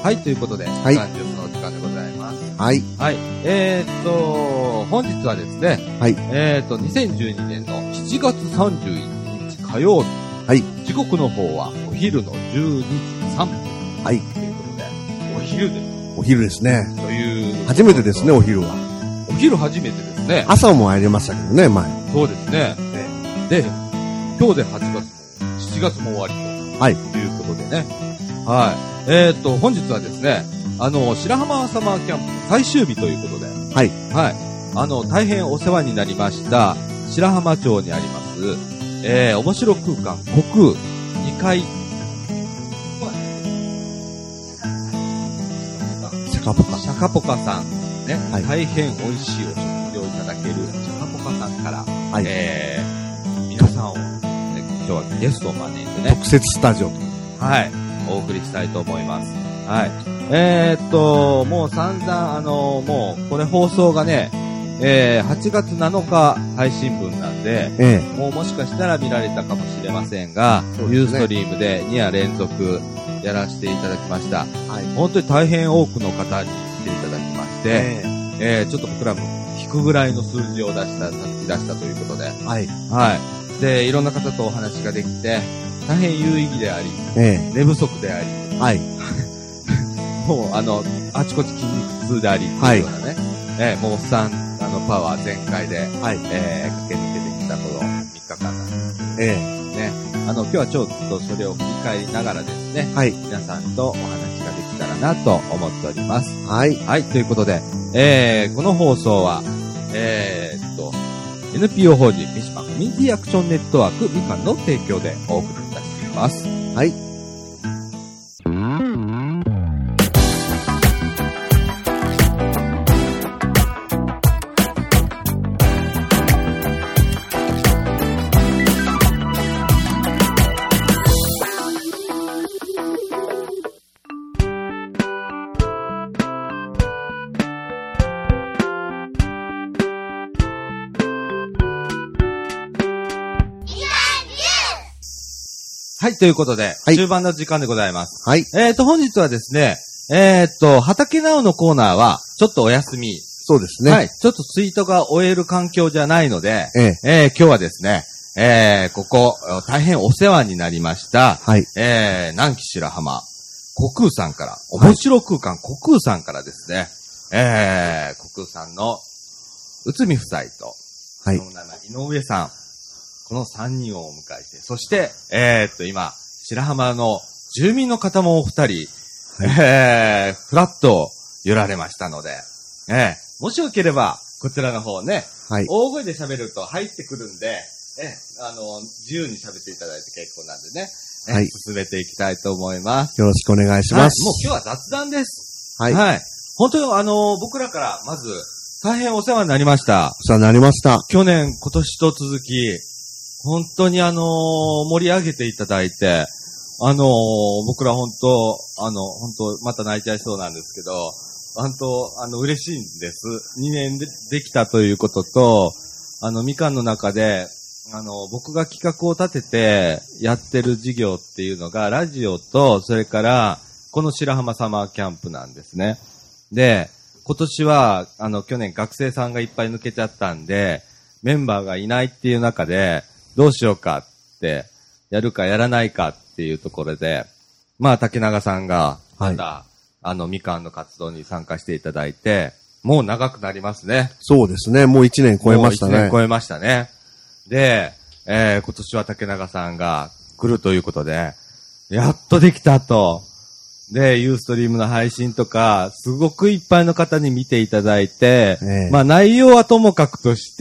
はい、ということで、 はい。 時間ジュースのお時間でございます。 はい。 はい。本日はですね、 はい。 2012年の7月31日火曜日。 はい。 時刻の方はお昼の12時3分。 はい。 ということで、お昼です。 お昼ですね。 という。 初めてですね、お昼は。 お昼初めてですね。 朝も入れましたけどね、前。 そうですね。で、今日で8月も、7月も終わりと。 はい。 ということでね。はい。本日はですね、白浜サマーキャンプ最終日ということで。 はい。 はい。大変お世話になりました、白浜町にあります、面白空間、虚空2階。 シャカポカ。 シャカポカさん。ね。 はい。 大変美味しいお食事をいただけるシャカポカさんから、 はい。 皆さんを、ね、今日はゲストを招いてね。 特設スタジオと。 はい。お送りしたいと思います。はい。もう散々、もう、これ放送がね、8月7日配信分なんで、もうもしかしたら見られたかもしれませんが、ユーストリームで2夜連続やらせていただきました。はい。本当に大変多くの方に来ていただきまして、ちょっと僕らも引くぐらいの数字を出したということで、はい。はい。で、いろんな方とお話ができて、大変有意義であり、寝不足であり、はい。もう、あちこち筋肉痛であり、っていうようなね、もうおっさん、パワー全開で、はい。駆け抜けてきたこの3日間なんですけど、ね。今日はちょっとそれを振り返りながらですね、はい。皆さんとお話ができたらなと思っております。はい。はい。ということで、この放送は、NPO 法人三島コミュニティアクションネットワークみかんの提供でお送りいたします。はい。はい、ということで、終盤の時間でございます。はい。本日はですね、畑直のコーナーは、ちょっとお休み。そうですね。はい。ちょっとツイートが終える環境じゃないので、今日はですね、ここ、大変お世話になりました、はい。南紀白浜、虚空さんから、面白空間虚空さんからですね、虚空さんの、内海夫妻と、はい。その名前、井上さん。この3人をお迎えして、そして、今、白浜の住民の方もお二人、はい、フラッと寄られましたので、もしよければ、こちらの方ね、はい、大声で喋ると入ってくるんで、自由に喋っていただいて結構なんでね、はい、進めていきたいと思います。よろしくお願いします。はい、もう今日は雑談です。はい。はい。本当に僕らからまず、大変お世話になりました。お世話になりました。去年、今年と続き、本当に盛り上げていただいて、僕ら本当、また泣いちゃいそうなんですけど、本当、嬉しいんです。2年できたということと、みかんの中で、僕が企画を立ててやってる事業っていうのが、ラジオと、それから、この白浜サマーキャンプなんですね。で、今年は、去年学生さんがいっぱい抜けちゃったんで、メンバーがいないっていう中で、どうしようかって、やるかやらないかっていうところで、まあ、竹永さんが、また、みかんの活動に参加していただいて、もう長くなりますね。そうですね。もう1年超えましたね。もう1年超えましたね。で、今年は竹永さんが来るということで、やっとできたと。で、ユーストリームの配信とか、すごくいっぱいの方に見ていただいて、まあ内容はともかくとして、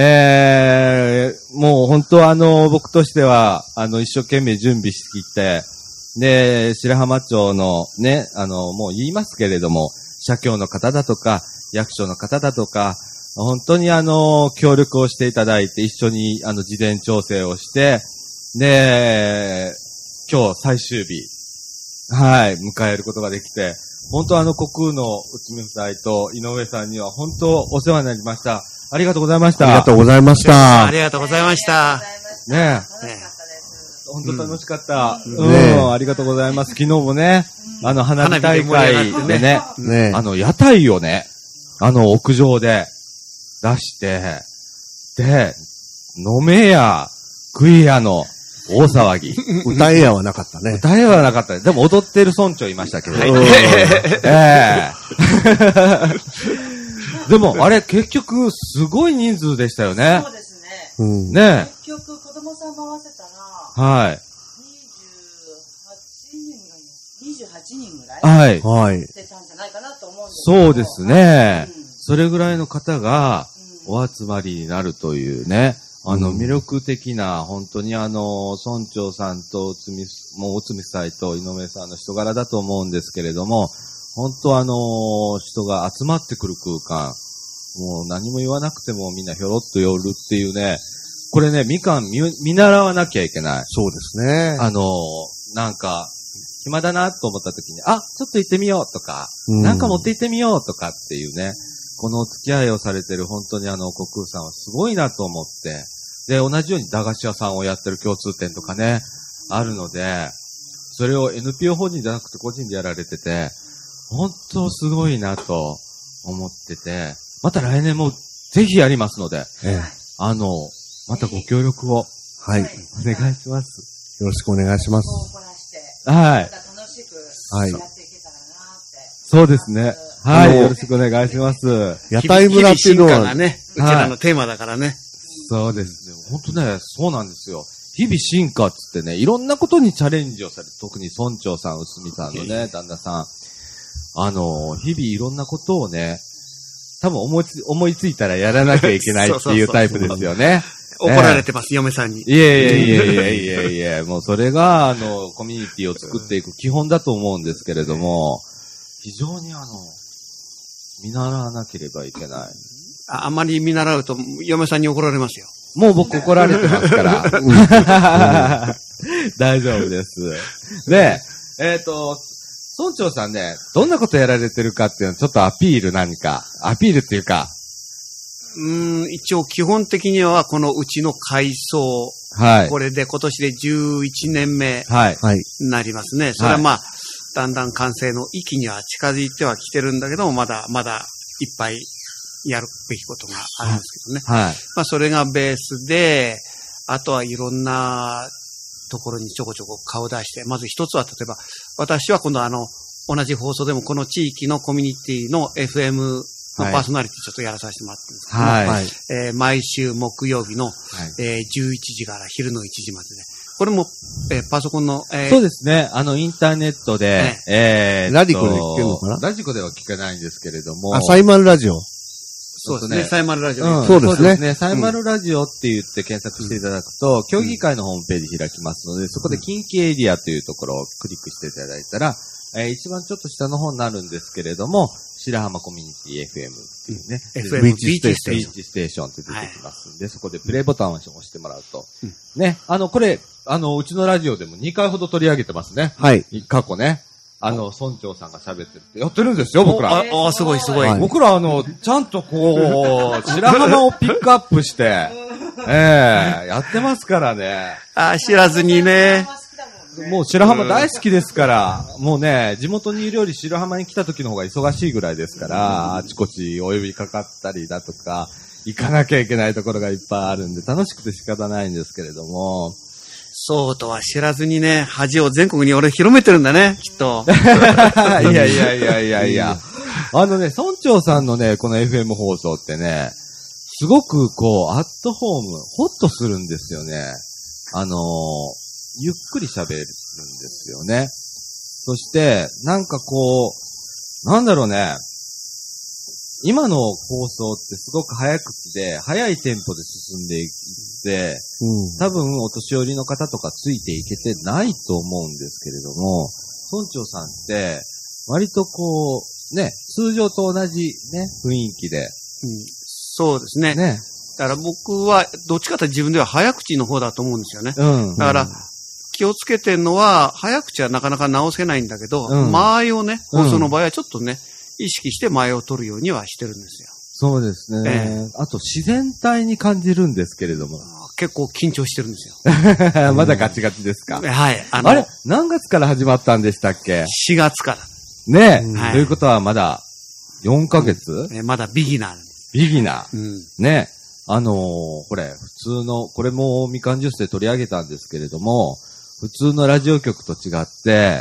もう本当僕としては、一生懸命準備してきて、で、白浜町のね、もう言いますけれども、社協の方だとか、役所の方だとか、本当に協力をしていただいて、一緒に事前調整をして、で、今日最終日、はい、迎えることができて、本当虚空の内海夫妻と井上さんには本当お世話になりました。ありがとうございました。ありがとうございました。 ありがとうございました。 ねえ。 本当楽しかった。ありがとうございます。昨日もね、花火大会でね、屋台をね、屋上で出して、で、飲めや、食いやの大騒ぎ。 歌えやはなかったね。 歌えはなかったね。でも踊ってる村長いましたけど。でも、あれ結局、すごい人数でしたよね。 そうですね。 ね結局、子供さんも合わせたら、はい。 28人ぐらいはい。 出たんじゃないかなと思うんですけど。そうですね。それぐらいの方がお集まりになるというね、魅力的な、本当に村長さんとおつみさんと井上さんの人柄だと思うんですけれども、本当人が集まってくる空間、もう何も言わなくてもみんなひょろっと寄るっていうね、これね、みかん見習わなきゃいけない。 そうですね。 なんか、暇だなと思った時に、ちょっと行ってみようとか、なんか持って行ってみようとかっていうね、このお付き合いをされてる本当に国空さんはすごいなと思って、で、同じように駄菓子屋さんをやってる共通点とかね、あるので、それを NPO 法人じゃなくて個人でやられてて、本当すごいなと思ってて、また来年もぜひやりますので、またご協力を、はい、お願いします。 よろしくお願いします。 はい。 楽しくやっていけたらなって。 そうですね。はい。よろしくお願いします。 屋台村っていうのはね、うちらのテーマだからね。 そうですね。本当ね、そうなんですよ。日々進化っつってね、いろんなことにチャレンジをされて、特に村長さん、うすみさんのね、旦那さん。日々いろんなことをね、多分思いついたらやらなきゃいけないっていうタイプですよね。 怒られてます、嫁さんに。 いえ、もうそれが、コミュニティを作っていく基本だと思うんですけれども、非常に見習わなければいけない。 あんまり見習うと、嫁さんに怒られますよ。 もう僕怒られてますから。大丈夫です。で、村長さんね、どんなことやられてるかっていうのちょっとアピールっていうか、 一応基本的にはこのうちの改装、これで今年で11年目になりますね。それはまあ、だんだん完成の域には近づいてはきてるんだけども、まだいっぱいやるべきことがあるんですけどね。まあそれがベースで、あとはいろんなところにちょこちょこ顔出して、まず一つは例えば、私は今度同じ放送でもこの地域のコミュニティの FMパーソナリティちょっとやらさせてもらってるんですけども、毎週木曜日の、11時から昼の1時までで、これも、パソコンの、 そうですね、インターネットで、 ラジコで聞けるのかな？ ラジコでは聞けないんですけれども。 サイマルラジオ。 そうですね、サイマルラジオ。 そうですね。 サイマルラジオって言って検索していただくと、協議会のホームページ開きますので、そこで近畿エリアというところをクリックしていただいたら、一番ちょっと下の方になるんですけれども、白浜コミュニティ FM っていうね、 FM ビーチステーションって出てきますんで、そこでプレイボタンを押してもらうと、ね、これ、うちのラジオでも2回ほど取り上げてますね。 はい。 過去ね。村長さんが喋ってるってやってるんですよ、僕ら。 すごいすごい。 僕らちゃんとこう、白浜をピックアップして、やってますからね。 知らずにね。 もう白浜大好きですから、もうね、地元にいるより白浜に来た時の方が忙しいぐらいですから、あちこちお呼びかかったりだとか、行かなきゃいけないところがいっぱいあるんで、楽しくて仕方ないんですけれども。 そうとは知らずにね、恥を全国に俺広めてるんだね、きっと。 いや。村長さんのね、この FM 放送ってね、すごくこう、アットホーム、ホッとするんですよね。ゆっくり喋るんですよね。そして、なんかこう、なんだろうね、今の放送ってすごく早口で、早いテンポで進んでいって、多分お年寄りの方とかついていけてないと思うんですけれども、村長さんって、割とこう、ね、通常と同じね、雰囲気で。 そうですね。だから僕は、どっちかというと自分では早口の方だと思うんですよね。だから、気をつけてるのは、早口はなかなか直せないんだけど、間合いをね、放送の場合はちょっとね、意識して前を取るようにはしてるんですよ。 そうですね。あと自然体に感じるんですけれども。 結構緊張してるんですよ。まだガチガチですか？ はい。 あれ何月から始まったんでしたっけ？ 4月から。 ねえ。ということはまだ4ヶ月？ まだビギナー。 ビギナー。ね。これ、普通の、これもみかんジュースで取り上げたんですけれども、普通のラジオ局と違って、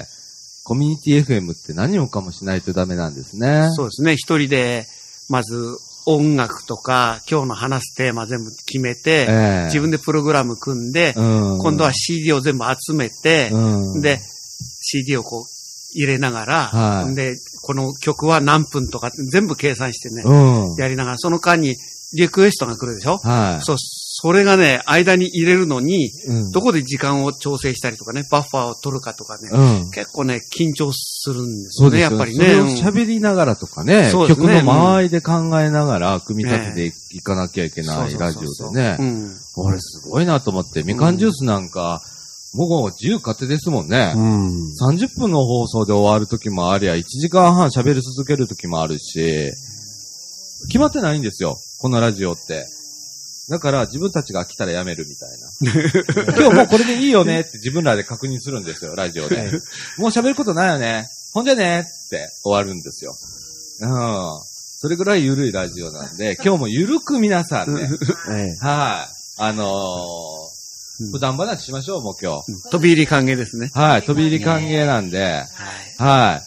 コミュニティ FM って何もかもしないとダメなんですね。 そうですね。一人で、まず音楽とか、今日の話すテーマ全部決めて、自分でプログラム組んで、今度は CD を全部集めて、で、CD をこう入れながら、で、この曲は何分とか全部計算してね、やりながら、その間にリクエストが来るでしょ？そう、それがね、間に入れるのに、どこで時間を調整したりとかね、バッファーを取るかとかね、結構ね、緊張するんですよね、やっぱりね。 それを喋りながらとかね、曲の間合いで考えながら、組み立てていかなきゃいけないラジオでね。これすごいなと思って、みかんジュースなんか、もう自由勝手ですもんね。30分の放送で終わる時もありゃ、1時間半喋り続ける時もあるし、決まってないんですよ、このラジオって。だから自分たちが来たらやめるみたいな。今日もうこれでいいよねって自分らで確認するんですよ、ラジオで。もう喋ることないよね。ほんじゃねって終わるんですよ。それぐらい緩いラジオなんで、今日も緩く皆さんね。はい。普段話しましょう、もう今日。 飛び入り歓迎ですね。 はい、飛び入り歓迎なんで。はい。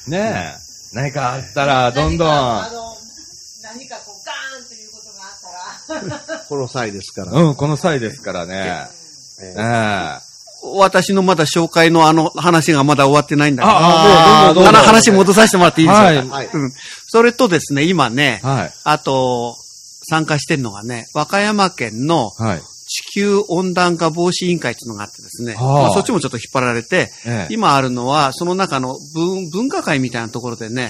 ねえ。何かあったら、どんどん。 何かこう、ガーンということがあったら。 この際ですから。 この際ですからね。 私のまだ紹介の話がまだ終わってないんだけど。話戻させてもらっていいですか？はい。それとですね、今ね、あと、参加してるのがね、和歌山県の、地球温暖化防止委員会っていうのがあってですね、そっちもちょっと引っ張られて、今あるのは、その中の文化会みたいなところでね、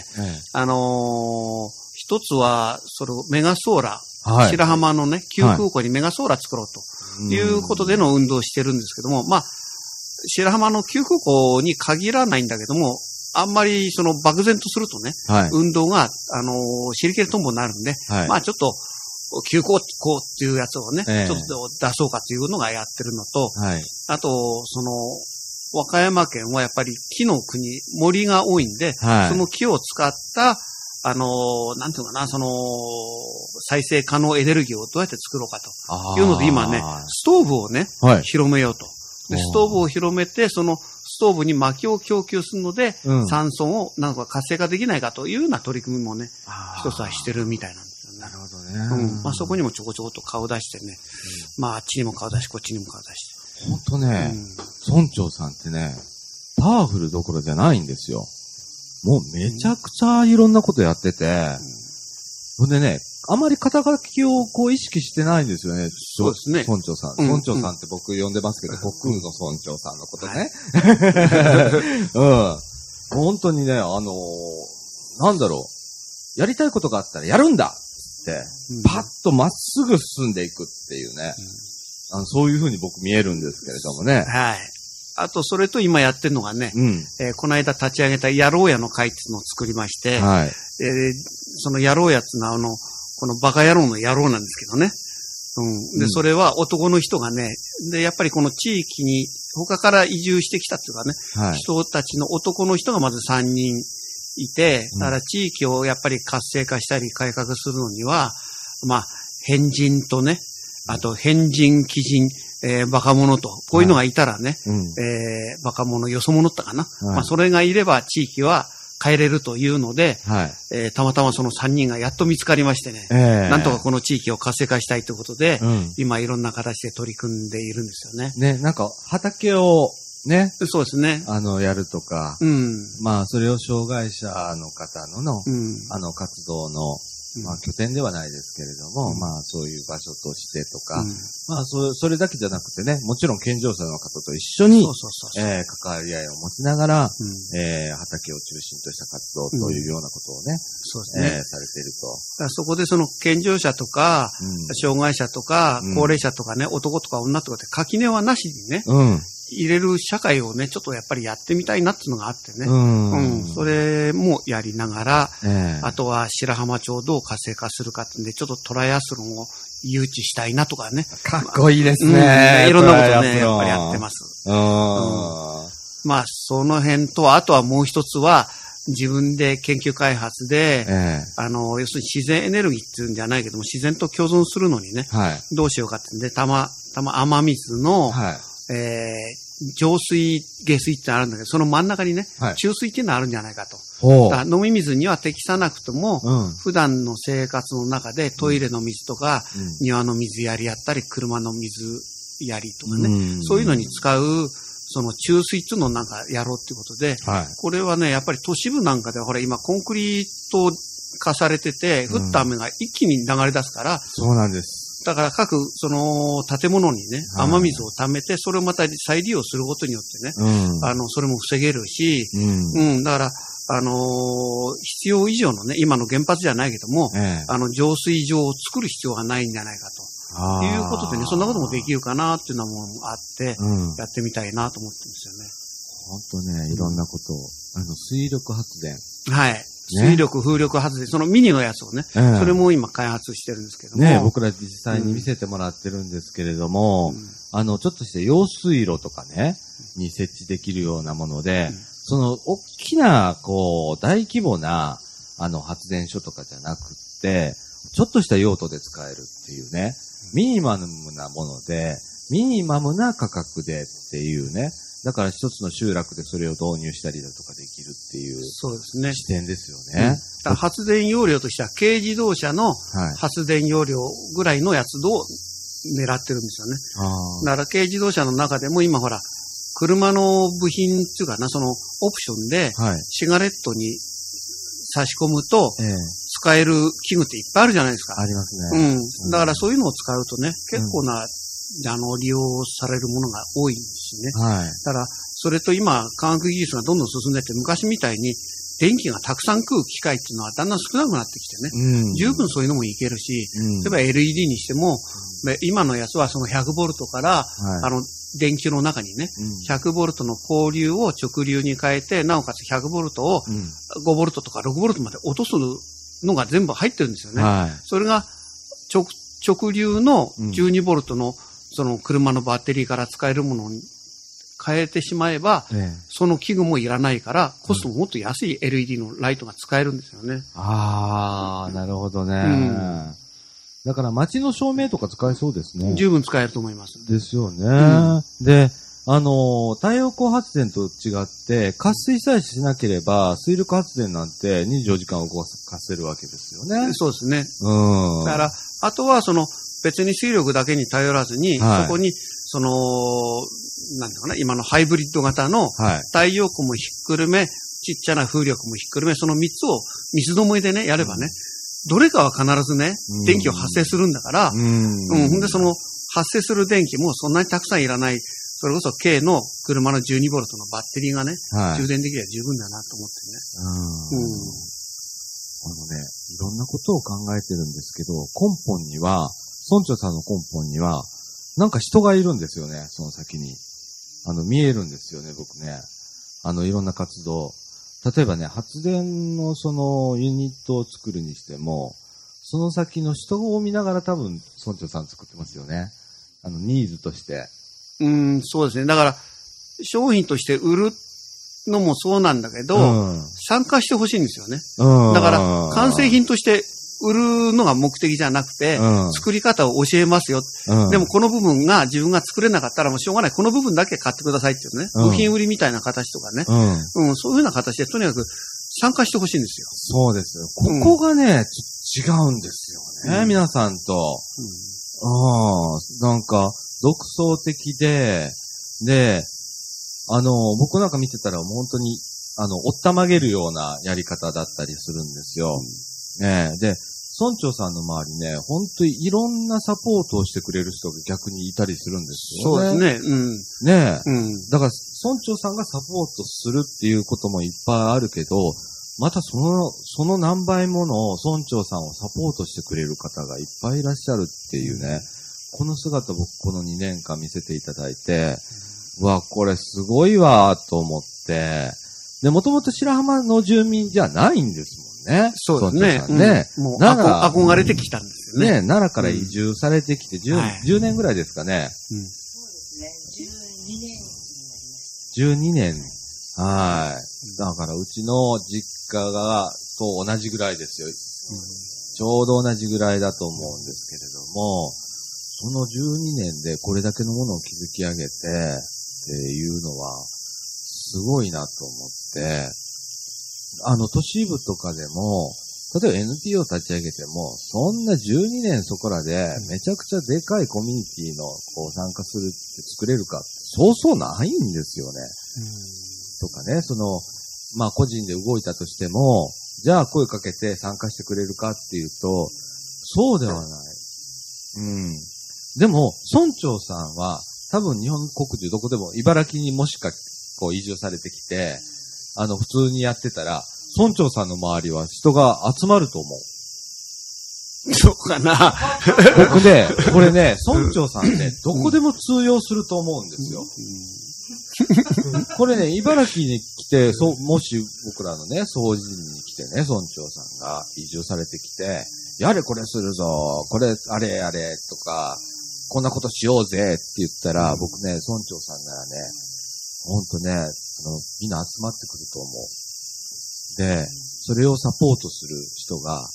一つは、メガソーラー、白浜のね、旧空港にメガソーラー作ろうということでの運動をしてるんですけども、まあ、白浜の旧空港に限らないんだけども、あんまり漠然とするとね、運動が、シリケルトンボになるんで、まあちょっと、休校っていうやつをね、ちょっと出そうかっていうのがやってるのと、あと、和歌山県はやっぱり木の国、森が多いんで、その木を使った、なんていうのかな、再生可能エネルギーをどうやって作ろうかというので、今ね、ストーブをね、広めようと。で、ストーブを広めて、そのストーブに薪を供給するので、酸素をなんか活性化できないかというような取り組みもね、一つはしてるみたいなんです。 なるほどね。 まあそこにもちょこちょこと顔出してね、まああっちにも顔出し、こっちにも顔出して。 ほんとね、村長さんってね、パワフルどころじゃないんですよ。もうめちゃくちゃいろんなことやってて、ほんでね、あまり肩書きをこう意識してないんですよね。 そうですね。 村長さん。村長さんって僕呼んでますけど、悟空の村長さんのことね。本当にね、なんだろう。やりたいことがあったらやるんだって、パッとまっすぐ進んでいくっていうね。そういうふうに僕見えるんですけれどもね。 はい。あと、それと今やってるのがね、この間立ち上げたやろうやの会っていうのを作りまして、そのやろうやつのこのバカ野郎の野郎なんですけどね。で、それは男の人がね、で、やっぱりこの地域に他から移住してきたっていうかね、人たちの男の人がまず3人いて、だから地域をやっぱり活性化したり改革するのには、まあ、変人とね、あと変人、奇人、バカ者と、こういうのがいたらね、バカ者、よそ者ったかな。まあ、それがいれば地域は変えれるというので、たまたまその3人がやっと見つかりましてね、なんとかこの地域を活性化したいということで、今いろんな形で取り組んでいるんですよね。 ね、なんか畑をね。 そうですね。 やるとか、まあ、それを障害者の方の、活動の、まあ、拠点ではないですけれども、まあ、そういう場所としてとか、まあ、それだけじゃなくてね、もちろん健常者の方と一緒に、関わり合いを持ちながら、畑を中心とした活動というようなことをね、されていると。 そこでその健常者とか、障害者とか、高齢者とかね、男とか女とかって垣根はなしにね、 入れる社会をね、ちょっとやっぱりやってみたいなっていうのがあってね。それもやりながら、あとは白浜町をどう活性化するかってんで、ちょっとトライアスロンを誘致したいなとかね。 かっこいいですね。 いろんなことね、やっぱりやってます。まあ、その辺と、あとはもう一つは、自分で研究開発で、要するに自然エネルギーっていうんじゃないけども、自然と共存するのにね、どうしようかってんで、雨水の、浄水、下水ってあるんだけど、その真ん中にね、中水っていうのがあるんじゃないかと。だから飲み水には適さなくとも、普段の生活の中でトイレの水とか、庭の水やりやったり、車の水やりとかね、そういうのに使う、その中水っていうのをなんかやろうっていうことで、これはね、やっぱり都市部なんかでは、ほら今コンクリート化されてて、降った雨が一気に流れ出すから、 そうなんです。 だから各、その、建物にね、雨水を溜めて、それをまた再利用することによってね、それも防げるし、だから、必要以上のね、今の原発じゃないけども、浄水場を作る必要がないんじゃないかと。いうことでね、そんなこともできるかなっていうのもあって、やってみたいなと思ってるんですよね。 本当ね、いろんなことを、水力発電。 はい。水力、風力発電、そのミニのやつをね、それも今開発してるんですけども。 ね、僕ら実際に見せてもらってるんですけれども、ちょっとした用水路とかね、に設置できるようなもので、その、大きな、こう、大規模な、発電所とかじゃなくって、ちょっとした用途で使えるっていうね、ミニマムなもので、ミニマムな価格でっていうね、だから一つの集落でそれを導入したりだとかできるっていう、そうですね。視点ですよね。 発電容量としては軽自動車の発電容量ぐらいのやつを狙ってるんですよね。だから軽自動車の中でも今ほら、車の部品っていうかな、そのオプションでシガレットに差し込むと使える器具っていっぱいあるじゃないですか。 ありますね。 だからそういうのを使うとね、結構な、利用されるものが多いんですね。だから、それと今、科学技術がどんどん進んでって、昔みたいに電気がたくさん食う機械っていうのはだんだん少なくなってきてね、十分そういうのもいけるし、例えば LED にしても、今のやつはその100ボルトから、電球の中にね、100ボルトの交流を直流に変えて、なおかつ100ボルトを5ボルトとか6ボルトまで落とすのが全部入ってるんですよね。それが直流の12ボルトのその車のバッテリーから使えるものに変えてしまえば、その器具もいらないから、コストももっと安い LED のライトが使えるんですよね。 なるほどね。だから街の照明とか使えそうですね。 十分使えると思います。 ですよね。で、太陽光発電と違って、渇水さえしなければ、水力発電なんて24時間動かせるわけですよね。 そうですね。だから、あとは別に水力だけに頼らずに、そこに、なんていうかな、今のハイブリッド型の太陽光もひっくるめ、ちっちゃな風力もひっくるめ、その3つを三つどもえでね、やればね、どれかは必ずね、電気を発生するんだから、ほんでその発生する電気もそんなにたくさんいらない、それこそ軽の車の12ボルトのバッテリーがね、充電できれば十分だなと思ってね。いろんなことを考えてるんですけど、根本には、村長さんの根本には、なんか人がいるんですよね、その先に。見えるんですよね、僕ね。いろんな活動。例えばね、発電のそのユニットを作るにしても、その先の人を見ながら多分村長さん作ってますよね。ニーズとして。 そうですね。だから、商品として売るのもそうなんだけど、参加してほしいんですよね。だから、完成品として売るのが目的じゃなくて、作り方を教えますよ。でもこの部分が自分が作れなかったらもうしょうがない。この部分だけ買ってくださいっていうね。部品売りみたいな形とかね。そういうふうな形でとにかく参加してほしいんですよ。 そうですよ。ここがね、違うんですよね。皆さんと。なんか、独創的で、僕なんか見てたら本当に、おったまげるようなやり方だったりするんですよ。で、村長さんの周りね、本当にいろんなサポートをしてくれる人が逆にいたりするんですよね。 そうですね。 だから、村長さんがサポートするっていうこともいっぱいあるけど、またその何倍もの村長さんをサポートしてくれる方がいっぱいいらっしゃるっていうね、この姿僕この2年間見せていただいて、 わ、これすごいわ、と思って。で、もともと白浜の住民じゃないんですもんね。 そうですね。 ね。 もう憧れてきたんですよね。 ね、奈良から移住されてきて10年ぐらいですかね。 そうですね。12年になりました。12年。はい。だからうちの実家と同じぐらいですよ。ちょうど同じぐらいだと思うんですけれども、その12年でこれだけのものを築き上げてっていうのはすごいなと思って、都市部とかでも、例えば NPO 立ち上げても、そんな12年そこらでめちゃくちゃでかいコミュニティの参加するって作れるかってそうそうないんですよね。とかね、個人で動いたとしても、じゃあ声かけて参加してくれるかっていうと、そうではない。でも、村長さんは、多分日本国中どこでも、茨城にもしか移住されてきて、普通にやってたら、村長さんの周りは人が集まると思う。 そうかな。 僕ね、これね、村長さんね、どこでも通用すると思うんですよ。これね、茨城に来て、もし僕らのね、掃除に来てね、村長さんが移住されてきて、やれこれするぞ、これあれあれとか、こんなことしようぜって言ったら、僕ね、村長さんならね、ほんとね、みんな集まってくると思う。で、それをサポートする人が、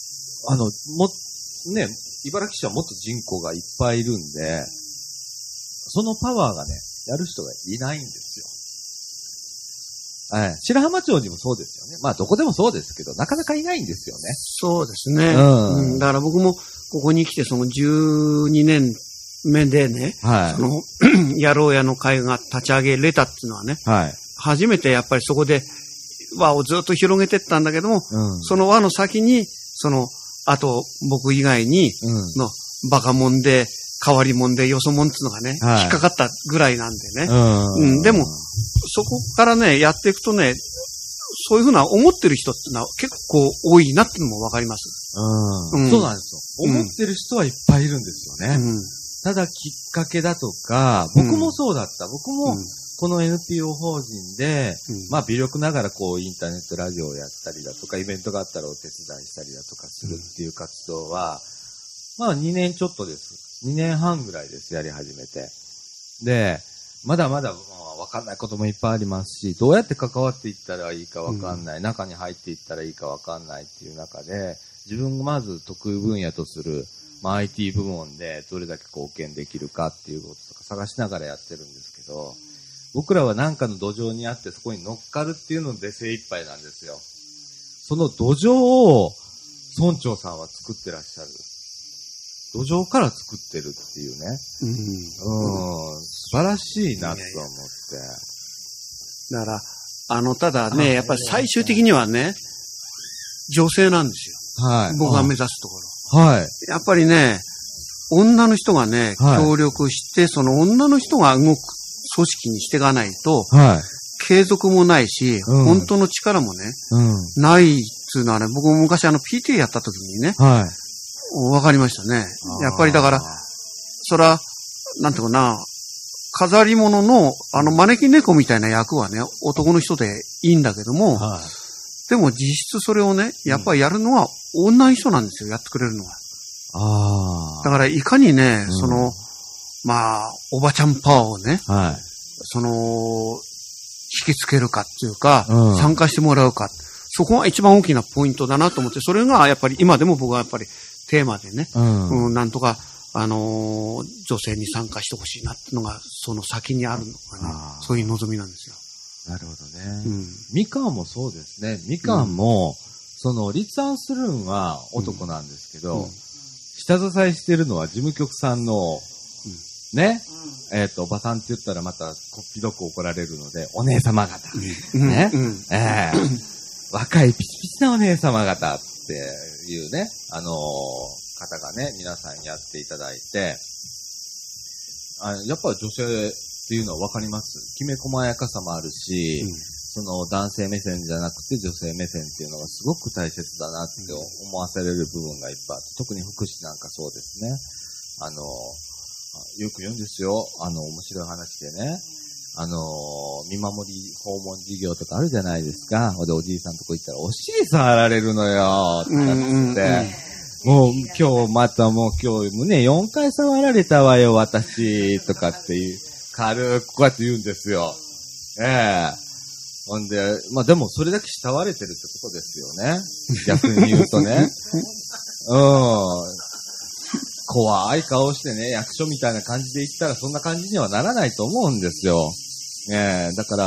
茨城市はもっと人口がいっぱいいるんで、そのパワーがね、やる人がいないんですよ。はい。白浜町にもそうですよね。まあ、どこでもそうですけど、なかなかいないんですよね。 そうですね。だから僕も、ここに来て、12年目でね、野郎屋の会が立ち上げれたっていうのはね、初めてやっぱりそこで輪をずっと広げていったんだけども、その輪の先に、あと僕以外に、バカもんで、変わりもんで、よそもんっていうのがね、引っかかったぐらいなんでね。でも、そこからね、やっていくとね、そういうふうな思ってる人っていうのは結構多いなっていうのもわかります。 そうなんですよ。思ってる人はいっぱいいるんですよね。ただきっかけだとか、僕もそうだった。僕もこの NPO 法人で、微力ながらインターネットラジオをやったりだとか、イベントがあったらお手伝いしたりだとかするっていう活動は、2年ちょっとです。2年半ぐらいです、やり始めて。で、まだまだわかんないこともいっぱいありますし、どうやって関わっていったらいいかわかんない、中に入っていったらいいかわかんないっていう中で、自分がまず得意分野とする、IT 部門でどれだけ貢献できるかっていうこととか探しながらやってるんですけど、僕らは何かの土壌にあってそこに乗っかるっていうので精一杯なんですよ。その土壌を村長さんは作ってらっしゃる。土壌から作ってるっていうね。素晴らしいなと思って。 だから、ただね、やっぱり最終的にはね、女性なんですよ。僕が目指すところ。やっぱりね、女の人がね、協力して、その女の人が動く組織にしていかないと、継続もないし、本当の力もね、ないっていうのはね、僕も昔PT やった時にね、わかりましたね。やっぱりだから、そら、なんていうかな、飾り物の、招き猫みたいな役はね、男の人でいいんだけども、でも実質それをね、やっぱりやるのは女の人なんですよ、やってくれるのは。だからいかにね、おばちゃんパワーをね、引きつけるかっていうか、参加してもらうか。そこが一番大きなポイントだなと思って、それがやっぱり今でも僕はやっぱりテーマでね、なんとか、女性に参加してほしいなっていうのが、その先にあるのかな。そういう望みなんですよ。 なるほどね。みかんもそうですね。みかんも、立案するんは男なんですけど、下支えしてるのは事務局さんの、ね、おばさんって言ったらまたこっぴどく怒られるので、お姉様方。ね。若いピチピチなお姉様方っていうね、方がね、皆さんやっていただいて、やっぱり女性っていうのは分かります。きめ細やかさもあるし、男性目線じゃなくて女性目線っていうのがすごく大切だなって思わせれる部分がいっぱいあって、特に福祉なんかそうですね。よく言うんですよ。面白い話でね。 見守り訪問事業とかあるじゃないですか。で、おじいさんとこ行ったら、お尻触られるのよ、とかつって。もう、今日胸4回触られたわよ、私、とかっていう、軽くこうやって言うんですよ。ほんで、でもそれだけ慕われてるってことですよね。逆に言うとね。怖い顔してね、役所みたいな感じで言ったらそんな感じにはならないと思うんですよ。だから、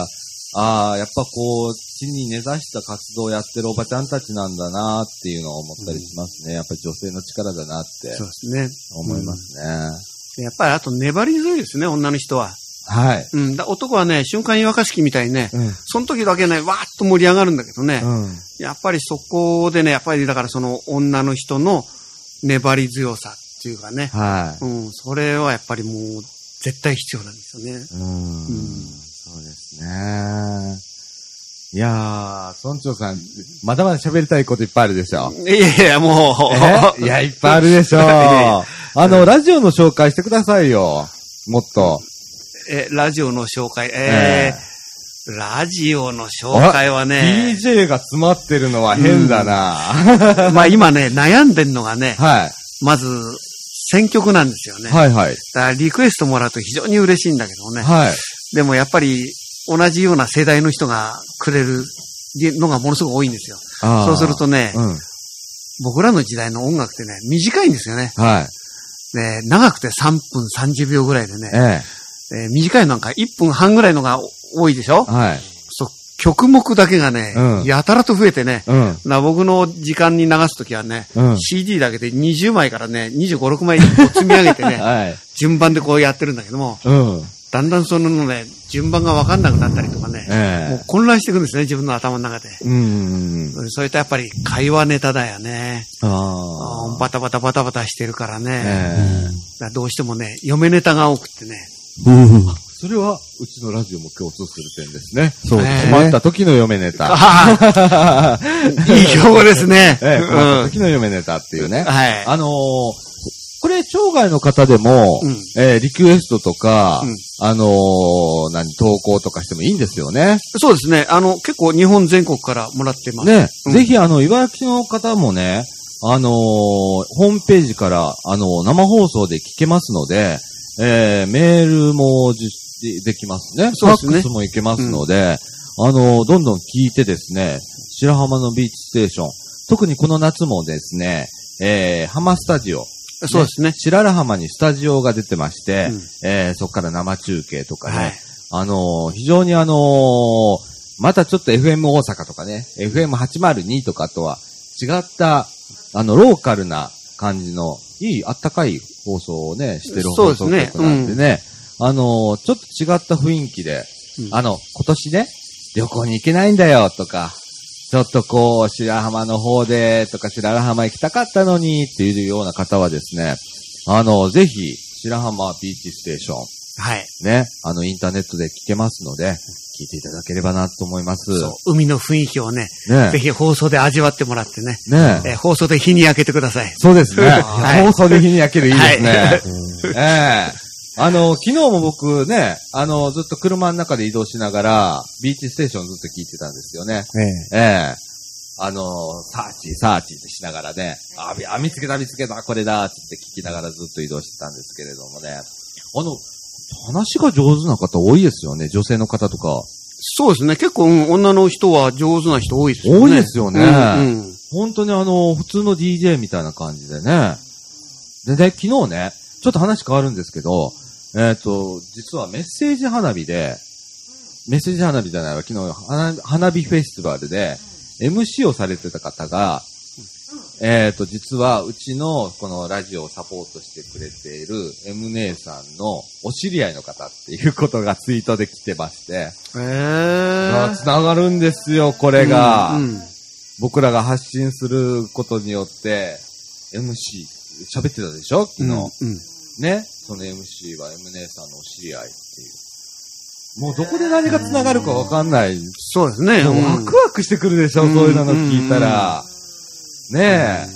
やっぱ地に根ざした活動をやってるおばちゃんたちなんだなっていうのを思ったりしますね。やっぱり女性の力だなって。そうですね。思いますね。 やっぱりあと粘り強いですね、女の人は。 はい。 男はね、瞬間湯沸かし器みたいにね、その時だけね、わーっと盛り上がるんだけどね、やっぱりそこでね、やっぱりだからその女の人の粘り強さっていうかね、それはやっぱりもう絶対必要なんですよね。 そうですね。いやー、村長さん、まだまだ喋りたいこといっぱいあるでしょ。 いや、もう。いや、いっぱいあるでしょ。ラジオの紹介してくださいよ。もっと。 ラジオの紹介、ラジオの紹介はね。 DJ が詰まってるのは変だな。 今ね、悩んでんのがね、まず、選曲なんですよね。だからリクエストもらうと非常に嬉しいんだけどね。でもやっぱり、同じような世代の人がくれるのがものすごく多いんですよ。そうするとね、僕らの時代の音楽ってね、短いんですよね。長くて3分30秒ぐらいでね、短いのなんか1分半ぐらいのが多いでしょ。曲目だけがね、やたらと増えてね、僕の時間に流すときはね、CD だけで20枚からね、25、6枚積み上げてね、順番でこうやってるんだけども、だんだんそのね、順番がわかんなくなったりとかね、もう混乱していくんですね、自分の頭の中で。そういったやっぱり会話ネタだよね。バタバタしてるからね。どうしてもね、嫁ネタが多くってね。 それは、うちのラジオも共通する点ですね。そうですね。困った時の嫁ネタ。 いい標語ですね。 困った時の嫁ネタっていうね。これ、町外の方でも、リクエストとか、投稿とかしてもいいんですよね。 そうですね。結構日本全国からもらってます。 ね。ぜひ、茨城の方もね、ホームページから、生放送で聞けますので、メールもできますね。ファックスもいけますので、どんどん聞いてですね、白浜のビーチステーション、特にこの夏もですね、浜スタジオ、 そうですね。 白良浜にスタジオが出てまして、そこから生中継とかね、非常にまたちょっと FM 大阪とかね、FM802 とかとは違った、ローカルな感じの、いい、あったかい放送をね、してる放送局なんでね、ちょっと違った雰囲気で、今年ね、旅行に行けないんだよとか、ちょっと白浜の方で、とか白良浜行きたかったのに、っていうような方はですね、ぜひ、白浜ビーチステーション。ね、インターネットで聞けますので、聞いていただければなと思います。 海の雰囲気をね、ぜひ放送で味わってもらってね。放送で日に焼けてください。 そうですね。放送で日に焼けるいいですね。昨日も僕ね、ずっと車の中で移動しながら、ビーチステーションずっと聞いてたんですよね。サーチってしながらね、見つけた、これだって聞きながらずっと移動してたんですけれどもね。話が上手な方多いですよね、女性の方とか。 そうですね、結構、女の人は上手な人多いですよね。 多いですよね。本当に普通の DJ みたいな感じでね。でね、昨日ね、ちょっと話変わるんですけど、実はメッセージ花火じゃないわ、昨日、花火フェスティバルで、MC をされてた方が、実はうちのこのラジオをサポートしてくれている M 姉さんのお知り合いの方っていうことがツイートで来てまして、つながるんですよ、これが。僕らが発信することによって、MC、喋ってたでしょ昨日。ね。その MC は M 姉さんのお知り合いっていう。もうどこで何が繋がるかわかんない。 そうですね。 ワクワクしてくるでしょ、そういうの聞いたら。ね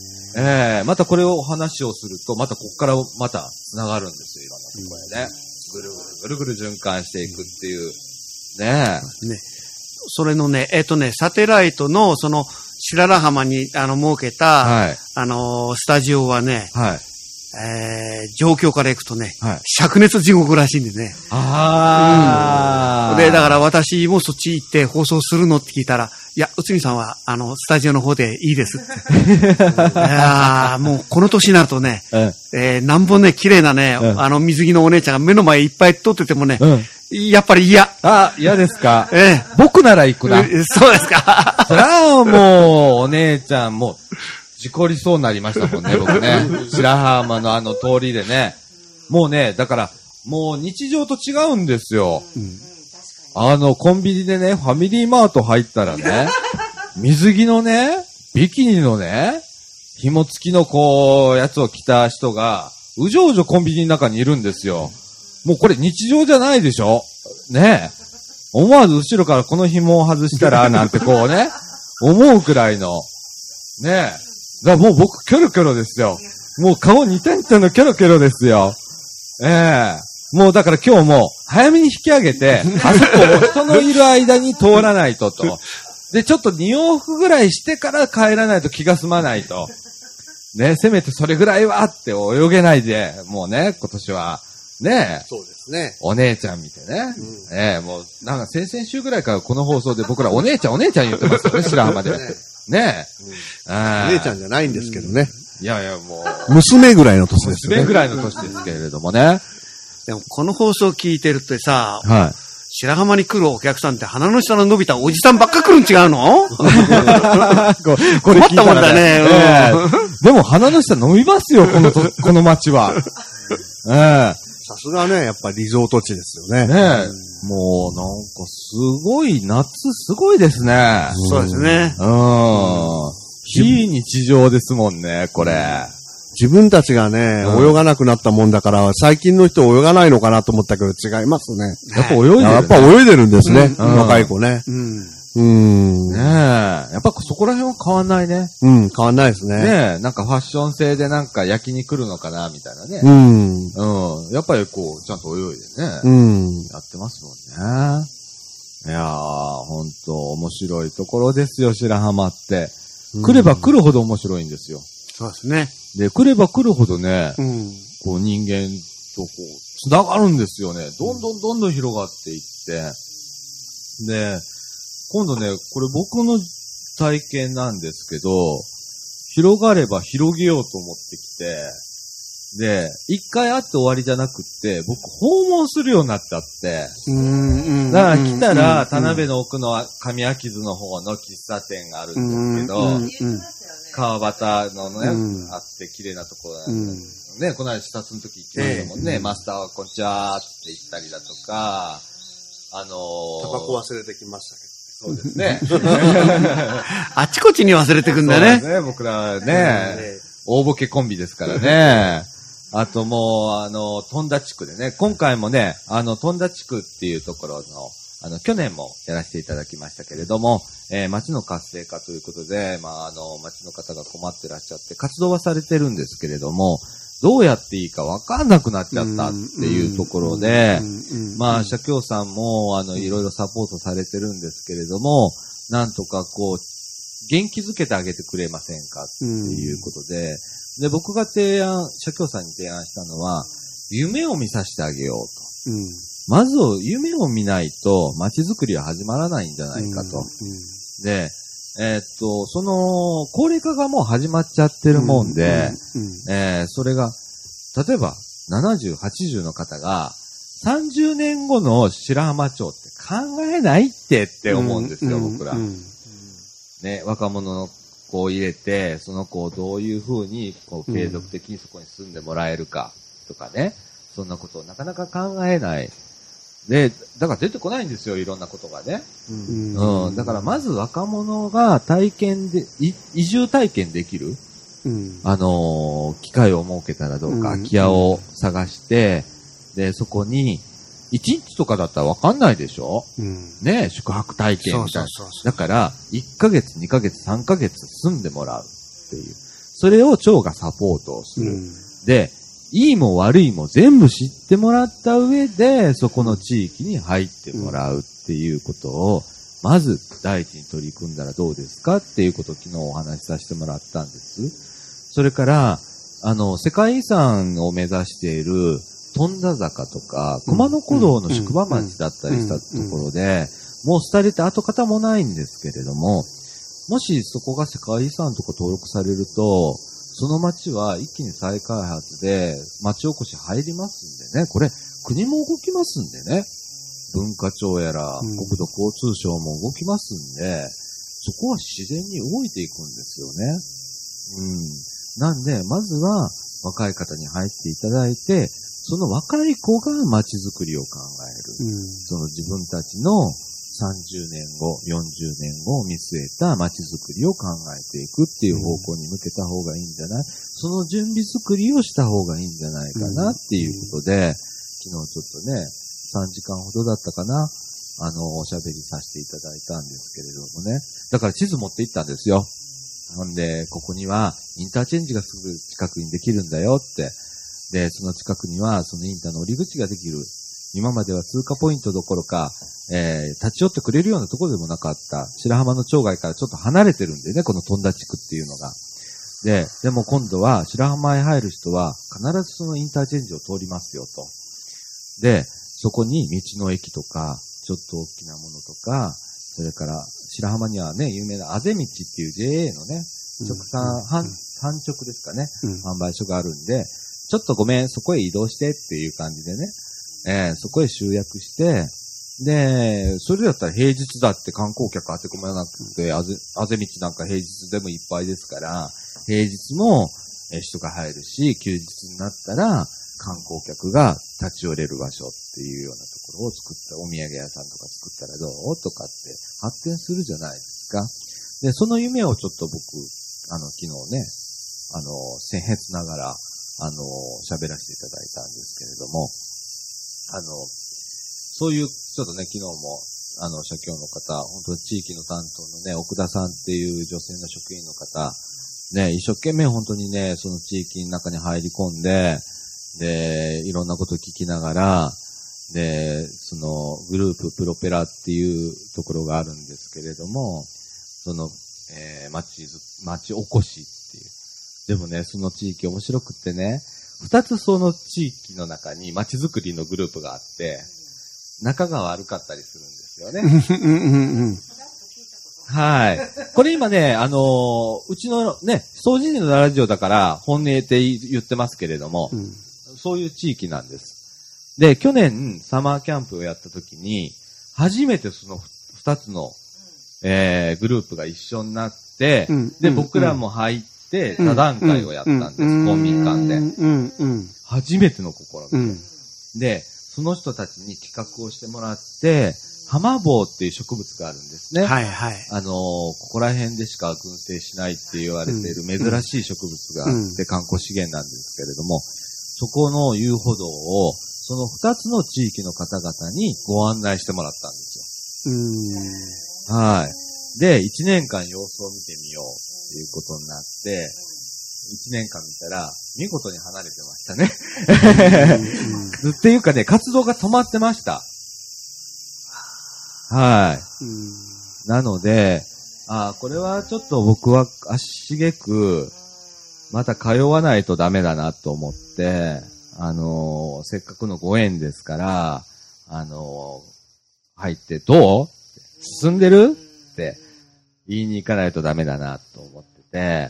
え。またこれを話をすると、またここからまた繋がるんですよ、いろんなところでね。すぐるぐる循環していくっていう。ねえ。 ね。それのね、サテライトの、白良浜に、設けた、はい、スタジオはね、はい。状況からいくとね、はい、灼熱地獄らしいんでね。で、だから私もそっち行って放送するのって聞いたら、いや、内海さんは、スタジオの方でいいですって。いやもうこの年になるとね、なんぼね、綺麗なね、水着のお姉ちゃんが目の前いっぱい撮っててもね、やっぱり嫌。 嫌ですか。僕なら行くな。 そうですか。 そりゃもう、お姉ちゃんも、事故りそうになりましたもんね、僕ね。白浜の通りでね。もうね、だから、もう日常と違うんですよ。コンビニでね、ファミリーマート入ったらね、水着のね、ビキニのね、紐付きのやつを着た人が、うじょうじょコンビニの中にいるんですよ。もうこれ日常じゃないでしょねえ。思わず後ろからこの紐を外したら、なんてね、思うくらいの、ねえ。だからもう僕、キョロキョロですよ。もう顔2点々のキョロキョロですよ。もうだから今日も、早めに引き上げて、あそこを人のいる間に通らないとと。で、ちょっと2往復ぐらいしてから帰らないと気が済まないと。ね、せめてそれぐらいはって泳げないで、もうね、今年は、ねえ。 そうですね。 お姉ちゃん見てね。もう、なんか先々週ぐらいからこの放送で僕らお姉ちゃん言ってますよね、白浜で。ねえ。お姉ちゃんじゃないんですけどね。 いやいや、もう。 娘ぐらいの年ですよね。 娘ぐらいの年ですけれどもね。 でも、この放送聞いてるってさ、はい。白浜に来るお客さんって鼻の下の伸びたおじさんばっか来るん違うのこれ困ったもんだね。 でも鼻の下伸びますよ、この町は。 さすがね、やっぱリゾート地ですよね。 ねえ。もうなんかすごい、夏すごいですね。 そうですね。 非日常ですもんね、これ。 自分たちがね、泳がなくなったもんだから、最近の人泳がないのかなと思ったけど違いますね。 やっぱ泳いでる。 やっぱ泳いでるんですね、若い子ね。 ねえ。やっぱそこら辺は変わんないね。 変わんないですね。 ねえ、なんかファッション性でなんか焼きに来るのかな、みたいなね。やっぱりちゃんと泳いでね。やってますもんね。いやー、ほんと面白いところですよ、白浜って。来れば来るほど面白いんですよ。 そうですね。 で、来れば来るほどね、人間と繋がるんですよね。どんどん広がっていって。で、今度ね、これ僕の体験なんですけど、広がれば広げようと思ってきて、で、一回会って終わりじゃなくって、僕訪問するようになっちゃって、だから来たら、田辺の奥の上秋津の方の喫茶店があるんですけど、川端のね、あって綺麗なところなんですね、この間視察の時行きましたもんね、マスターはこんにちはって言ったりだとか、 タバコ忘れてきましたけど。 そうですね。 あっちこっちに忘れてくんだね。 そうですね、僕らね、大ボケコンビですからね。あともう、富田地区でね、今回もね、富田地区っていうところの、去年もやらせていただきましたけれども、町の活性化ということで、町の方が困ってらっしゃって活動はされてるんですけれども、どうやっていいか分かんなくなっちゃったっていうところで、社協さんも、いろいろサポートされてるんですけれども、なんとか元気づけてあげてくれませんかっていうことで、で、僕が社協さんに提案したのは、夢を見させてあげようと。まず夢を見ないと街づくりは始まらないんじゃないかと。で、高齢化がもう始まっちゃってるもんで、それが、例えば、70、80の方が、30年後の白浜町って考えないって思うんですよ、僕ら。ね、若者の子を入れて、その子をどういうふうに、継続的にそこに住んでもらえるか、とかね、そんなことをなかなか考えない。で、だから出てこないんですよ、いろんなことがね。だからまず若者が移住体験できる、機会を設けたらどうか、空き家を探して、で、そこに、1日とかだったらわかんないでしょ、ね、宿泊体験みたいな。だから、1ヶ月、2ヶ月、3ヶ月住んでもらうっていう。それを町がサポートをする。で、 いいも悪いも全部知ってもらった上で、そこの地域に入ってもらうっていうことを、まず第一に取り組んだらどうですかっていうことを昨日お話しさせてもらったんです。それから、世界遺産を目指している富田坂とか、熊野古道の宿場町だったりしたところで、もう廃れて跡形もないんですけれども、もしそこが世界遺産とか登録されると、その町は一気に再開発で町おこし入りますんでね、これ国も動きますんでね、文化庁やら国土交通省も動きますんで、そこは自然に動いていくんですよね。なんで、まずは若い方に入っていただいて、その若い子が町づくりを考える。その自分たちの30年後、40年後を見据えた街づくりを考えていくっていう方向に向けた方がいいんじゃない？その準備づくりをした方がいいんじゃないかなっていうことで、昨日ちょっとね、3時間ほどだったかな、おしゃべりさせていただいたんですけれどもね。だから地図持って行ったんですよ。なんで、ここにはインターチェンジがすぐ近くにできるんだよって。で、その近くにはそのインターの降り口ができる。今までは通過ポイントどころか、立ち寄ってくれるようなところでもなかった。白浜の町外からちょっと離れてるんでね、この富田地区っていうのが。でも今度は白浜へ入る人は必ずそのインターチェンジを通りますよと。で、そこに道の駅とか、ちょっと大きなものとか、それから白浜にはね、有名なあぜ道っていう JA のね、販直ですかね、販売所があるんで、ちょっとごめん、そこへ移動してっていう感じでね、そこへ集約して、で、それだったら平日だって観光客当て込まなくて、あぜ道なんか平日でもいっぱいですから、平日も人が入るし、休日になったら観光客が立ち寄れる場所っていうようなところを作った、お土産屋さんとか作ったらどうとかって発展するじゃないですか。で、その夢をちょっと僕、昨日ね、僭越ながら、喋らせていただいたんですけれども、そういう、ちょっとね、昨日も、社協の方、本当に地域の担当のね、奥田さんっていう女性の職員の方、ね、一生懸命本当にね、その地域の中に入り込んで、で、いろんなことを聞きながら、で、そのグループプロペラっていうところがあるんですけれども、その、町おこしっていう。でもね、その地域面白くってね、二つその地域の中に町づくりのグループがあって、仲が悪かったりするんですよね。はい。これ今ね、うちのね、掃除時のラジオだから本音って言ってますけれども、そういう地域なんです。で、去年サマーキャンプをやった時に、初めてその二つの、グループが一緒になって、で、僕らも入って、座談会をやったんです、公民館で。初めての試みで。で、その人たちに企画をしてもらって、浜棒っていう植物があるんですね。はいはい。ここら辺でしか群生しないって言われている珍しい植物があって観光資源なんですけれども、そこの遊歩道を、その二つの地域の方々にご案内してもらったんですよ。はい。で、1年間様子を見てみようっていうことになって、1年間見たら、見事に離れてましたね。っていうかね、活動が止まってました。はい。なので、これはちょっと僕は足しげく、また通わないとダメだなと思って、せっかくのご縁ですから、入ってどう？進んでる？って言いに行かないとダメだなと思ってて、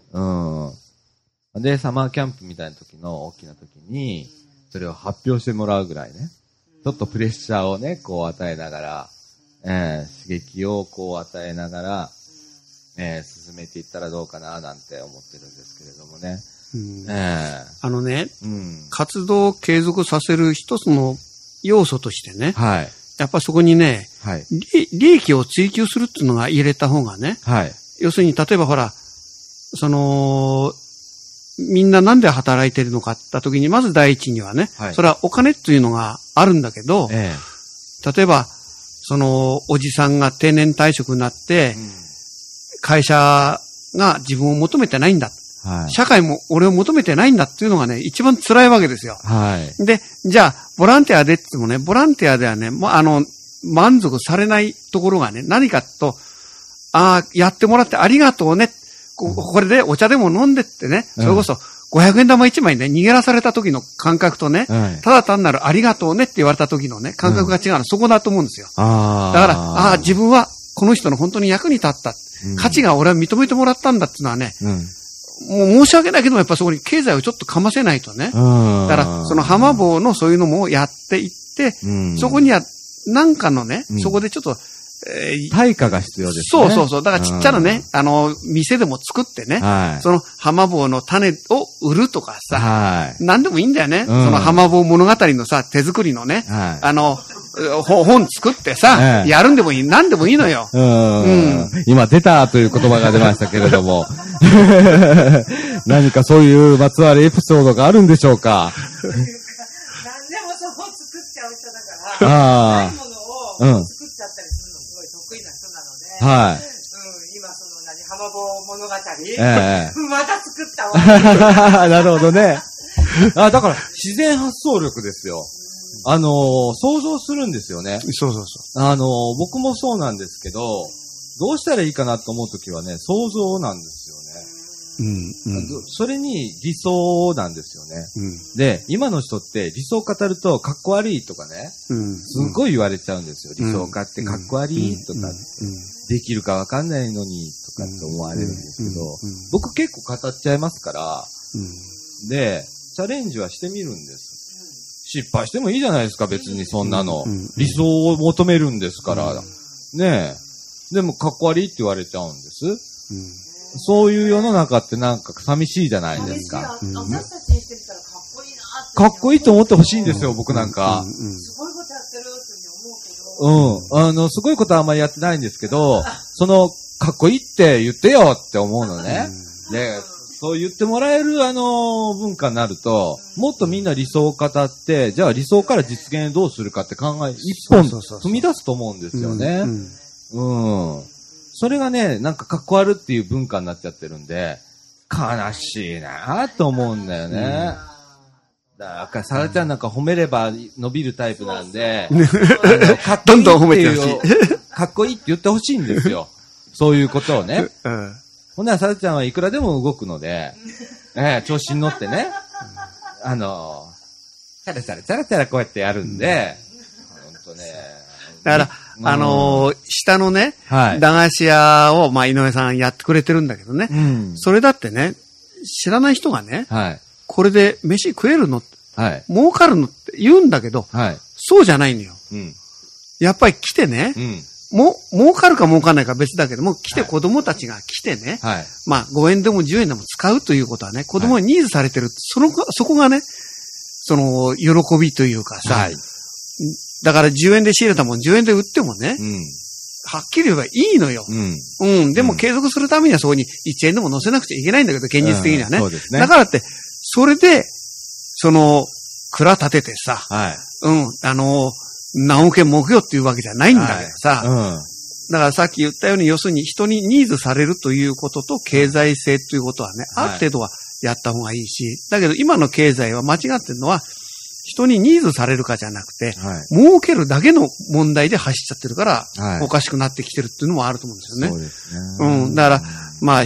で、サマーキャンプみたいな時の大きな時に、それを発表してもらうぐらいね、ちょっとプレッシャーをね、こう与えながら、刺激をこう与えながら、進めていったらどうかななんて思ってるんですけれどもね。 活動を継続させる一つの要素としてね、はい、やっぱりそこにね、はい、利益を追求するっていうのが入れた方がね、はい、要するに例えばほら、みんななんで働いてるのかって言った時に、まず第一にはね、はい、それはお金っていうのがあるんだけど、例えば、おじさんが定年退職になって、会社が自分を求めてないんだ。 社会も俺を求めてないんだっていうのがね、一番辛いわけですよ。で、じゃあ、ボランティアでって言ってもね、ボランティアではね、満足されないところがね、何かと、やってもらってありがとうね。これでお茶でも飲んでってね、それこそ500円玉1枚ね、逃げ出された時の感覚とね、ただ単なるありがとうねって言われた時のね、感覚が違うの、そこだと思うんですよ。だから、自分はこの人の本当に役に立った。価値が俺は認めてもらったんだっていうのはね、もう申し訳ないけども、やっぱそこに経済をちょっとかませないとね。だから、その浜坊のそういうのもやっていって、そこにはなんかのね、そこでちょっと、 対価が必要ですね。そう。だからちっちゃなね、店でも作ってね、その浜坊の種を売るとかさ、何でもいいんだよね。その浜坊物語のさ、手作りのね、本作ってさ、やるんでもいい、何でもいいのよ。 今出たという言葉が出ましたけれども。何かそういうまつわるエピソードがあるんでしょうか。 何でもそう作っちゃう人だから、ないものを作っちゃったりするのすごい得意な人なので、今その浜坊物語、また作ったわ。 なるほどね。だから自然発想力ですよ。想像するんですよね。僕もそうなんですけど、どうしたらいいかなと思うときはね、想像なんですよね。それに理想なんですよね。で、今の人って理想を語るとかっこ悪いとかね、すごい言われちゃうんですよ。理想家ってかっこ悪いとかって、できるかわかんないのにとかって思われるんですけど、僕結構語っちゃいますから、で、チャレンジはしてみるんです。失敗してもいいじゃないですか、別にそんなの。理想を求めるんですから。ねえ。でも、かっこ悪いって言われちゃうんです。そういう世の中ってなんか寂しいじゃないですか。 私たちにしてみたらかっこいいなって。 かっこいいと思ってほしいんですよ、僕なんか。 すごいことやってるって思うけど。 すごいことはあんまりやってないんですけど、かっこいいって言ってよって思うのね。で、そう言ってもらえる文化になると、もっとみんな理想を語って、じゃあ理想から実現どうするかって考え、一本踏み出すと思うんですよね。それがね、なんかかっこ悪っていう文化になっちゃってるんで、悲しいなと思うんだよね。だから、サラちゃんなんか褒めれば伸びるタイプなんで、 どんどん褒めてほしい。 かっこいいって言ってほしいんですよ。そういうことをね。ほんなら、サラちゃんはいくらでも動くので、調子に乗ってね、チャラチャラこうやってやるんで、ほんとね。 だから、下のね、駄菓子屋を、井上さんやってくれてるんだけどね、それだってね、知らない人がね、これで飯食えるの、儲かるのって言うんだけど、そうじゃないのよ。やっぱり来てね、儲かるか儲かんないか別だけども、来て子供たちが来てね、5円でも10円でも使うということはね、子供にニーズされてる。そこがね、喜びというかさ、だから10円で仕入れたもん10円で売ってもね、はっきり言えばいいのよ。でも継続するためにはそこに1円でも乗せなくちゃいけないんだけど、現実的にはね。だからって、それで、蔵立ててさ、何億円儲けようっていうわけじゃないんだけどさ、だからさっき言ったように、要するに人にニーズされるということと経済性ということはね、ある程度はやった方がいいし、だけど今の経済は間違ってるのは、人にニーズされるかじゃなくて、儲けるだけの問題で走っちゃってるから、おかしくなってきてるっていうのもあると思うんですよね。そうですね。だから、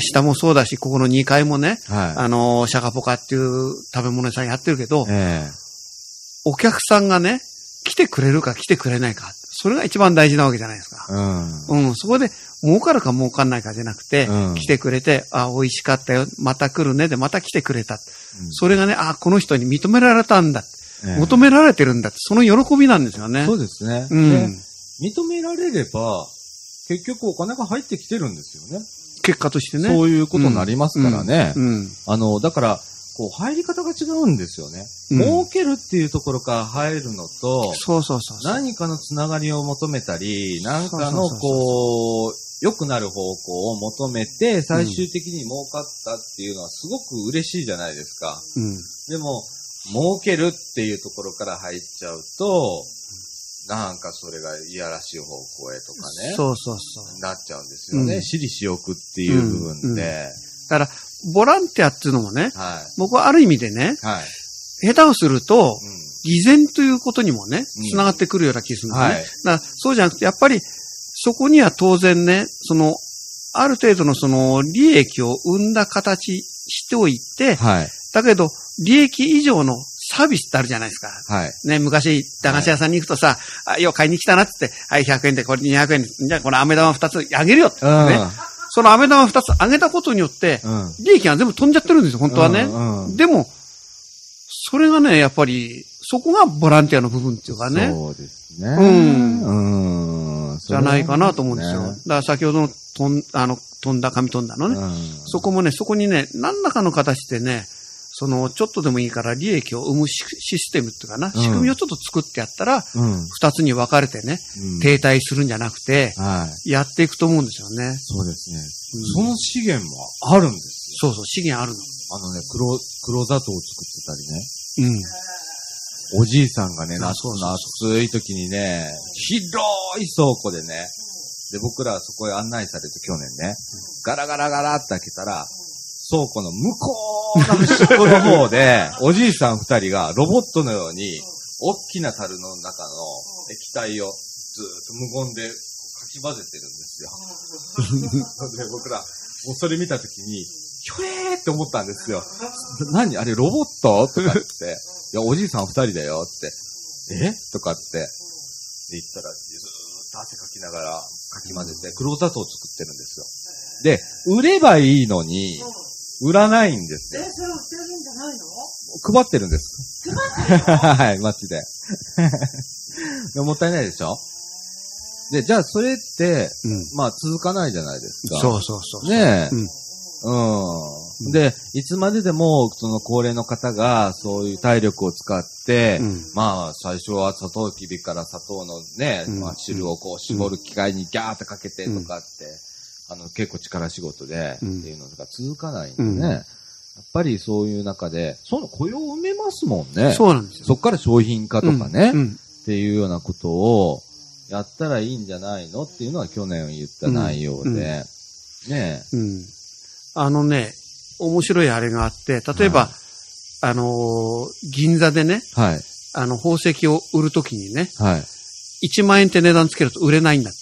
下もそうだし、ここの2階もね、シャカポカっていう食べ物屋さんやってるけど、お客さんがね、来てくれるか来てくれないか、それが一番大事なわけじゃないですか。そこで儲かるか儲かんないかじゃなくて、来てくれて、美味しかったよ、また来るねでまた来てくれた。それがね、この人に認められたんだ。求められてるんだって、その喜びなんですよね。 そうですね。認められれば、結局お金が入ってきてるんですよね。 結果としてね。 そういうことになりますからね。だから、入り方が違うんですよね。儲けるっていうところから入るのと、何かのつながりを求めたり、何かの良くなる方向を求めて、最終的に儲かったっていうのはすごく嬉しいじゃないですか。でも、儲けるっていうところから入っちゃうと、なんかそれがいやらしい方向へとかね。なっちゃうんですよね。私利私欲っていう部分で。 だから、 ボランティアっていうのもね、僕はある意味でね、下手をすると、偽善ということにもね、繋がってくるような気がするんですね。だからそうじゃなくて、やっぱり、そこには当然ね、ある程度の利益を生んだ形しておいて、だけど、利益以上のサービスってあるじゃないですか。ね、昔、駄菓子屋さんに行くとさ、よう買いに来たなって言って、はい、100円で、これ200円で、じゃあこの飴玉2つあげるよって、ね。その飴玉2つあげたことによって、利益が全部飛んじゃってるんですよ、本当はね。でも、それがね、やっぱり、そこがボランティアの部分っていうかね。 そうですね。 じゃないかなと思うんですよ。だから先ほどの紙飛んだのね。そこもね、そこにね、何らかの形でね、ちょっとでもいいから利益を生むシステムっていうかな、仕組みをちょっと作ってやったら、二つに分かれてね、停滞するんじゃなくて、やっていくと思うんですよね。 そうですね。その資源もあるんですよ。そう、資源あるの。 黒砂糖を作ってたりね。おじいさんがね、夏の暑い時にね、広い倉庫でね、で、僕らそこへ案内されて去年ね、ガラガラガラって開けたら、倉庫の向こうの端っこの方で、おじいさん二人がロボットのように、大きな樽の中の液体をずっと無言でかき混ぜてるんですよ。で、僕ら、もうそれ見た時に、ひょえーって思ったんですよ。何あれロボットとかって。いや、おじいさん二人だよって。とかって。で、言ったら、ずーっと汗かきながらかき混ぜて、黒砂糖を作ってるんですよ。で、売ればいいのに、売らないんですよ。 それ売ってるんじゃないの？ 配ってるんです。 配ってるの？ はい、街で。もったいないでしょ？で、じゃあそれって、まあ続かないじゃないですか。 そうねえ。で、いつまででも、高齢の方が、そういう体力を使って、まあ、最初はサトウキビから砂糖のね、汁をこう絞る機械にギャーってかけてとかって、結構力仕事で、っていうのが続かないんでね。やっぱりそういう中で、その雇用を埋めますもんね。 そうなんですよ。 そっから商品化とかね、っていうようなことをやったらいいんじゃないのっていうのは去年言った内容で、ねえ。 面白いあれがあって、例えば、銀座でね、宝石を売るときにね、1万円って値段つけると売れないんだって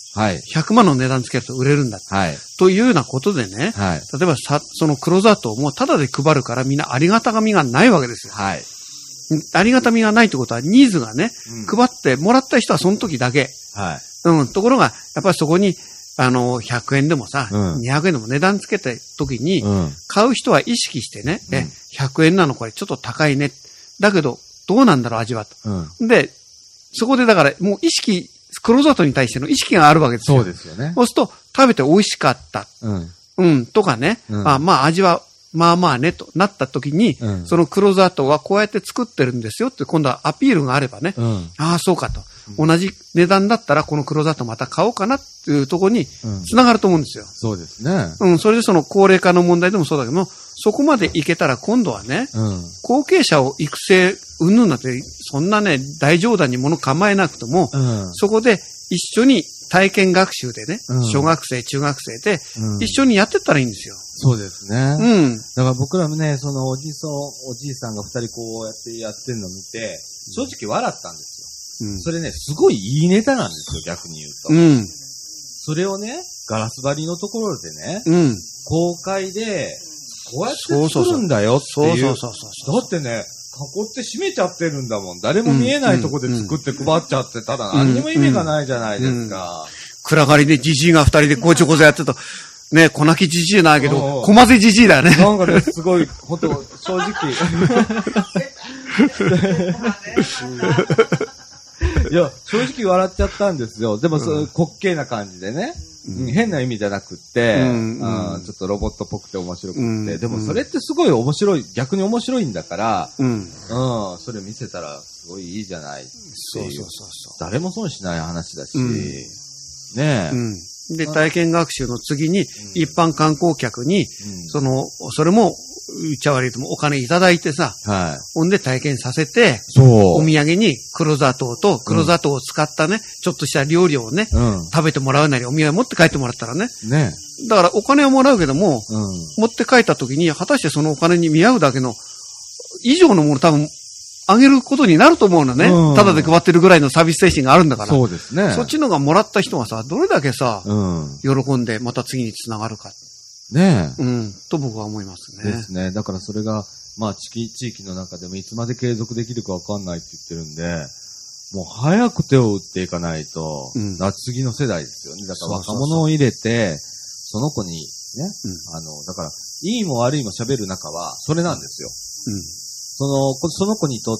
。100万の値段つけると売れるんだって。というようなことでね、例えばその黒砂糖もタダで配るからみんなありがたがみがないわけですよ。ありがたみがないってことはニーズがね、配ってもらった人はその時だけ。ところが、やっぱりそこに、100円でもさ、200円でも値段つけた時に、買う人は意識してね、100円なのこれちょっと高いね。だけど、どうなんだろう味はと。で、そこでだからもう意識、黒砂糖に対しての意識があるわけですよ。 そうですよね。 そうすると、食べて美味しかった。とかね、まあ味は、まあまあね、となった時に、その黒砂糖はこうやって作ってるんですよって、今度はアピールがあればね、ああ、そうかと。同じ値段だったらこの黒砂糖また買おうかなっていうところに繋がると思うんですよ。 そうですね。 それでその高齢化の問題でもそうだけども、そこまでいけたら今度はね、後継者を育成、うんぬんなんて、そんなね、大冗談に物構えなくとも、そこで一緒に体験学習でね、小学生、中学生で、一緒にやってったらいいんですよ。 そうですね。だから僕らもね、そのおじいさんが二人こうやってるのを見て、正直笑ったんですよ。それね、すごいいいネタなんですよ、逆に言うと。それをね、ガラス張りのところでね、公開で、こうやって作るんだよっていう。だってね、囲って閉めちゃってるんだもん。誰も見えないとこで作って配っちゃってたら何にも意味がないじゃないですか。 暗がりでじじいが二人でごちょごちょやってると、ね、小泣きじじいなんだけど、小混ぜじじいだよね。 なんかね、すごい、ほんと、正直。いや、正直笑っちゃったんですよ。でも、そういう滑稽な感じでね。変な意味じゃなくって、ちょっとロボットっぽくて面白くて。でも、それってすごい面白い、逆に面白いんだから、それ見せたらすごいいいじゃないっていう。誰も損しない話だし、ねえ。 で、体験学習の次に、一般観光客に、それも、 うちゃ悪いともお金いただいてさ、はい。ほんで体験させて、 そう。 お土産に黒砂糖と黒砂糖を使ったね、ちょっとした料理をね、食べてもらうなり、お土産持って帰ってもらったらね。 ね。 だからお金をもらうけども、持って帰った時に、果たしてそのお金に見合うだけの、以上のもの多分、あげることになると思うのね。ただで配ってるぐらいのサービス精神があるんだから。 そうですね。 そっちのがもらった人がさ、どれだけさ、喜んでまた次につながるか。 ねえ。と僕は思いますね。 ですね。だからそれが、まあ地域の中でもいつまで継続できるかわかんないって言ってるんで、もう早く手を打っていかないと、次の世代ですよね。だから若者を入れて、その子にね、だから、いいも悪いも喋る中は、それなんですよ。その子にとって、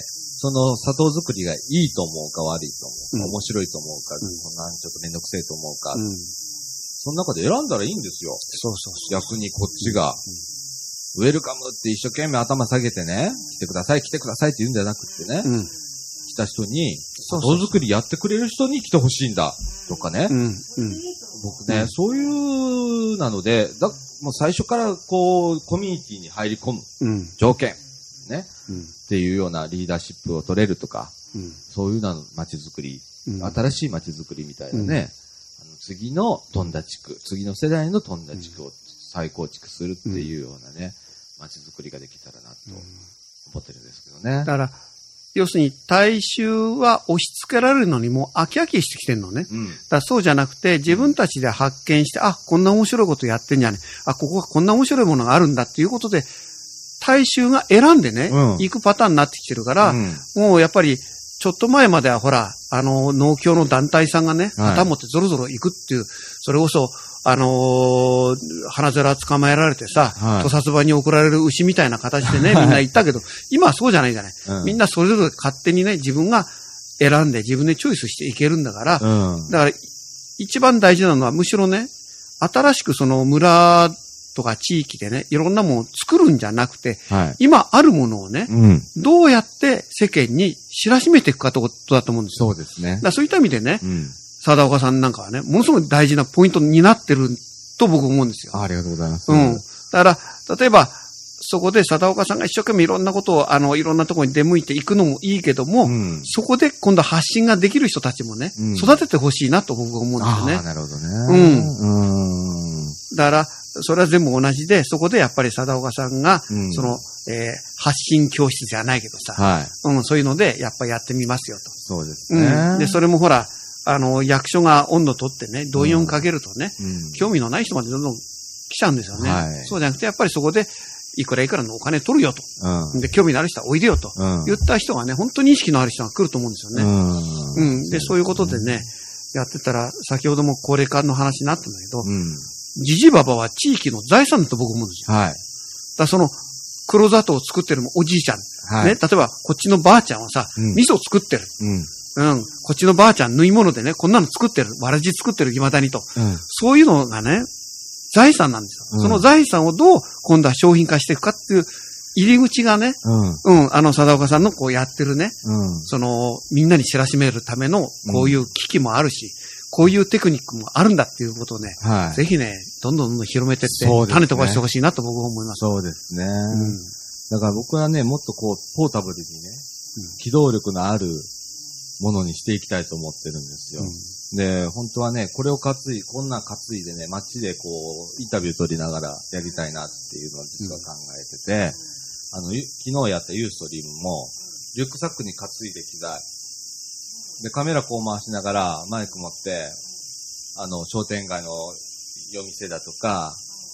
その砂糖作りがいいと思うか悪いと思うか、面白いと思うか、ちょっとめんどくせえと思うか、その中で選んだらいいんですよ。 そう。 逆にこっちが、ウェルカムって一生懸命頭下げてね、来てくださいって言うんじゃなくてね、来た人に、砂糖作りやってくれる人に来てほしいんだ、とかね。僕ね、そういうなので、もう最初からこう、コミュニティに入り込む条件、ね、っていうようなリーダーシップを取れるとか、そういうような街づくり、新しい街づくりみたいなね、次の富田地区、次の世代の富田地区を再構築するっていうようなね、街づくりができたらなと思ってるんですけどね。 だから、要するに大衆は押し付けられるのにもう飽き飽きしてきてるのね。だからそうじゃなくて自分たちで発見して、こんな面白いことやってんじゃねえ。ここはこんな面白いものがあるんだっていうことで、大衆が選んでね、行くパターンになってきてるから、もうやっぱり、ちょっと前まではほら、農協の団体さんがね、旗持ってゾロゾロ行くっていう、それこそ、花皿捕まえられてさ、屠殺場に送られる牛みたいな形でね、みんな行ったけど、今はそうじゃないじゃない。みんなそれぞれ勝手にね、自分が選んで自分でチョイスしていけるんだから、だから一番大事なのはむしろね、新しくその村とか地域でね、いろんなものを作るんじゃなくて、今あるものをね、どうやって世間に知らしめていくかってことだと思うんですよ。 そうですね。 だからそういった意味でね、貞岡さんなんかはね、ものすごく大事なポイントになってると僕思うんですよ。 ありがとうございます。 だから、例えば、そこで貞岡さんが一生懸命いろんなことを、いろんなところに出向いていくのもいいけども、そこで今度発信ができる人たちもね、育ててほしいなと僕は思うんですよね。 なるほどね。 だから、それは全部同じで、そこでやっぱり貞岡さんが、発信教室じゃないけどさ、そういうので、やっぱりやってみますよと。 そうですね。 で、それもほら、役所が温度取ってね、動員をかけるとね、興味のない人までどんどん来ちゃうんですよね。そうじゃなくて、やっぱりそこで、いくらいくらのお金取るよと。で、興味のある人はおいでよと。言った人がね、本当に意識のある人が来ると思うんですよね。で、そういうことでね、やってたら、先ほども高齢化の話になったんだけど、じじばばは地域の財産だと僕思うんですよ。だからその、黒砂糖を作ってるおじいちゃん。ね、例えば、こっちのばあちゃんはさ、味噌を作ってる。こっちのばあちゃん縫い物でね、こんなの作ってる。わらじ作ってる、未だにと。そういうのがね、財産なんですよ。その財産をどう今度は商品化していくかっていう入り口がね、貞岡さんのこうやってるね、みんなに知らしめるためのこういう機器もあるし、こういうテクニックもあるんだっていうことをね、ぜひね、どんどん広めてって、種飛ばしてほしいなと僕は思います。 そうですね。だから僕はね、もっとこう、ポータブルにね、機動力のあるものにしていきたいと思ってるんですよ。で、本当はね、こんなん担いでね、街でこう、インタビュー取りながらやりたいなっていうのを実は考えてて、昨日やったユーストリームも、リュックサックに担いで機材、で、カメラこう回しながら、マイク持って、商店街の夜店だとか、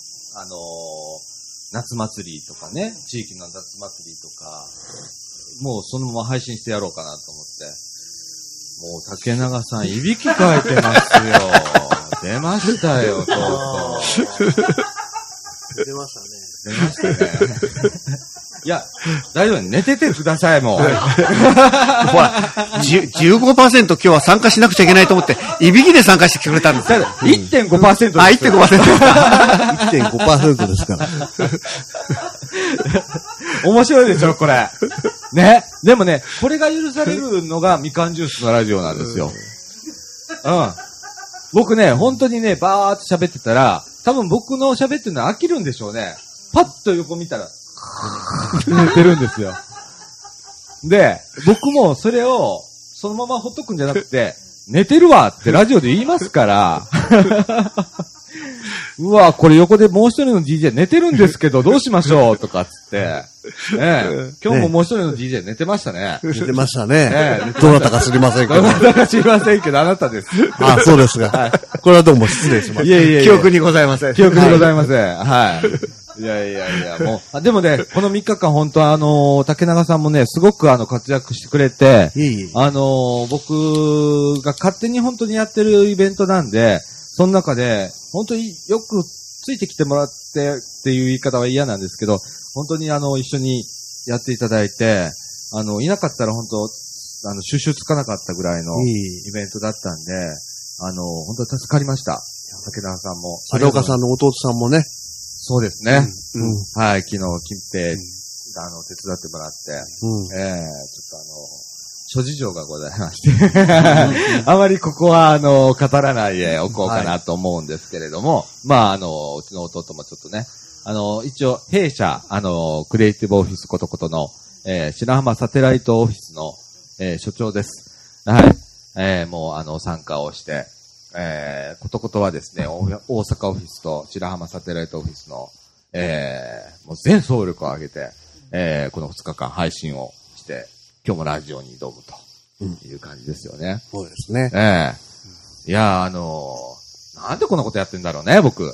夏祭りとかね、地域の夏祭りとか、もうそのまま配信してやろうかなと思って。もう竹永さん、いびきかいてますよ。出ましたよ、とうとう。出ましたね。 出ましたね。いや、大丈夫。寝ててください、もう。ほら、15% 今日は参加しなくちゃいけないと思って、いびきで参加してくれたんですよ。 1.5% です。 1.5%。 1.5% ですから。 面白いでしょ、これ。ね。でもね、これが許されるのがみかんジュースのラジオなんですよ。僕ね、本当にね、バーって喋ってたら、多分僕の喋ってるの飽きるんでしょうね。 パッと横見たら、寝てるんですよ。で、僕もそれを、そのままほっとくんじゃなくて、寝てるわってラジオで言いますから、うわ、これ横でもう一人の DJ 寝てるんですけど、どうしましょうとかつって、今日ももう一人の DJ 寝てましたね。 寝てましたね。どなたか知りませんけど。 どなたか知りませんけど、あなたです。 あ、そうですが。はい、これはどうも失礼しました。 いやいやいや記憶にございません。 記憶にございません。はい。いやいやいや、もう、でもね、この3日間本当竹永さんもね、すごく活躍してくれて、僕が勝手に本当にやってるイベントなんで、その中で、本当によくついてきてもらってっていう言い方は嫌なんですけど、本当に一緒にやっていただいて、いなかったら本当、収集つかなかったぐらいのイベントだったんで、本当に助かりました。竹永さんも。 佐岡さんの弟さんもね。 そうですね。はい、昨日、金平が、手伝ってもらって、ちょっと諸事情がございまして、あまりここは、語らないでおこうかなと思うんですけれども、まあ、うちの弟もちょっとね、一応、弊社、クリエイティブオフィスことことの、白浜サテライトオフィスの、所長です。はい。もう、参加をして、ことことはですね、大阪オフィスと白浜サテライトオフィスの、もう全総力を挙げて、この2日間配信をして、今日もラジオに挑むという感じですよね。 そうですね。 いや、なんでこんなことやってんだろうね、僕。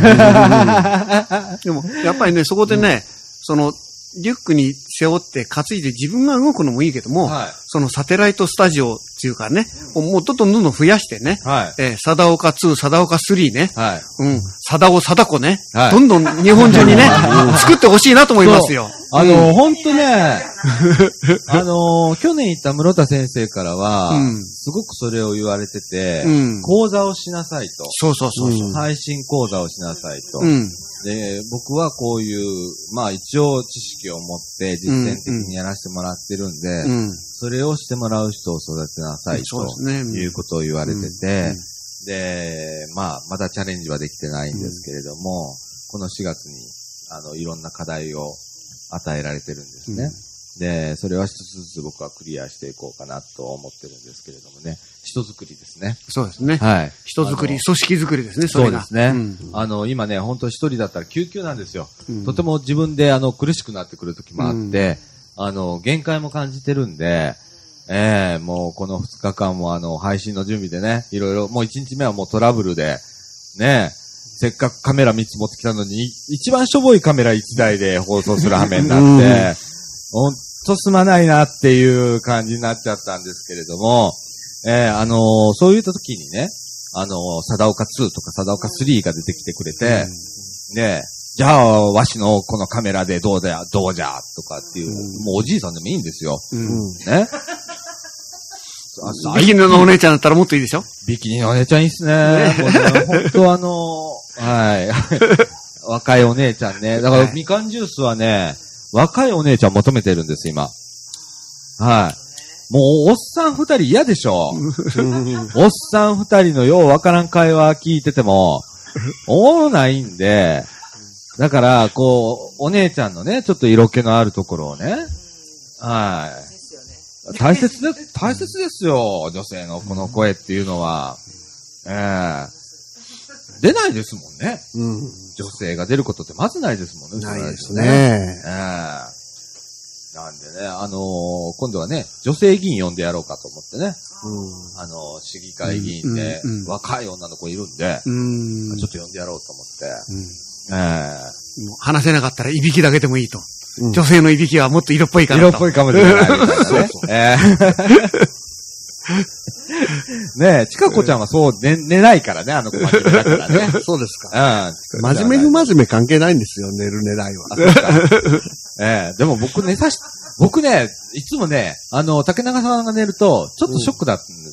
でも、やっぱりね、そこでね、リュックに背負って担いで自分が動くのもいいけども、そのサテライトスタジオっていうかね、もうどんどん増やしてね、貞岡2、貞岡3ね、貞尾貞子ね、どんどん日本中にね、作ってほしいなと思いますよ。 ほんとね、去年行った室田先生からは、すごくそれを言われてて、講座をしなさいと。 そう。 配信講座をしなさいと。で、僕はこういう、まあ一応知識を持って実践的にやらせてもらってるんで、それをしてもらう人を育てなさいということを言われてて、で、まあまだチャレンジはできてないんですけれども、この4月にいろんな課題を与えられてるんですね。で、それは一つずつ僕はクリアしていこうかなと思ってるんですけれどもね。人づくりですね。 そうですね。 はい。 人づくり、組織づくりですね、 そうですね。今ね、本当一人だったら救急なんですよ。とても自分で苦しくなってくる時もあって、限界も感じてるんで、もうこの2日間も配信の準備でね、いろいろ、もう1日目はもうトラブルで、ね、せっかくカメラ3つ持ってきたのに、一番しょぼいカメラ1台で放送する羽目になって、ほんとすまないなっていう感じになっちゃったんですけれども、そういった時にね、貞岡2とか貞岡3が出てきてくれて、ね、じゃあ、わしのこのカメラでどうじゃとかっていう、もうおじいさんでもいいんですよ。ね。 ビキニのお姉ちゃんだったらもっといいでしょ？ ビキニのお姉ちゃんいいっすね。本当はい。若いお姉ちゃんね。だからみかんジュースはね、若いお姉ちゃん求めてるんです、今。はい。もう、おっさん2人嫌でしょ。おっさん2人のようわからん会話聞いてても、おもろないんで、だから、こう、お姉ちゃんのね、ちょっと色気のあるところをね、はい。大切ですよ、女性のこの声っていうのは。出ないですもんね。女性が出ることってまずないですもんね。 ないですね。 なんでね、今度はね、女性議員呼んでやろうかと思ってね。市議会議員で若い女の子いるんで、ちょっと呼んでやろうと思って。 話せなかったらいびきだけでもいいと。女性のいびきはもっと色っぽいからと。色っぽいかもしれないねえ、ちかこちゃんはそう寝ないからね、真面目だからね。 そうですか。真面目不真面目関係ないんですよ、寝る寝ないは。でも僕ね、いつもね、竹中さんが寝ると、ちょっとショックだったんです。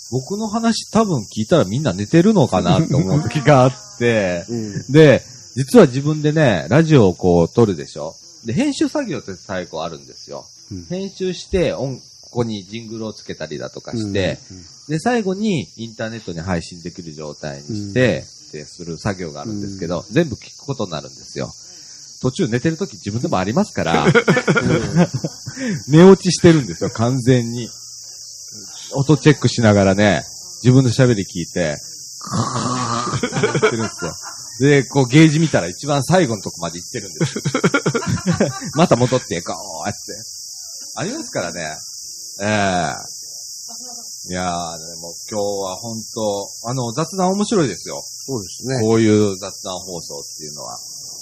僕の話多分聞いたらみんな寝てるのかなって思う時があって、で、実は自分でね、ラジオをこう撮るでしょ。で、編集作業って最後あるんですよ。編集して、ここにジングルをつけたりだとかして、で、最後にインターネットに配信できる状態にして、する作業があるんですけど、全部聞くことになるんですよ。 途中寝てる時自分でもありますから、寝落ちしてるんですよ、完全に。音チェックしながらね、自分の喋り聞いて、やってるんですよ。で、こうゲージ見たら一番最後のとこまで行ってるんです。また戻って、こうやって。ありますからね。いやー、でも今日は本当、雑談面白いですよ。 そうですね。 こういう雑談放送っていうのは。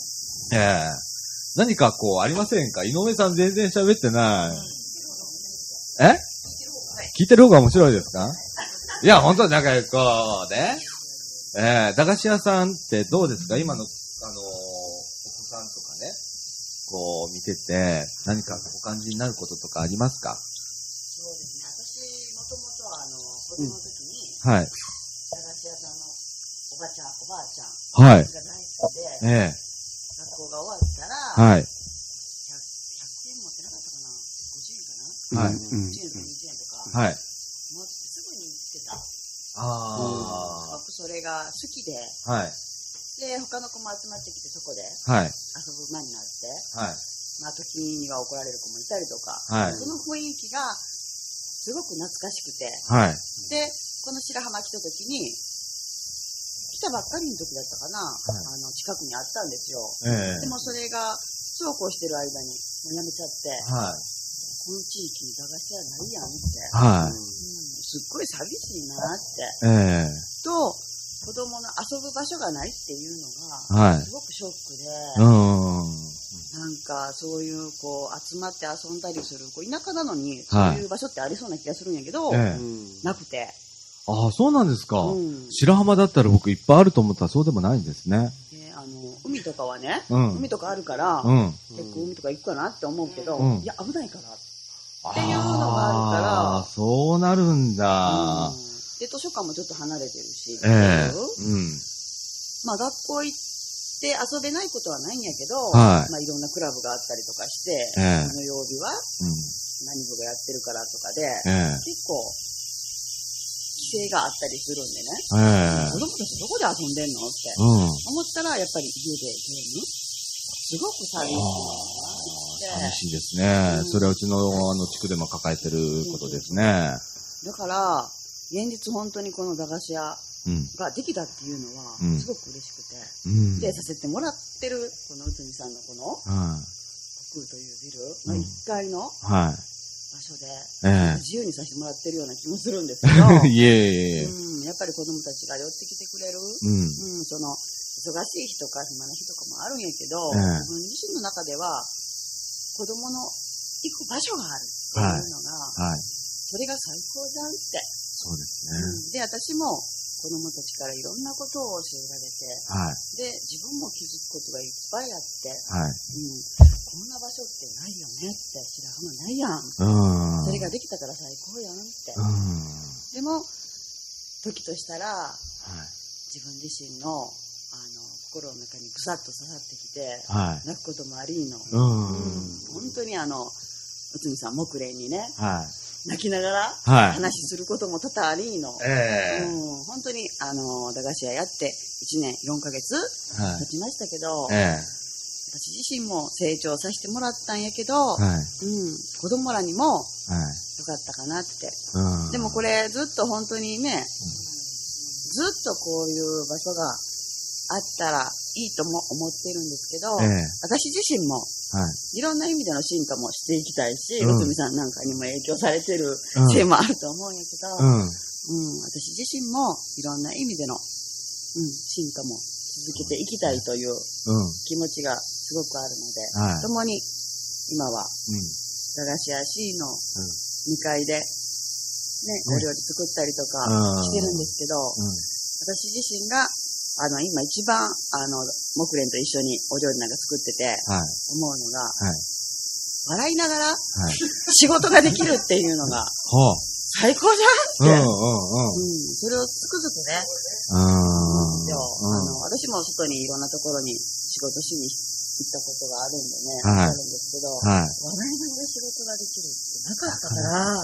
何かこうありませんか？井上さん全然喋ってない。聞いてる方が面白いですか？いや、本当なんかこうね。駄菓子屋さんってどうですか？今の、お子さんとかね、こう見てて、何かお感じになることとかありますか？ そうですね。私、もともとは子供の時に、 はい。 駄菓子屋さんのおばちゃん、おばあちゃんが大好きで、学校が終わったら、 はい。 100円持ってなかったかな ?50 円かな、 はい。 50円とか20円とか、 はい。 持ってすぐに行ってた。すごくそれが好きで、 はい。 で、他の子も集まってきてそこで、 はい。 遊ぶ間になって、 はい。 まあ、時には怒られる子もいたりとか、 はい。 その雰囲気がすごく懐かしくて、 はい。 で、この白浜来た時に、来たばっかりの時だったかな、はい、近くにあったんですよ。でもそれが、そうこうしてる間にもうやめちゃって、 はい。 この地域に駄菓子屋ないやんって、 はい。 すっごい寂しいなって、と、子供の遊ぶ場所がないっていうのが、はい、すごくショックで、なんかそういうこう集まって遊んだりする、こう田舎なのにそういう場所ってありそうな気がするんやけど、なくて。 ああ、そうなんですか。白浜だったら僕いっぱいあると思ったらそうでもないんですね。 海とかはね、海とかあるから、結構海とか行くかなって思うけど、いや危ないからっていうのがあるから、 そうなるんだ。 で、図書館もちょっと離れてるし、まあ学校行って遊べないことはないんやけど、まあいろんなクラブがあったりとかして、この曜日は何部がやってるからとかで、結構規制があったりするんでね、子供たちどこで遊んでんのって思ったら、やっぱり家でゲームすごく寂しいなって。 寂しいですね。それはうちの地区でも抱えてることですね。 だから、現実本当にこの駄菓子屋ができたっていうのは、すごく嬉しくて、で、させてもらってる、この内海さんのこの、国空というビルの1階の場所で、自由にさせてもらってるような気もするんですけど、やっぱり子供たちが寄ってきてくれる、その、忙しい日とか暇な日とかもあるんやけど、自分自身の中では子供の行く場所があるっていうのが、それが最高じゃんって。 そうですね。 で、私も子供たちからいろんなことを教えられて、で、自分も気づくことがいっぱいあって、こんな場所ってないよねって、白浜ないやん。それができたから最高やんって。でも、時としたら、自分自身の心の中にぐさっと刺さってきて、泣くこともありの。本当に内海さん、木蓮にね、泣きながら話することも多々ありの。本当に駄菓子屋やって1年4ヶ月経ちましたけど、私自身も成長させてもらったんやけど、子供らにもよかったかなって。でもこれずっと本当にね、ずっとこういう場所があったらいいとも思ってるんですけど、私自身もいろんな意味での進化もしていきたいし、内海さんなんかにも影響されてるせいもあると思うんやけど、私自身もいろんな意味での、進化も続けていきたいという気持ちがすごくあるので、共に今は駄菓子屋 C の2階で、お料理作ったりとかしてるんですけど、私自身が今一番、木蓮と一緒にお料理なんか作ってて、思うのが、笑いながら、仕事ができるっていうのが、最高じゃんって、それをつくづくね、私も外にいろんなところに仕事しに行ったことがあるんでね、あるんですけど、笑いながら仕事ができるってなかったから、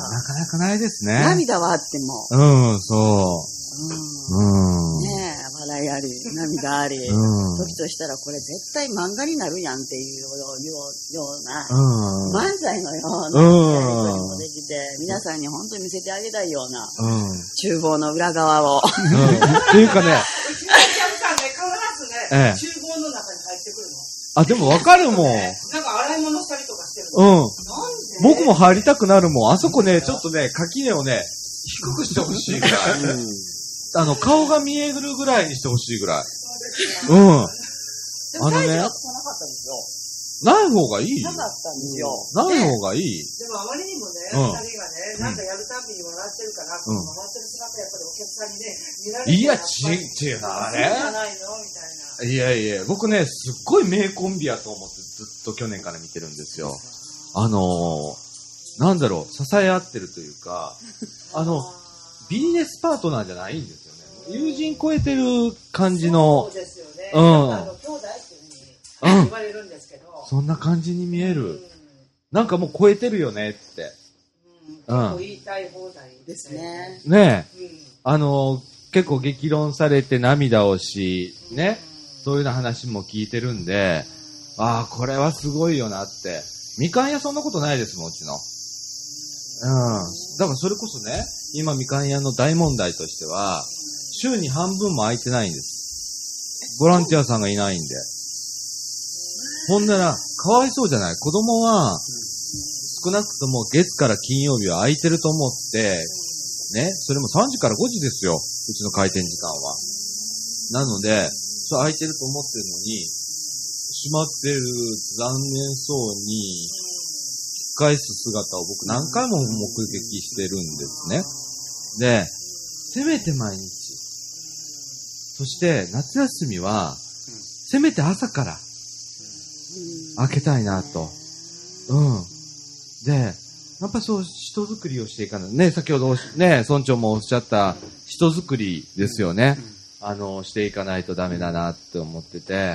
なかなかないですね。 涙はあっても、 そう。 ねえ、笑笑いあり、涙あり、時としたらこれ絶対漫画になるやんっていうような、漫才のようなやりとりもできて、皆さんに本当に見せてあげたいような、厨房の裏側を。 っていうかね、 うちのお客さんね、必ずね、厨房の中に入ってくるの。 あ、でもわかるもん。 なんか洗い物したりとかしてるの。 僕も入りたくなるもん。あそこね、ちょっとね、垣根をね、低くしてほしいぐらい。顔が見えるぐらいにしてほしいぐらい。 でも最初は来なかったんですよ。 ない方がいい。 なかったんですよ。 ない方がいい。 でもあまりにもね、二人がね、なんかやるたびに笑ってるから、この笑ってる姿やっぱりお客さんにね、見られる。 いや、違うな、あれ。 そうじゃないのみたいな。 いやいや、僕ね、すっごい名コンビやと思ってずっと去年から見てるんですよ。なんだろう、支え合ってるというか、ビジネスパートナーじゃないんですよね。友人超えてる感じの。 そうですよね。兄弟っていうふうに言われるんですけど。 そんな感じに見える。なんかもう超えてるよねって。 結構言いたい放題ですね。 ねえ。結構激論されて涙をし、ね。そういうような話も聞いてるんで、ああ、これはすごいよなって。みかん屋そんなことないですもん、うちの。だからそれこそね、今みかん屋の大問題としては、週に半分も空いてないんです。ボランティアさんがいないんで。ほんなら、かわいそうじゃない。子供は、少なくとも月から金曜日は空いてると思って、ね、それも3時から5時ですよ。うちの開店時間は。なので、そう空いてると思ってるのに、閉まってる残念そうに、引き返す姿を僕何回も目撃してるんですね。で、せめて毎日。そして夏休みは、せめて朝から開けたいなと。で、やっぱそう人づくりをしていかない。ね、先ほどね、村長もおっしゃった人づくりですよね。していかないとダメだなって思ってて、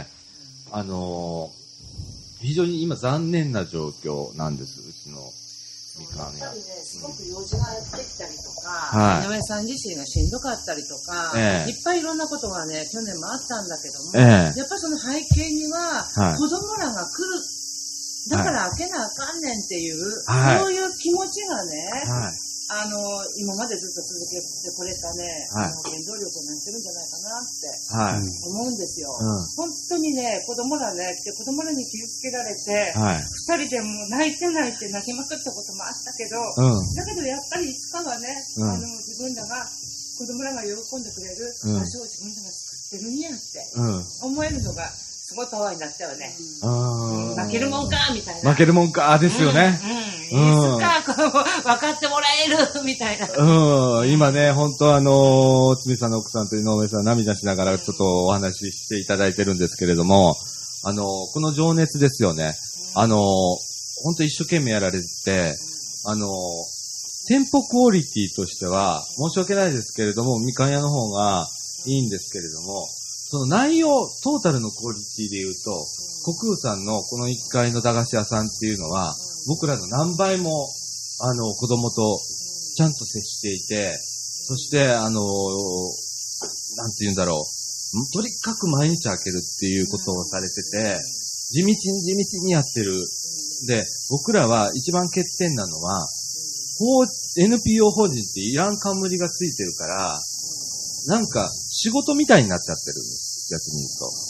非常に今残念な状況なんです、うちのみかん屋。 やっぱりね、すごく用事がやってきたりとか、井上さん自身がしんどかったりとか、いっぱいいろんなことがね、去年もあったんだけども、やっぱりその背景には、子供らが来る、だから開けなあかんねんっていう、そういう気持ちがね、今までずっと続けてこれたね、原動力になってるんじゃないかなって思うんですよ。本当にね、子供らね、子供らに傷つけられて、二人でも泣いて泣いて泣きまくったこともあったけど、だけどやっぱりいつかはね、自分らが、子供らが喜んでくれる場所を自分らが作ってるんやって思えるのが、すごいパワーになっちゃうね。負けるもんかみたいな。 負けるもんかですよね。 いつか分かってもらえるみたいな。 今ね、本当つみさんの奥さんと井上さん涙しながらちょっとお話ししていただいてるんですけれども、この情熱ですよね。本当一生懸命やられて、店舗クオリティとしては申し訳ないですけれども、みかん屋の方がいいんですけれども、その内容、トータルのクオリティで言うと、国空さんのこの1階の駄菓子屋さんっていうのは、僕らの何倍も、子供とちゃんと接していて、そして、なんて言うんだろう。とにかく毎日開けるっていうことをされてて、地道にやってる。で、僕らは一番欠点なのは、NPO 法人っていらん冠がついてるから、なんか仕事みたいになっちゃってるんです。逆に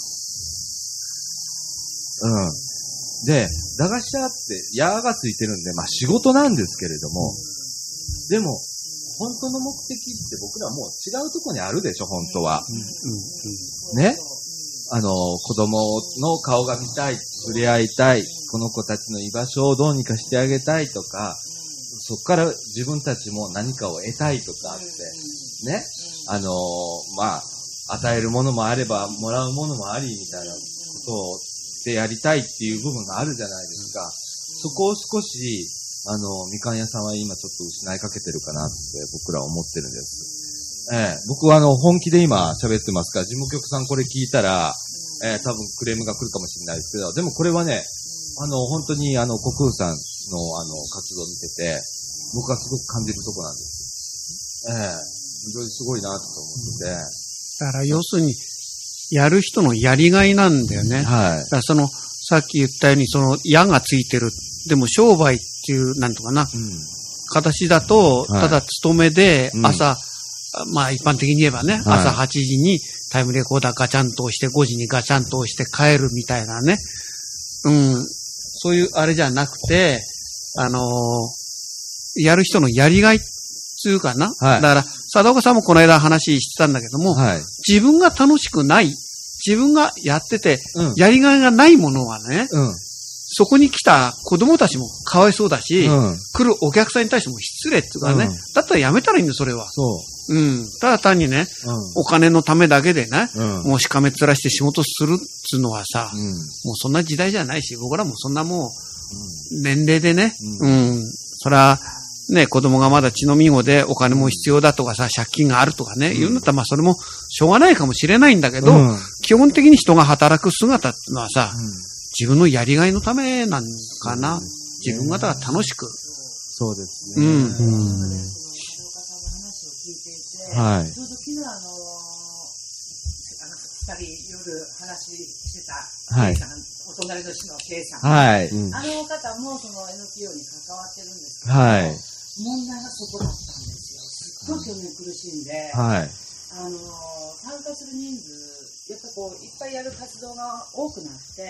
言うと。で、駄菓子屋って矢がついてるんで、まあ仕事なんですけれども、でも、本当の目的って僕らもう違うところにあるでしょ、本当は。ね？子供の顔が見たい、触れ合いたい、この子たちの居場所をどうにかしてあげたいとか、そこから自分たちも何かを得たいとかって、ね？まあ、与えるものもあれば、もらうものもあり、みたいなことをでやりたいっていう部分があるじゃないですか。そこを少し、みかん屋さんは今ちょっと失いかけてるかなって僕らは思ってるんです。僕は本気で今喋ってますから、事務局さんこれ聞いたら、多分クレームが来るかもしれないですけど、でもこれはね、本当に国空さんの活動を見てて、僕はすごく感じるとこなんです。非常にすごいなと思ってて。 だから要するに、 やる人のやりがいなんだよね。はい。だからさっき言ったように、矢がついてる。でも商売っていう、なんとかな、形だと、ただ勤めで朝、まあ一般的に言えばね、朝8時にタイムレコーダーガチャンと押して、5時にガチャンと押して帰るみたいなね。そういうあれじゃなくて、やる人のやりがいっていうかな。だから、佐岡さんもこの間話してたんだけども、自分が楽しくない、自分がやってて、やりがいがないものはね、そこに来た子供たちもかわいそうだし、来るお客さんに対しても失礼っていうかね、だったらやめたらいいんだよ、それは。ただ単にね、お金のためだけでね、もうしかめっ面して仕事するっつうのはさ、もうそんな時代じゃないし、僕らもそんなもう、年齢でね、それは、ね、子供がまだ血のみ子でお金も必要だとかさ、借金があるとかね、言うんだったらまあそれもしょうがないかもしれないんだけど、基本的に人が働く姿ってのはさ、自分のやりがいのためなんかな。自分がだから楽しく。 そうですね。 はい。ちょうど昨日二人夜話してた、K さん、お隣の市の K さん。はい。あの方もその NPO に関わってるんですけど、はい。問題がそこだったんですよ。すっごい去年苦しんで、はい。参加する人数、やっぱこう、いっぱいやる活動が多くなって、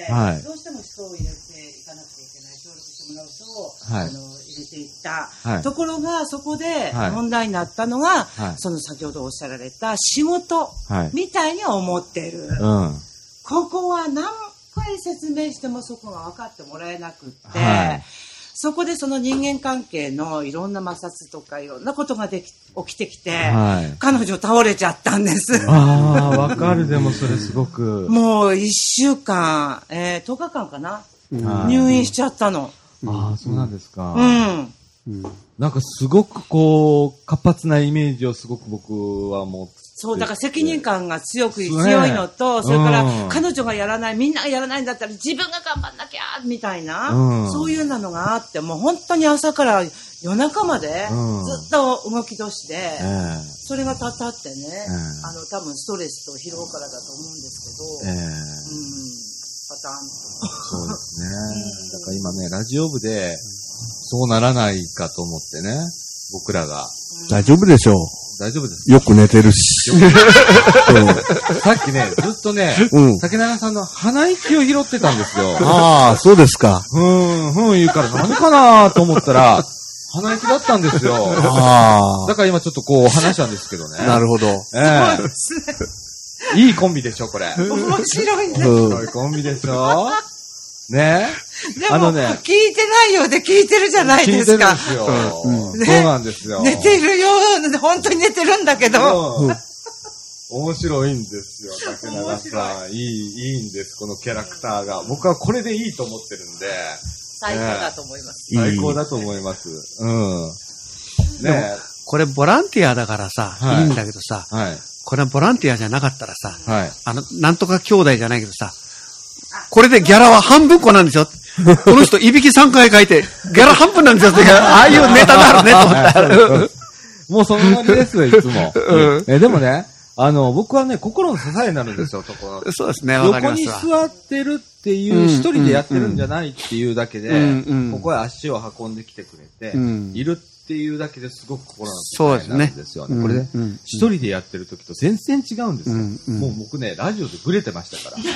はい、どうしても人を入れていかなくちゃいけない、協力してもらう人を、はい、入れていった、はい、ところが、そこで問題になったのが、はい、その先ほどおっしゃられた仕事みたいに思ってる。はい、ここは何回説明してもそこが分かってもらえなくって、はい、そこでその人間関係のいろんな摩擦とかいろんなことが起きてきて、はい、彼女倒れちゃったんです。 ああ、わかる。でもそれすごく。 もう1週間、10日間かな、入院しちゃったの。 ああ、そうなんですか。なんかすごくこう、活発なイメージをすごく僕は持って。 そう、だから責任感が強いのと、それから彼女がやらない、みんながやらないんだったら自分が頑張んなきゃ、みたいな、そういうのがあって、もう本当に朝から夜中までずっと動き出して、それがたたってね、多分ストレスと疲労からだと思うんですけど、パターンと。 そうですね。だから今ね、ラジオ部で、そうならないかと思ってね、僕らが。 大丈夫でしょう。 大丈夫です。 よく寝てるし。 さっきね、ずっとね、竹永さんの鼻息を拾ってたんですよ。 ああ、そうですか。 言うから何かなと思ったら、鼻息だったんですよ。だから今ちょっとこう話したんですけどね。 なるほど。 いいコンビでしょ、これ。 面白いね。 いいコンビでしょね。 でも、聞いてないようで聞いてるじゃないですか。 聞いてるんですよ。そうなんですよ。 寝てるよう、本当に寝てるんだけど。 面白いんですよ、竹永さん。いいんです、このキャラクターが。僕はこれでいいと思ってるんで。 最高だと思います。 最高だと思います。 ね、これボランティアだからさ、いいんだけどさ、これはボランティアじゃなかったらさ、なんとか兄弟じゃないけどさ、これでギャラは半分こなんですよ。この人、いびき3回書いて、ギャラ半分なんですよって、ああいうネタがあるねと思った。 もうそのノリですよ、いつも。でもね、僕はね、心の支えになるんですよ、そこの。 そうですね、わかります。 横に座ってるっていう、一人でやってるんじゃないっていうだけで、ここへ足を運んできてくれて、いるっていうだけですごく心の支えになるんですよね。これね、一人でやってる時と全然違うんですよ。もう僕ね、ラジオでグレてましたから。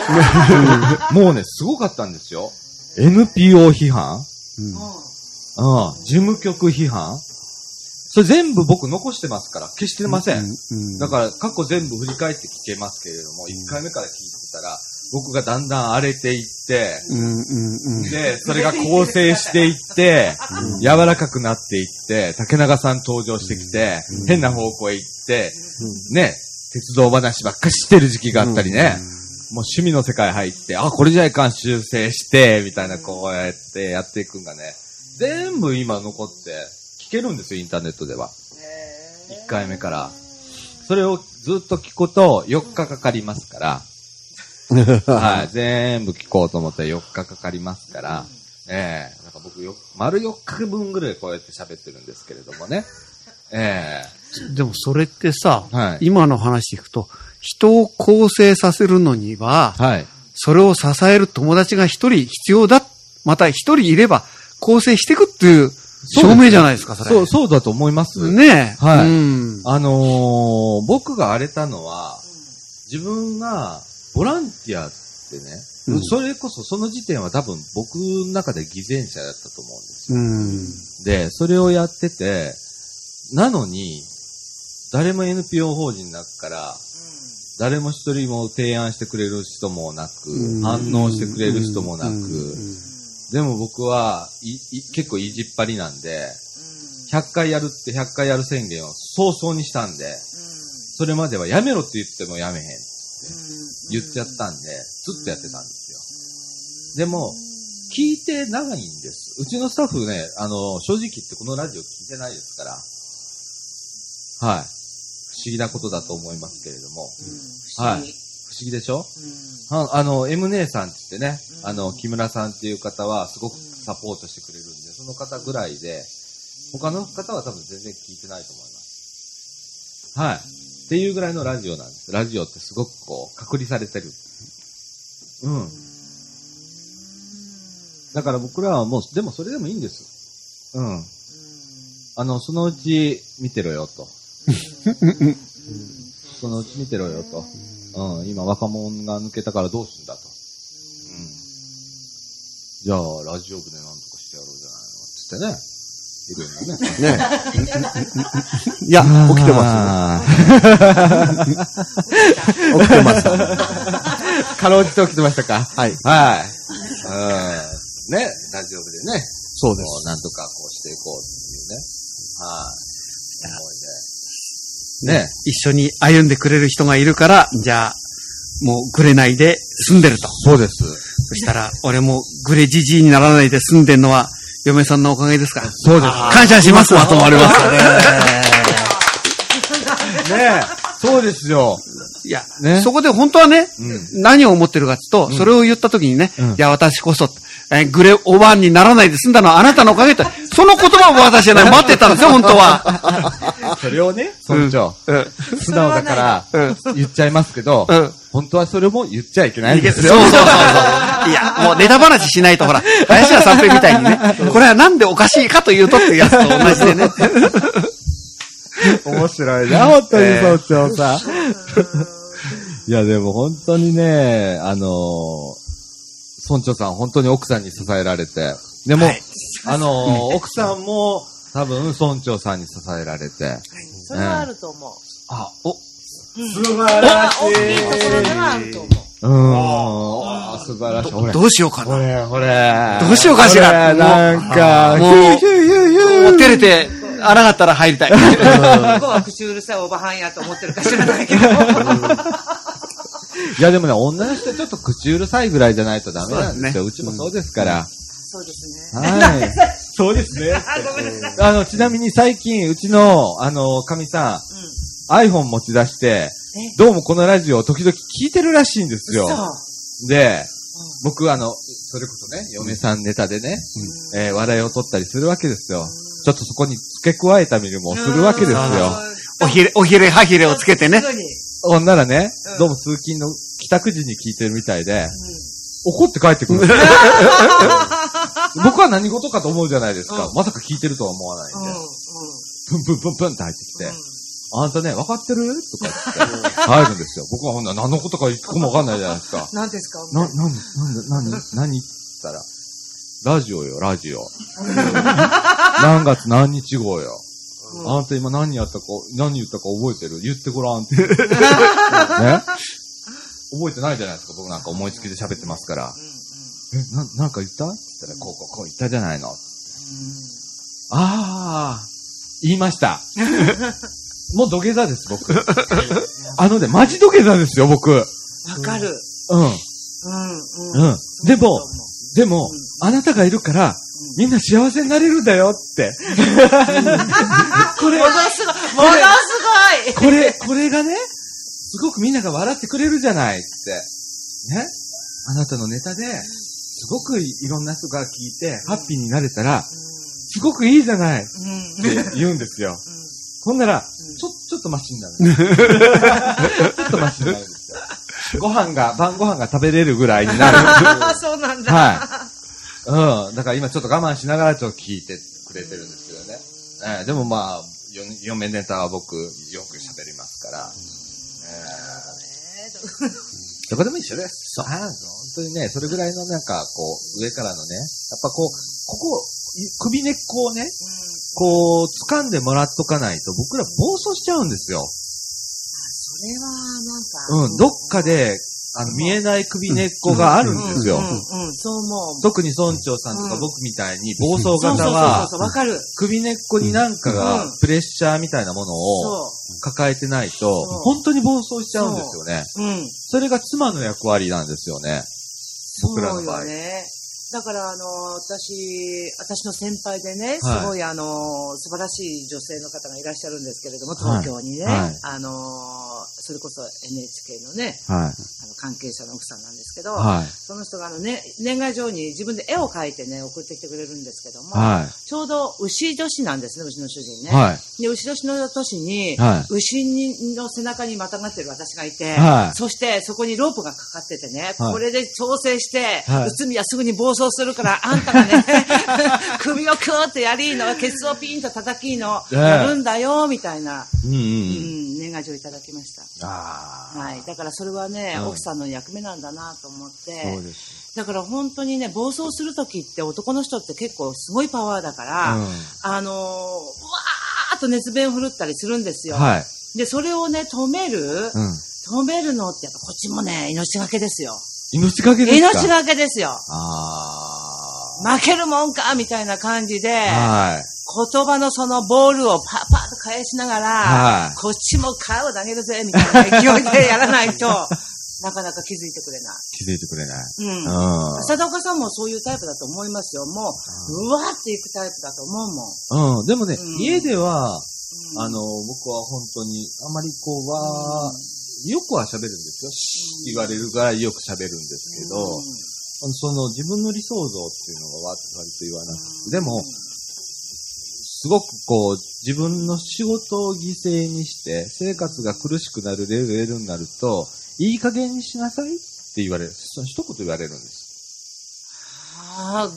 もうね、すごかったんですよ。NPO 批判、事務局批判、それ全部僕残してますから、消してません。だから過去全部振り返って聞けますけれども、1回目から聞いてたら、僕がだんだん荒れていって、で、それが構成していって、柔らかくなっていって、竹永さん登場してきて、変な方向へ行って、ね、鉄道話ばっかりしてる時期があったりね、もう趣味の世界入って、これじゃいかん修正して、みたいなこうやってやっていくんがね、全部今残って聞けるんですよ、インターネットでは。1回目から。それをずっと聞くと4日かかりますから、はい、全部聞こうと思ったら4日かかりますから、なんか僕丸4日分ぐらいこうやって喋ってるんですけれどもね。 でもそれってさ、今の話いくと、 人を構成させるのには、はい、それを支える友達が一人必要だ。また一人いれば構成していくっていう証明じゃないですか、それ。 そうだと思います。 ねえ。はい。僕が荒れたのは、自分がボランティアってね、それこそその時点は多分僕の中で偽善者だったと思うんですよ。で、それをやってて、なのに、誰も NPO 法人の中から、誰も一人も提案してくれる人もなく、反応してくれる人もなく、でも僕は結構意地っ張りなんで、100回やるって100回やる宣言を早々にしたんで、それまではやめろって言ってもやめへんって言っちゃったんで、ずっとやってたんですよ。でも、聞いてないんです。うちのスタッフね、正直言ってこのラジオ聞いてないですから、はい。不思議なことだと思いますけれども、はい。不思議でしょ、M 姉さんって言ってね、木村さんっていう方はすごくサポートしてくれるんで、その方ぐらいで、他の方は多分全然聞いてないと思います。はい。っていうぐらいのラジオなんです。ラジオってすごくこう、隔離されてる。だから僕らはもう、でもそれでもいいんです。そのうち見てろよと。そのうち見てろよと。今若者が抜けたからどうすんだと。じゃあ、ラジオ部でなんとかしてやろうじゃないのって言ってね。いるんだね。 いや、起きてますよ。起きてます。 かろうじて起きてましたか。 はい。 はい。ね、ラジオ部でね。 そうです。 なんとかこうしていこうっていうね。はい。 ね、一緒に歩んでくれる人がいるから、じゃあ、もうぐれないで住んでると。 そうです。 そしたら、俺もぐれじじいにならないで住んでるのは、嫁さんのおかげですから。 そうです。 感謝しますわ、と思われますかね。 ねえ、そうですよ。 いや、ね、そこで本当はね、何を思ってるかって言うと、それを言った時にね、いや、私こそ、グレおばんにならないで済んだのはあなたのおかげって、その言葉を私はね、待ってたんですよ、本当は。 それをね、村長、素直だから言っちゃいますけど、本当はそれも言っちゃいけないんですよ。 そう。いや、もうネタ話しないと、ほら、林家三平みたいにね、これはなんでおかしいかというとっていうやつと同じでね。 面白いな、本当に村長さん。いや、でも本当にね、村長さん本当に奥さんに支えられて、でも、奥さんも多分村長さんに支えられて。 それはあると思う。 素晴らしい。 大きいところではあると思う。素晴らしい。 どうしようかな。 ほれ。 どうしようかしら。 なんか、 もう照れて、穴がったら入りたい。 向こうは口うるさいおばはんやと思ってるか知らないけど。 いやでもね、女の人ちょっと口うるさいぐらいじゃないとダメなんですよ。うちもそうですから。 そうですね。 はい。そうですね。 ごめんなさい。 ちなみに最近、うちの、かみさん、iPhone 持ち出して、どうもこのラジオを時々聞いてるらしいんですよ。で、僕それこそね、嫁さんネタでね、笑いを取ったりするわけですよ。ちょっとそこに付け加えたりもするわけですよ。 おひれはひれをつけてね。 ほんならね、どうも通勤の帰宅時に聞いてるみたいで、怒って帰ってくる。僕は何事かと思うじゃないですか。まさか聞いてるとは思わないんで。プンプンプンプンって入ってきて、あんたね、分かってるとか言って入るんですよ。僕はほんなら何のことか一個も分かんないじゃないですか。 何ですか何って言ったら、ラジオよ、ラジオ。何月何日号よ。あんた今何言ったか覚えてる？言ってごらんって。ね？覚えてないじゃないですか。僕なんか思いつきで喋ってますから。なんか言ったって言ったら、こう言ったじゃないの。言いました。もう土下座です、僕。マジ土下座ですよ、僕。 わかる。 でも、あなたがいるから、みんな幸せになれるんだよって。これ、 ものすごいこれがね、すごくみんなが笑ってくれるじゃないって。ね？あなたのネタで、すごくいろんな人が聞いて、ハッピーになれたら、すごくいいじゃないって言うんですよ。ほんなら、ちょっっとマシになるんですよ。ちょっとマシになるんですよ。晩ご飯が食べれるぐらいになる。 そうなんだ。 はい。だから今ちょっと我慢しながらちょっと聞いてくれてるんですけどね。でもまあ、嫁ネタは僕よく喋りますから。どこでも一緒です。そう。本当にね、それぐらいのなんか、こう、上からのね、やっぱこう、首根っこをね、こう、掴んでもらっとかないと、僕ら暴走しちゃうんですよ。 それは、なんか。 どっかで、見えない首根っこがあるんですよ。 そう思う。 特に村長さんとか僕みたいに暴走型は、 わかる。 首根っこになんかが、プレッシャーみたいなものを抱えてないと、本当に暴走しちゃうんですよね。それが妻の役割なんですよね。僕らの場合。 そうよね。だから、私の先輩でね、すごい、素晴らしい女性の方がいらっしゃるんですけれども、東京にね、それこそ NHK のね、関係者の奥さんなんですけど、その人が年賀状に自分で絵を描いてね、送ってきてくれるんですけども、ちょうど牛年なんですね、うちの主人ね。で、牛年の年に、牛の背中にまたがってる私がいて、そしてそこにロープがかかっててね、これで調整して、内海はすぐに暴走するから、あんたがね、首をクーってやりの、ケツをピンと叩きの、やるんだよ、みたいな、年賀状いただきました。はい。だからそれはね、奥さんの役目なんだなと思って、だから本当にね、暴走するときって男の人って結構すごいパワーだから、わーっと熱弁振るったりするんですよ。で、それをね、止めるのってやっぱこっちもね、命がけですよ。 命がけですか？ 命がけですよ。負けるもんかみたいな感じで、言葉のそのボールをパッパッと返しながら、こっちも殻を投げるぜみたいな勢いでやらないと、なかなか気づいてくれない。 気づいてくれない。 貞岡さんもそういうタイプだと思いますよ。もう、うわーっていくタイプだと思うもん。 でもね、家では、僕は本当に、あまりこうよくは喋るんですよ。言われるぐらいよく喋るんですけど、その自分の理想像っていうのが割と言わなくて、でも、すごくこう、自分の仕事を犠牲にして、生活が苦しくなるレベルになると、いい加減にしなさいって言われる。一言言われるんです。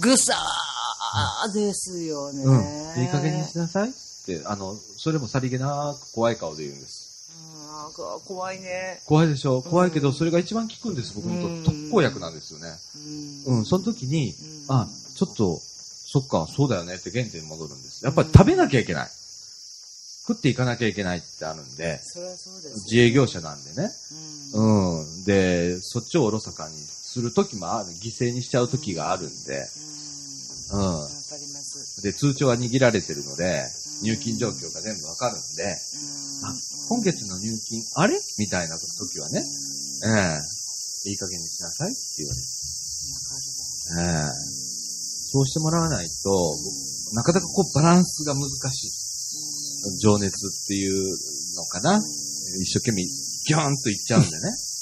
ぐさーですよね。 いい加減にしなさいって、それもさりげなく怖い顔で言うんです。 怖いね。 怖いでしょ。怖いけど、それが一番効くんです。僕の特効薬なんですよね。その時に、ちょっと、そっか、そうだよねって原点に戻るんです。やっぱり食べなきゃいけない。食っていかなきゃいけないってあるんで、 そりゃそうです、 自営業者なんでね。で、そっちをおろそかにする時もある、犠牲にしちゃう時があるんで、 わかります。 で、通帳は握られてるので、入金状況が全部わかるんで、今月の入金、あれみたいな時はね、いい加減にしなさいって言われる。そうしてもらわないと、なかなかこうバランスが難しい。情熱っていうのかな。一生懸命ギューンといっちゃうんでね。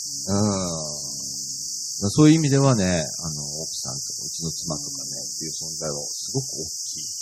そういう意味ではね、奥さんとかうちの妻とかね、っていう存在はすごく大きい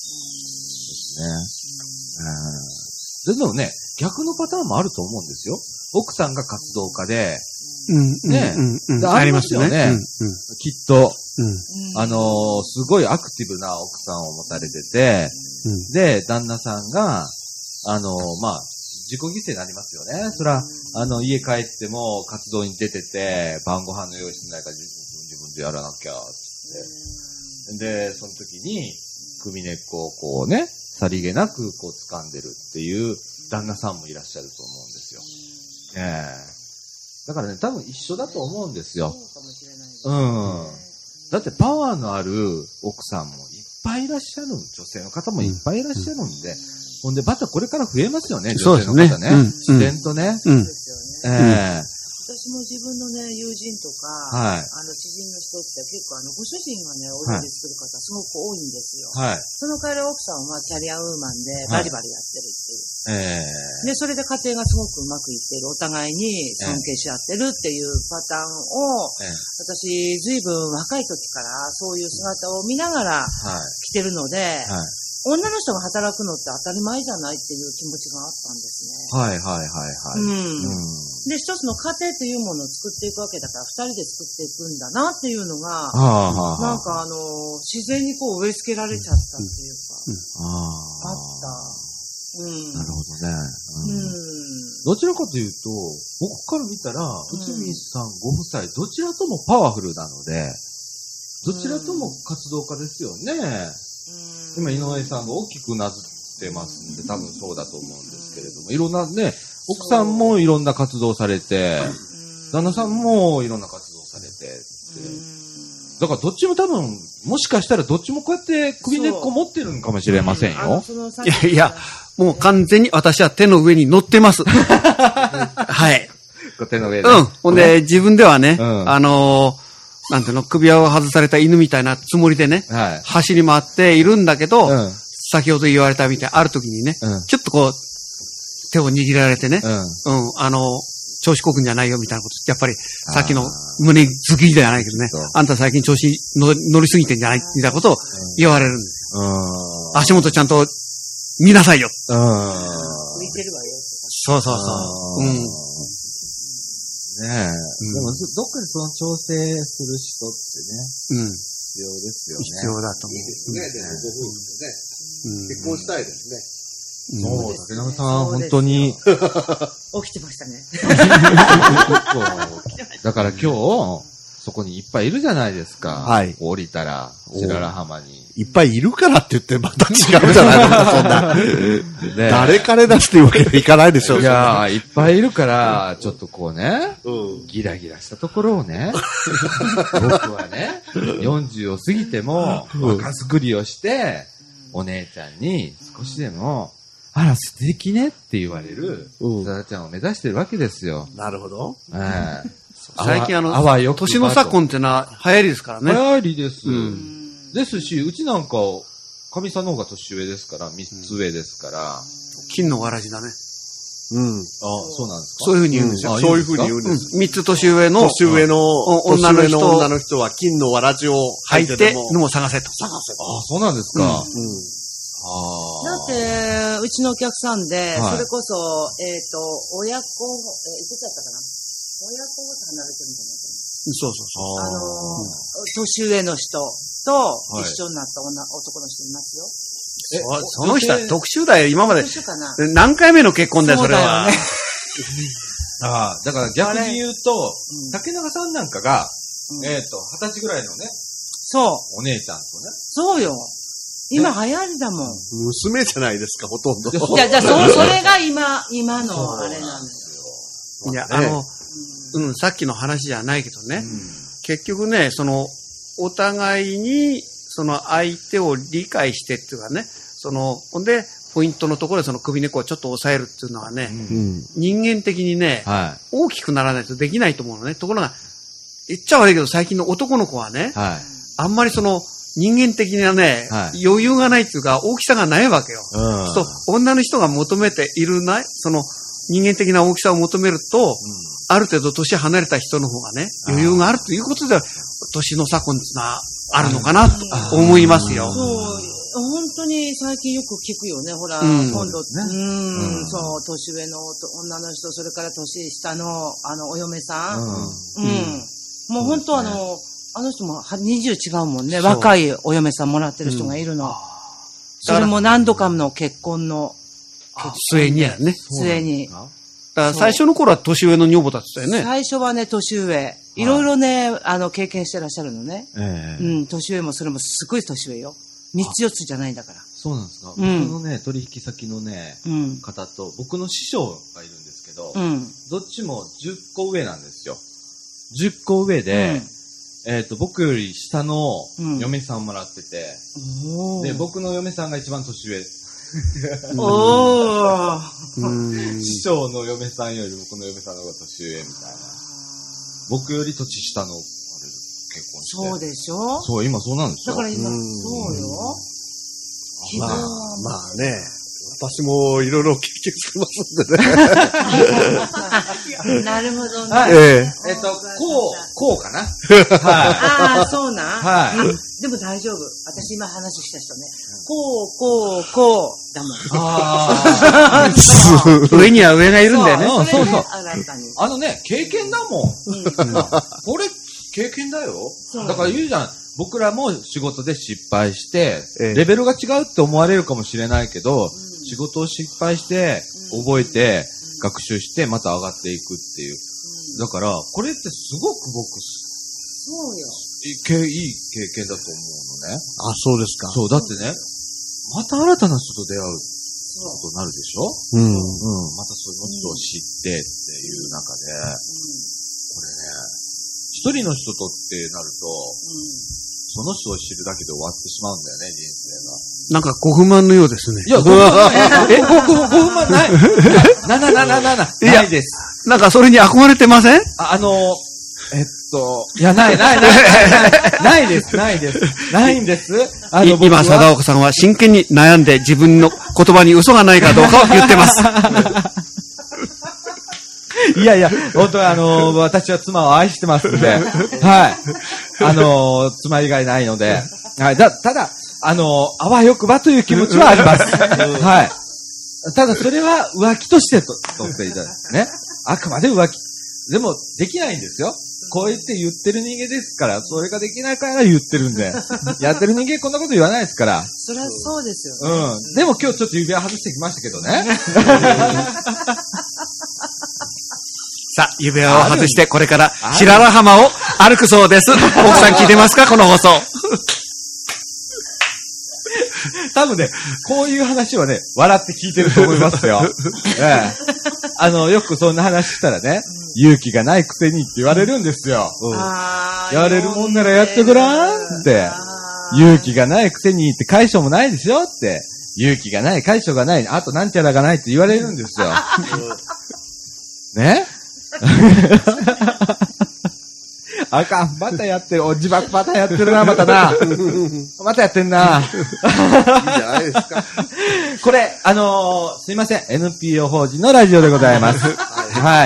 ですね。でもね、逆のパターンもあると思うんですよ。奥さんが活動家で、ありますよね。きっと、すごいアクティブな奥さんを持たれてて、で、旦那さんが、自己犠牲になりますよね。そら、家帰っても活動に出てて、晩ご飯の用意してないから自分でやらなきゃ、って。で、その時に、首根っこをこうね、さりげなくこう掴んでるっていう旦那さんもいらっしゃると思うんですよ。だからね、多分一緒だと思うんですよ。 そうかもしれないですね。 だってパワーのある奥さんもいっぱいいらっしゃる。女性の方もいっぱいいらっしゃるんで。ほんで、またこれから増えますよね、女性の方ね。自然とね。 そうですよね。私も自分のね、友人とか、知人の人って結構ご主人がね、お料理作る方すごく多いんですよ。その代わり奥さんはキャリアウーマンでバリバリやってるっていう。で、それで家庭がすごくうまくいっている。お互いに尊敬し合ってるっていうパターンを、私、随分若い時からそういう姿を見ながら来てるので、 女の人が働くのって当たり前じゃないっていう気持ちがあったんですね。 はいはいはいはい。 で、一つの家庭というものを作っていくわけだから、二人で作っていくんだなっていうのが、なんか自然にこう植え付けられちゃったっていうか、あった。 なるほどね。どちらかというと、僕から見たら、内海さんご夫妻、どちらともパワフルなので、どちらとも活動家ですよね。今、井上さんが大きくなずってますんで、多分そうだと思うんですけれども、いろんなね、奥さんもいろんな活動されて、旦那さんもいろんな活動されてって、だからどっちも多分、もしかしたらどっちもこうやって首根っこ持ってるのかもしれませんよ。 いや、もう完全に私は手の上に乗ってます。はい。 手の上で。 ほんで、自分ではね、なんていうの、首輪を外された犬みたいなつもりでね、走り回っているんだけど、先ほど言われたみたいに、ある時にね、ちょっとこう、手を握られてね、調子こくんじゃないよみたいなこと、やっぱり、さっきの胸ずきじゃないけどね、あんた最近調子乗りすぎてんじゃないみたいなことを言われるんですよ。足元ちゃんと見なさいよ。 浮いてるわよ。 そうそうそう。 ねえ。でも、どっかでその調整する人ってね、必要ですよね。 必要だと思う。 いいですね、でもご夫婦でね。結婚したいですね。 そう、竹中さん、本当に。 起きてましたね。 だから今日、そこにいっぱいいるじゃないですか。 はい。 降りたら、白良浜に。 いっぱいいるからって言ってまた違うじゃないですか、そんな。ね、誰から出すっていうわけにはいかないでしょう。 いやー、いっぱいいるから、ちょっとこうね、ギラギラしたところをね、僕はね、40を過ぎても、若作りをして、お姉ちゃんに少しでも、あら、素敵ねって言われる、さだちゃんを目指してるわけですよ。 なるほど。 最近年の差婚ってのは流行りですからね。 流行りです。ですし、うちなんか、かみさんの方が年上ですから、3つ上ですから。 金のわらじだね。 そうなんですか？ そういうふうに言うんですよ。 そういうふうに言うんです。 3つ年上の女の人は金のわらじを履いてのも探せと。 そうなんですか。 だって、うちのお客さんで、それこそ、親子、いくつだったかな？親子ごと離れてるんじゃないかな。 そう。 年上の人と一緒になった男の人いますよ。 その人は特殊だよ、今まで。何回目の結婚だよ、それは。 だから逆に言うと、竹中さんなんかが、20歳ぐらいのね、お姉ちゃんとね。 そうよ。今流行りだもん。 娘じゃないですか、ほとんど。 いや、それが今のあれなんですよ。いや、さっきの話じゃないけどね。結局ね、お互いに、相手を理解してっていうかね、ほんで、ポイントのところで首根っこをちょっと抑えるっていうのはね、人間的にね、大きくならないとできないと思うのね。ところが、言っちゃ悪いけど、最近の男の子はね、あんまり人間的なね、余裕がないっていうか、大きさがないわけよ。女の人が求めている人間的な大きさを求めると、ある程度年離れた人の方がね、余裕があるということで、年の差婚ってのはあるのかなと思いますよ。 そう、本当に最近よく聞くよね、ほら、今度、そう、年上の女の人、それから年下の、お嫁さん。もう本当あの人も20違うもんね、若いお嫁さんもらってる人がいるの。それも何度かの結婚の末にやね。 末に。 最初の頃は年上の女房だったよね。 最初はね、年上。いろいろね、経験してらっしゃるのね。年上もそれもすごい年上よ。3つ4つじゃないんだから。 そうなんですか。僕のね、取引先のね、方と、僕の師匠がいるんですけど、どっちも10個上なんですよ。10個上で、僕より下の嫁さんもらってて、で、僕の嫁さんが一番年上。師匠の嫁さんより僕の嫁さんの方が年上みたいな。僕より年下の結婚して。 そうでしょ？ そう、今そうなんですよ。 だから今、そうよ。 まあね、 私もいろいろ経験してますんでね。 なるほどね。 はい。こうかな。はい。 ああ、そうなん。 はい。 でも大丈夫。私今話した人ね。こう、だもん。 ああ。上には上がいるんだよね。 そう。経験だもん。これ、経験だよ。だから言うじゃん。僕らも仕事で失敗して、レベルが違うって思われるかもしれないけど、仕事を失敗して、覚えて、学習して、また上がっていくっていう。だから、これってすごく僕、 そうよ。 いい経験だと思うのね。 あ、そうですか。 そう、だってね、また新たな人と出会うことになるでしょ？またその人を知ってっていう中で、これね、一人の人とってなると、その人を知るだけで終わってしまうんだよね、人生が。 なんか5分満のようですね。 いや、5分満ない。ないです。 なんかそれに憧れてません？ いや、ないです。ないんです。 今、貞岡さんは真剣に悩んで自分の言葉に嘘がないかどうかを言ってます。 いや、本当に私は妻を愛してますんで、はい。妻以外ないので、はい。ただ、あわよくばという気持ちはあります。はい。ただ、それは浮気として取っていただくね。あくまで浮気。でも、できないんですよ。こう言って言ってる人間ですから、それができないから言ってるんで。やってる人間こんなこと言わないですから。 そりゃそうですよね。でも今日ちょっと指輪外してきましたけどね。 さあ、指輪を外して、これから白良浜を歩くそうです。奥さん聞いてますか？この放送。 多分ね、こういう話はね、笑って聞いてると思いますよ。よくそんな話したらね、勇気がないくせにって言われるんですよ。やれるもんならやってごらんって。勇気がないくせにって解消もないでしょって。勇気がない、解消がない、あとなんちゃらがないって言われるんですよ。ねあかん、またやってる。自爆またやってるな、またな。またやってんな。いいじゃないですか。 これ、すいません。NPO 法人のラジオでございます。はい。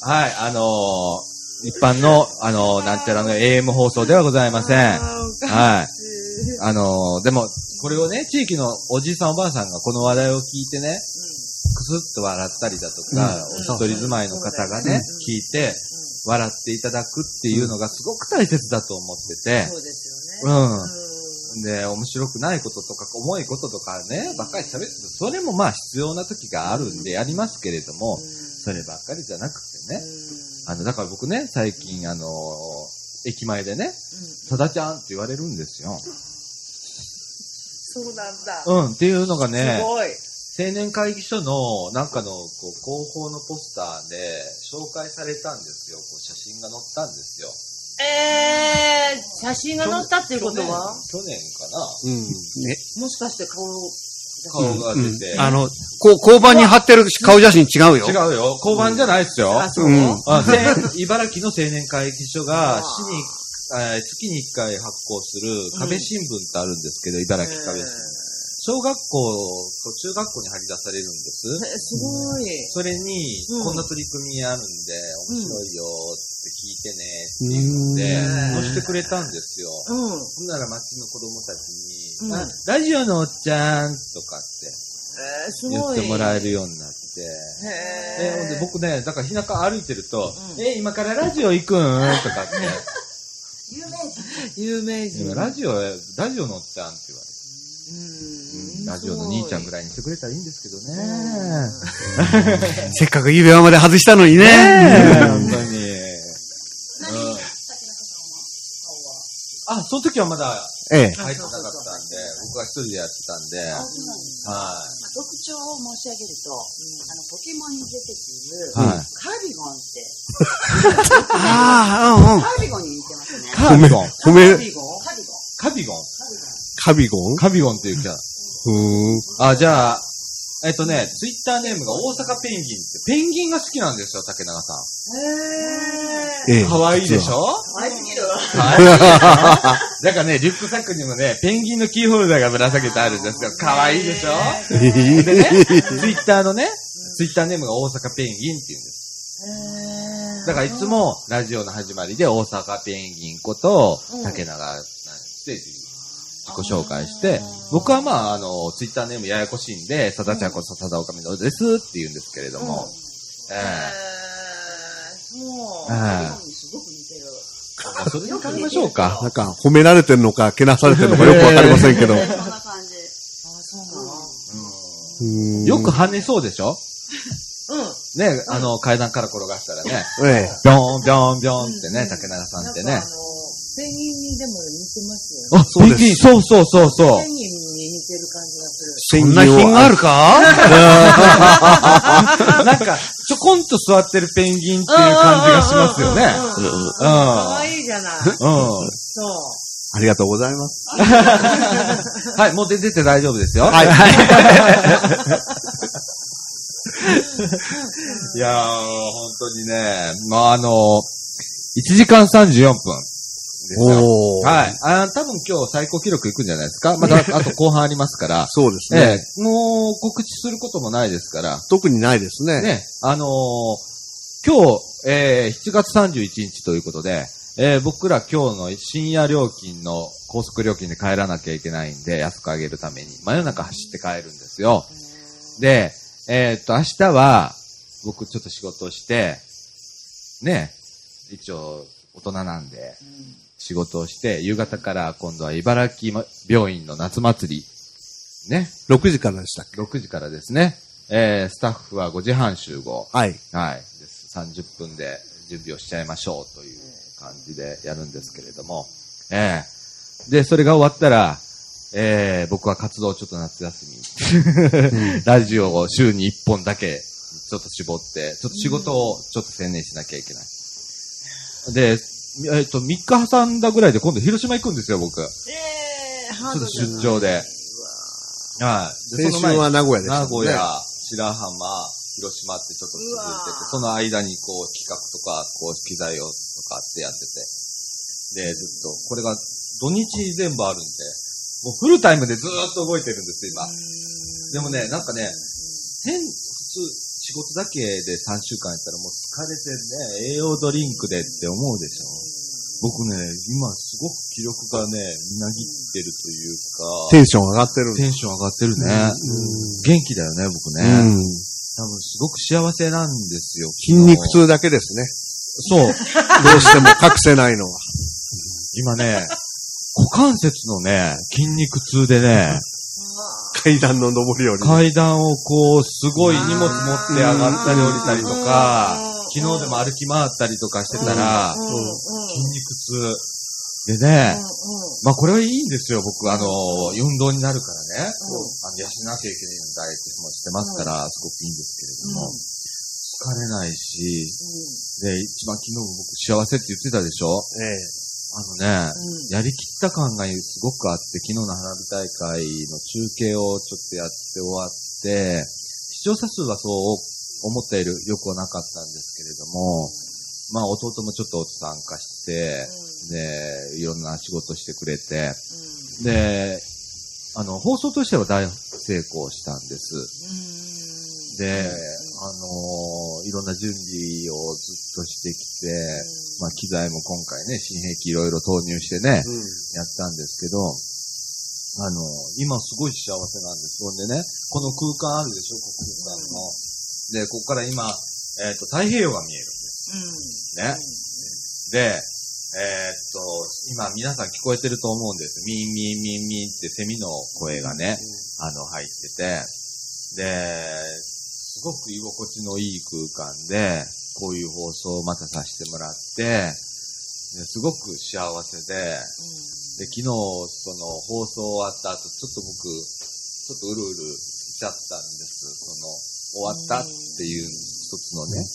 一般の、なんちゃらの AM 放送ではございません。はい。でも、これをね、地域のおじいさんおばあさんがこの話題を聞いてね、くすっと笑ったりだとか、お一人住まいの方がね、聞いて、笑っていただくっていうのがすごく大切だと思ってて。 そうですよね。 で、面白くないこととか、重いこととかね、ばっかり喋ってて、それもまあ必要な時があるんでやりますけれども、そればっかりじゃなくてね。だから僕ね、最近駅前でね、さだちゃんって言われるんですよ。 そうなんだ。 っていうのがね、 すごい。 青年会議所のなんかの広報のポスターで紹介されたんですよ。写真が載ったんですよ。 写真が載ったっていうことは去年かな。 ね。もしかして顔が出て。 交番に貼ってる顔写真違うよ。 違うよ。交番じゃないですよ。茨城の青年会議所が月に1回発行する壁新聞ってあるんですけど、茨城壁新聞。小学校と中学校に貼り出されるんです。 すごい。 それに、こんな取り組みあるんで、面白いよって聞いてねっていうので、載せてくれたんですよ。ほんなら町の子供たちに、ラジオのおっちゃんとかって言ってもらえるようになって、で僕ね、だから日中歩いてると、今からラジオ行くんとかって。 有名人。 ラジオのおっちゃんって言われて。ラジオの兄ちゃんぐらいにしてくれたらいいんですけどね。 せっかく指輪まで外したのにね。 本当に。その時はまだ入ってなかったんで、僕は一人でやってたんで。 特徴を申し上げると、ポケモンに出てくる、カビゴンって。カビゴンに似てますね。 カビゴン。 カビゴンカビゴンっていうキャラ。じゃあ、 ツイッターネームが大阪ペンギンって、ペンギンが好きなんですよ、竹永さん。かわいいでしょ？ かわいすぎる。 だからね、リュックサックにもね、ペンギンのキーホルダーがぶら下げてあるんですよ。かわいいでしょ？でね、ツイッターネームが大阪ペンギンって言うんです。だからいつもラジオの始まりで大阪ペンギンこと竹永して自己紹介して、僕はツイッターネームややこしいんで、さだちゃんこそさだおかみのですって言うんですけれども。 すごく似てる。 それで考えましょうか。 なんか褒められてるのか、けなされてるのかよくわかりませんけど。 そんな感じ。そうなの？よく跳ねそうでしょ？ね、階段から転がしたらね。ビョン、ビョン、ビョンってね、竹永さんってね。 ペンギンにでも似てますよね。 あ、ペンギン、そう。 ペンギンに似てる感じがする。 そんな品があるかなんか、ちょこんと座ってるペンギンっていう感じがしますよね。 かわいいじゃない。そう。 ありがとうございます。 はい、もう出て大丈夫ですよ。 はい。 いやー、本当にね、1時間34分ですよ。はい。多分今日最高記録いくんじゃないですか。また、あと後半ありますから。 そうですね。 もう告知することもないですから。 特にないですね。 ね、今日、7月31日ということで、僕ら今日の深夜料金の高速料金で帰らなきゃいけないんで、安く上げるために、真夜中走って帰るんですよ。で、明日は、僕ちょっと仕事をして、ね、一応大人なんで、仕事をして、夕方から今度は茨城病院の夏祭り、ね。 6時からでしたっけ？ 6時からですね。スタッフは5時半集合。 はい。 はい。です。30分で準備をしちゃいましょうという感じでやるんですけれども、で、それが終わったら、僕は活動ちょっと夏休み、ラジオを週に1本だけちょっと絞って、ちょっと仕事をちょっと専念しなきゃいけない。で、3日挟んだぐらいで今度広島行くんですよ、僕。ちょっと出張で。はい。 先週は名古屋でしたね。 名古屋、白浜、広島ってちょっと続いてて、その間にこう企画とか、こう機材をとかってやってて。で、ずっと、これが土日全部あるんで、もうフルタイムでずーっと動いてるんですよ、今。でもね、なんかね、普通、仕事だけで3週間やったらもう疲れてね、栄養ドリンクでって思うでしょ。僕ね、今すごく気力がね、みなぎってるというか。 テンション上がってる。 テンション上がってるね。元気だよね、僕ね。多分すごく幸せなんですよ。 筋肉痛だけですね。 そう。 どうしても隠せないのは。 今ね、股関節のね、筋肉痛でね、 階段の上り下り。 階段をこう、すごい荷物持って上がったり降りたりとか、昨日でも歩き回ったりとかしてたら、筋肉痛。でね、まあこれはいいんですよ、僕、運動になるからね、養わなきゃいけないダイエットもしてますから、すごくいいんですけれども、疲れないし、で、一番昨日僕幸せって言ってたでしょ？やりきった感がすごくあって、昨日の花火大会の中継をちょっとやって終わって、視聴者数はそう思ったよりよくはなかったんですけれども、まあ弟もちょっと参加して、で、いろんな仕事してくれて、で、放送としては大成功したんです。で、いろんな準備をずっとしてきて、まあ機材も今回ね、新兵器いろいろ投入してね、やったんですけど、今すごい幸せなんです。そんでね、この空間あるでしょ、ここ空間の。で、ここから今、太平洋が見えるんです。ね。で、今皆さん聞こえてると思うんです。ミンミンミンミンってセミの声がね、入ってて、で、すごく居心地のいい空間で、こういう放送をまたさせてもらって、ですごく幸せで、で、昨日、その放送終わった後、ちょっと僕、ちょっとうるうるしちゃったんです。終わったっていう一つのね、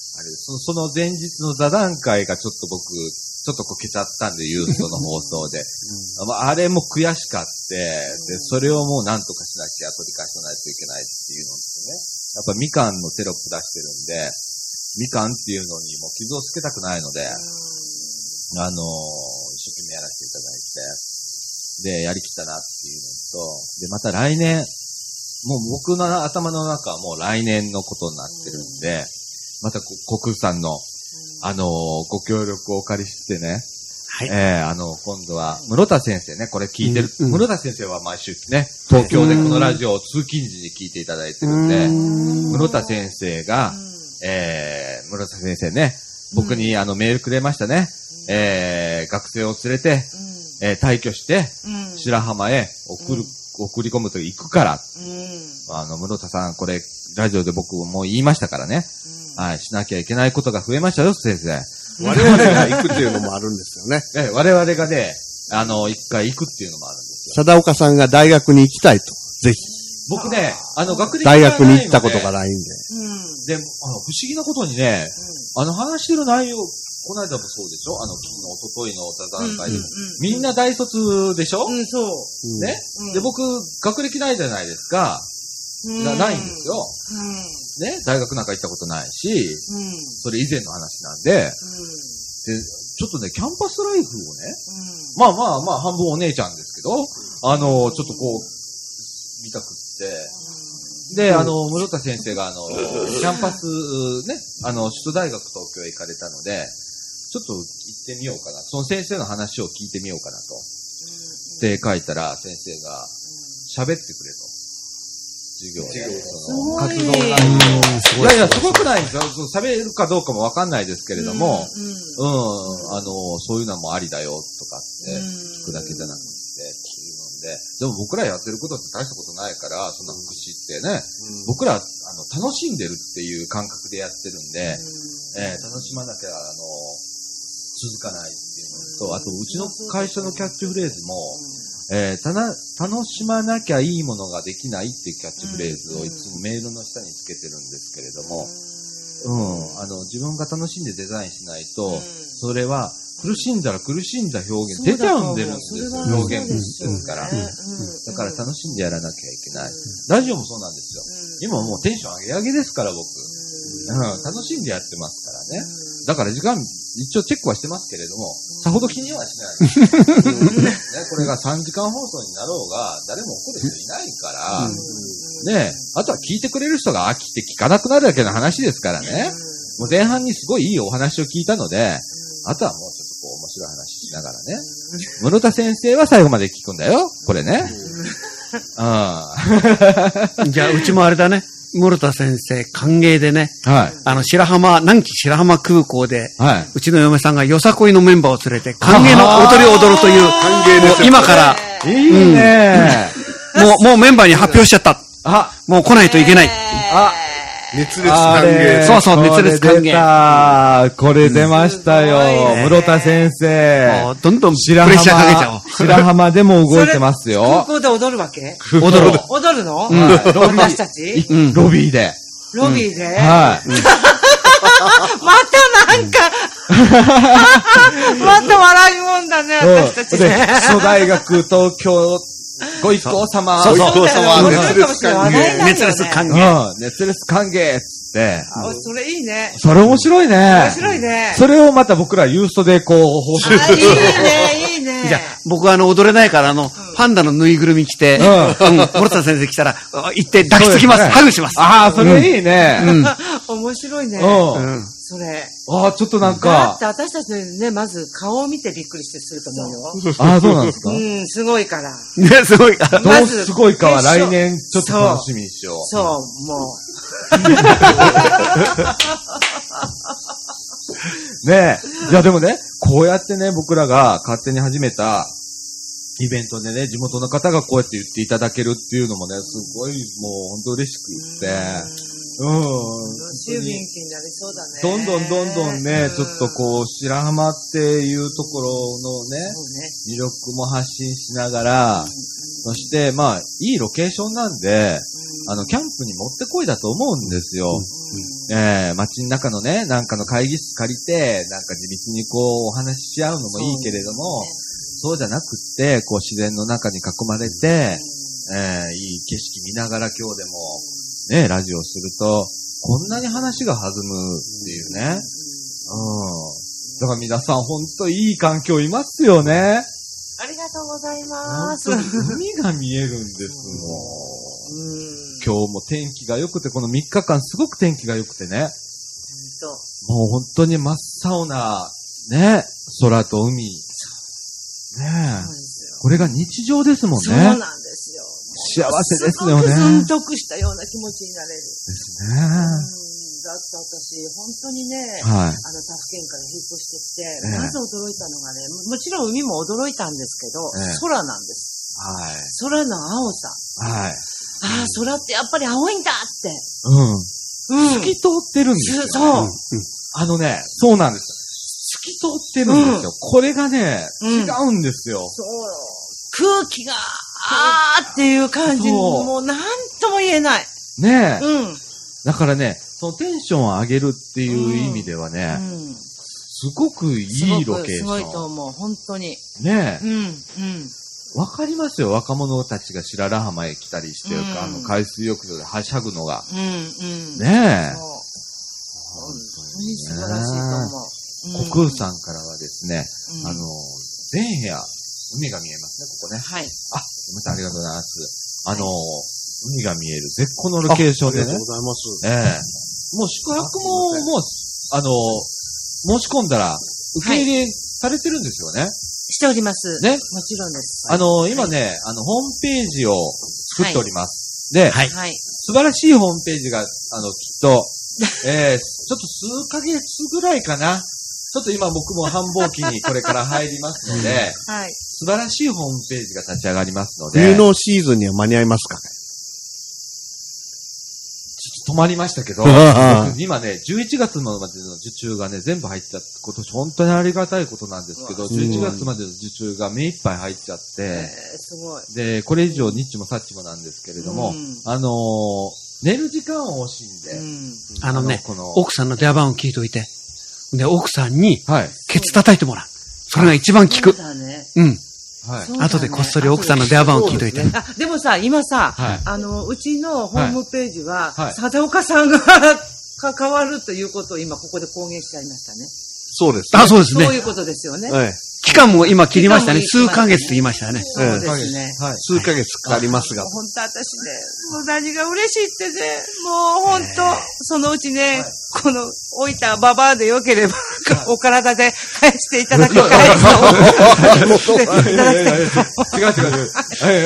あれ、その前日の座談会がちょっと僕、ちょっとこけちゃったんで、ユーストの放送で。あれも悔しかって、で、それをもうなんとかしなきゃ取り返さないといけないっていうのですね。やっぱみかんのテロップ出してるんで、みかんっていうのにもう傷をつけたくないので、一生懸命やらせていただいて、で、やりきったなっていうのと、で、また来年、もう僕の頭の中はもう来年のことになってるんで、また国さんの、ご協力をお借りしてね、はい。今度は、室田先生ね、これ聞いてる、室田先生は毎週ね、東京でこのラジオを通勤時に聞いていただいてるんで、室田先生が、室田先生ね、僕にメールくれましたね。学生を連れて、退去して、白浜へ送り込むと行くから、室田さん、これ、ラジオで僕も言いましたからね。はい、しなきゃいけないことが増えましたよ、先生。 我々が行くっていうのもあるんですよね。 我々がね、一回行くっていうのもあるんですよ。 貞岡さんが大学に行きたいと。ぜひ。 僕ね、学歴大学に行ったことがないんで。 で、不思議なことにね、話してる内容、この間もそうでしょ一昨日の座談会でも。みんな大卒でしょそう。 ねで、僕、学歴ないじゃないですか。ないんですよ。ね、大学なんか行ったことないし、それ以前の話なんで、で、ちょっとね、キャンパスライフをね、まあ、半分お姉ちゃんですけど、ちょっとこう、見たくって、で、室田先生がキャンパスね、首都大学東京へ行かれたので、ちょっと行ってみようかな。その先生の話を聞いてみようかなと。って書いたら、先生が喋ってくれと。授業で。活動内容。いやいや、すごくないんですよ。喋るかどうかもわかんないですけれども、そういうのもありだよとかって聞くだけじゃなくて、っていうので、でも僕らやってることって大したことないから、そんな福祉ってね、僕ら、楽しんでるっていう感覚でやってるんで、楽しまなきゃ、続かないっていうのと、あと、うちの会社のキャッチフレーズも、楽しまなきゃいいものができないっていうキャッチフレーズをいつもメールの下につけてるんですけれども、自分が楽しんでデザインしないと、それは苦しんだら苦しんだ表現出ちゃうんですよ、表現ですから。だから楽しんでやらなきゃいけない。ラジオもそうなんですよ。今もうテンション上げ上げですから、僕。楽しんでやってますからね。だから時間、一応チェックはしてますけれども、さほど気にはしない。これが3時間放送になろうが、誰も怒る人いないから、ね、あとは聞いてくれる人が飽きて聞かなくなるだけの話ですからね。もう前半にすごいいいお話を聞いたので、あとはもうちょっとこう面白い話しながらね。室田先生は最後まで聞くんだよ、これね。 じゃあ、うちもあれだね。室田先生歓迎でね、はい、南紀白浜空港で、はい、うちの嫁さんがよさこいのメンバーを連れて歓迎の踊りを踊るという、歓迎です今から、 いいね、 もうメンバーに発表しちゃった。もう来ないといけない。 熱烈歓迎。 そうそう、熱烈歓迎。 これ出ましたよ。室田先生。 どんどんプレッシャーかけちゃおう。 白浜でも動いてますよ。 空港で踊るわけ？ 踊るの？私たち？ ロビーで。 ロビーで？ はい。 またなんか、また笑いもんだね、私たちね。 首都大学東京、ご一行様。 ご一行様、熱烈歓迎。 熱烈歓迎。 熱烈歓迎っつって。 それいいね。 それ面白いね。 面白いね。 それをまた僕らユーストでこう、放送する。 いいね、いいね。 じゃあ、僕は踊れないからパンダのぬいぐるみ着て、森田先生来たら、行って抱きつきます。ハグします。 ああ、それいいね。 面白いね。それ。 ちょっとなんか。 だって私たちね、まず顔を見てびっくりしてすると思うよ。 そうなんですか？ すごいから。 ね、すごいから。 どうすごいかは来年ちょっと楽しみにしよう。 そう、もう。 ねえ。いやでもね、こうやってね、僕らが勝手に始めたイベントでね、地元の方がこうやって言っていただけるっていうのもね、すごいもう本当嬉しくって。 周元気になりそうだね。 どんどんね、ちょっとこう、白浜っていうところのね、魅力も発信しながら、そしてまあ、いいロケーションなんで、 キャンプにもってこいだと思うんですよ。街の中のね、なんかの会議室借りて、なんか地道にこうお話しし合うのもいいけれども、そうじゃなくって、こう自然の中に囲まれて、いい景色見ながら今日でも、ね、ラジオすると、こんなに話が弾むっていうね。だから皆さん本当いい環境いますよね。 ありがとうございます。 海が見えるんですもん。今日も天気が良くて、この3日間すごく天気が良くてね。もう本当に真っ青な、ね、空と海。ねこれが日常ですもんね。そうなんですよ。 幸せですよね。 すごくずんとくしたような気持ちになれる。 ですね。 だって私、本当にね、 他府県から引っ越してきて、まず驚いたのがね、もちろん海も驚いたんですけど、空なんです。空の青さ。空ってやっぱり青いんだって。 透き通ってるんですよ、ね。そう。そうなんです。透き通ってるんですよ。これがね、違うんですよ。 そう。空気が、っていう感じ、もうなんとも言えない。 ねえ。だからね、そのテンションを上げるっていう意味ではね、すごくいいロケーション。すごいと思う、本当に。 ねえ。わかりますよ、若者たちが白良浜へ来たりして、海水浴場ではしゃぐのが。ねえ。 本当に素晴らしいと思う。国空さんからはですね、全部屋、海が見えますね、ここね。 はい。 またありがとうございます。海が見える絶好のロケーションでね。 ありがとうございます。 もう宿泊も、もう、申し込んだら、受け入れされてるんですよね。 しております。 ね。 もちろんです。 今ね、ホームページを作っております。で、素晴らしいホームページが、きっと、ちょっと数ヶ月ぐらいかな。ちょっと今僕も繁忙期にこれから入りますので、素晴らしいホームページが立ち上がりますので。 冬のシーズンには間に合いますかね。 ちょっと止まりましたけど、今ね、11月までの受注がね、全部入っちゃって、今年本当にありがたいことなんですけど、11月までの受注が目いっぱい入っちゃって、 すごい。 で、これ以上ニッチもサッチもなんですけれども、寝る時間を惜しんで、 奥さんの電話番を聞いといて、で、奥さんに、ケツ叩いてもらう。それが一番効く。後でこっそり奥さんの電話番を聞いといて。 でもさ、今さ、うちのホームページは、貞岡さんが関わるということを今ここで公言しちゃいましたね。 そうです。 そうですね。 そういうことですよね。 期間も今切りましたね。数ヶ月って言いましたね。 そうですね。 数ヶ月かかりますが。 本当私ね、もう何が嬉しいってね、もう本当、そのうちね、この置いたババアでよければ、お体で返していただきたいと思っていただきたいと。 違う。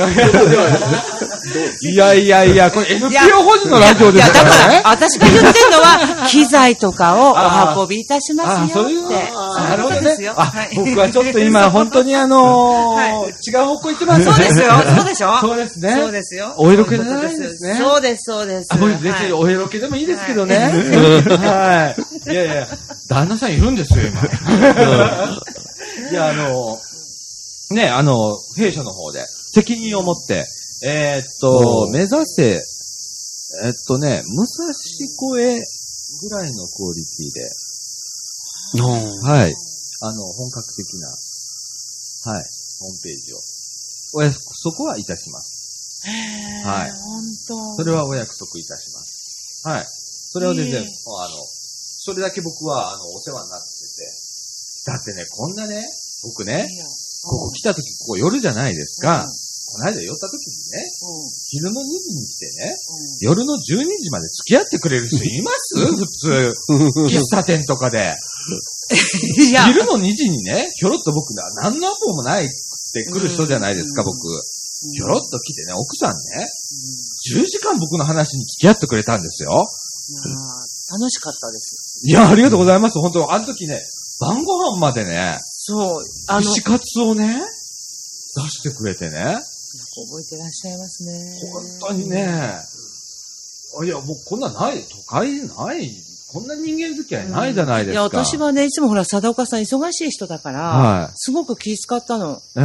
いや、これ NPO 法人のラジオですからね。 だから、私が言ってるのは、機材とかをお運びいたしますよって。 なるほどね。僕はちょっと今、本当に違う方向行ってますね。 そうですよ。そうでしょ。 そうですね。 そうですよ。 お色気じゃないですね。 そうです。 お色気でもいいですけどね。はい。いや、旦那さんいるんですよ、今。いや、弊社の方で、責任を持って、目指せ、武蔵小へぐらいのクオリティで、はい。本格的な、はい、ホームページを、そこはいたします。はい。 本当。 それはお約束いたします。はい。それは全然、それだけ僕は、お世話になってて。だってね、こんなね、僕ね、ここ来た時、ここ夜じゃないですか。この間寄った時にね、昼の2時に来てね、夜の12時まで付き合ってくれる人います普通。喫茶店とかで。昼の2時にね、ひょろっと僕、何のアポもないって来る人じゃないですか、僕。ひょろっと来てね、奥さんね、10時間僕の話に付き合ってくれたんですよ。 楽しかったです。 いや、ありがとうございます。本当あの時ね、晩ご飯までね、 そう、 串カツをね、出してくれてね。 覚えてらっしゃいますね。 本当にね、いや、もうこんなない、都会ない、こんな人間付き合いないじゃないですか。いや、 私はね、いつもほら、貞岡さん忙しい人だから、すごく気遣ったの。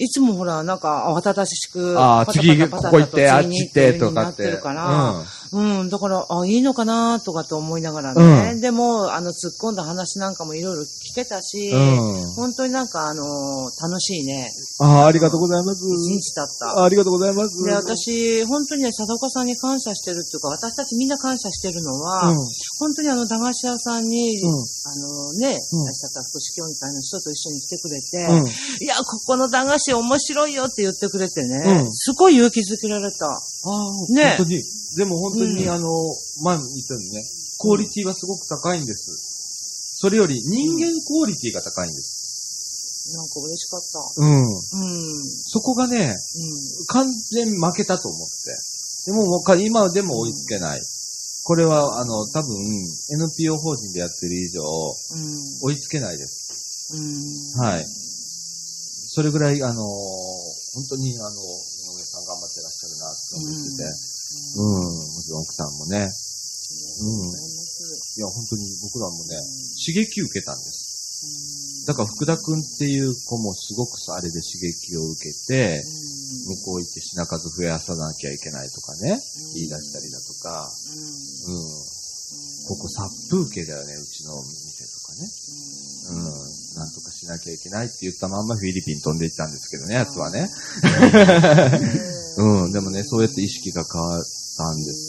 いつもほら、なんか、慌ただしく、 次、ここ行って、あっち行って、とかって。 だから、いいのかなとかと思いながらね。でも、突っ込んだ話なんかもいろいろ聞けたし、本当になんか、楽しいね。 ありがとうございます。 一日だった。 ありがとうございます。 で、私、本当にね、佐岡さんに感謝してるっていうか、私たちみんな感謝してるのは、本当に駄菓子屋さんに、ね、福祉協議会の人と一緒に来てくれて、いや、ここの駄菓子面白いよって言ってくれてね、すごい勇気づけられた。 ね。本当に。でも本当に、前言ったようにね、クオリティはすごく高いんです。それより人間クオリティが高いんです。 なんか嬉しかった。 そこがね、完全負けたと思って。でも、今でも追いつけない。これは、多分、NPO 法人でやってる以上、追いつけないです。はい。それぐらい、本当に、井上さん頑張ってらっしゃるなって思ってて、もちろん奥さんもね、いや、本当に僕らもね、刺激受けたんです。だから、福田くんっていう子もすごくあれで刺激を受けて、向こう行って品数増やさなきゃいけないとかね、言い出したりだとか、ここ殺風景だよね、うちの店とかね。なんとかしなきゃいけないって言ったまんまフィリピン飛んでいったんですけどね、やつはね。でもね、そうやって意識が変わったんです。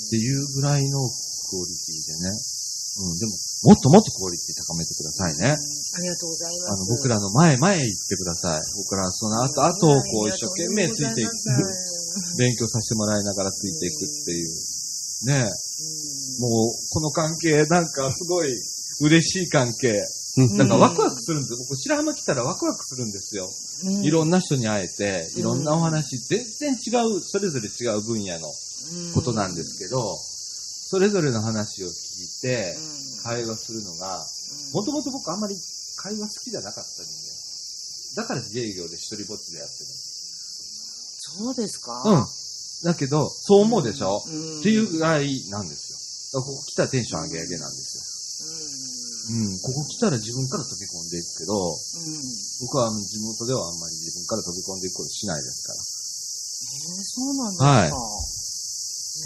っていうぐらいのクオリティでね。でも、もっともっとクオリティ高めてくださいね。 ありがとうございます。 僕らの前行ってください。僕らその後をこう一生懸命ついていく。勉強させてもらいながらついていくっていう。ねもう、この関係、なんかすごい嬉しい関係。なんかワクワクするんですよ。僕、白浜来たらワクワクするんですよ。いろんな人に会えて、いろんなお話、全然違う、それぞれ違う分野のことなんですけど、それぞれの話を聞いて、会話するのが、もともと僕あんまり会話好きじゃなかった人間。だから自営業で一人ぼっちでやってる。 そうですか？ だけど、そう思うでしょ？っていうぐらいなんですよ。ここ来たらテンション上げ上げなんですよ。ここ来たら自分から飛び込んでいくけど、僕は地元ではあんまり自分から飛び込んでいくことしないですから。 そうなんですか。 はい。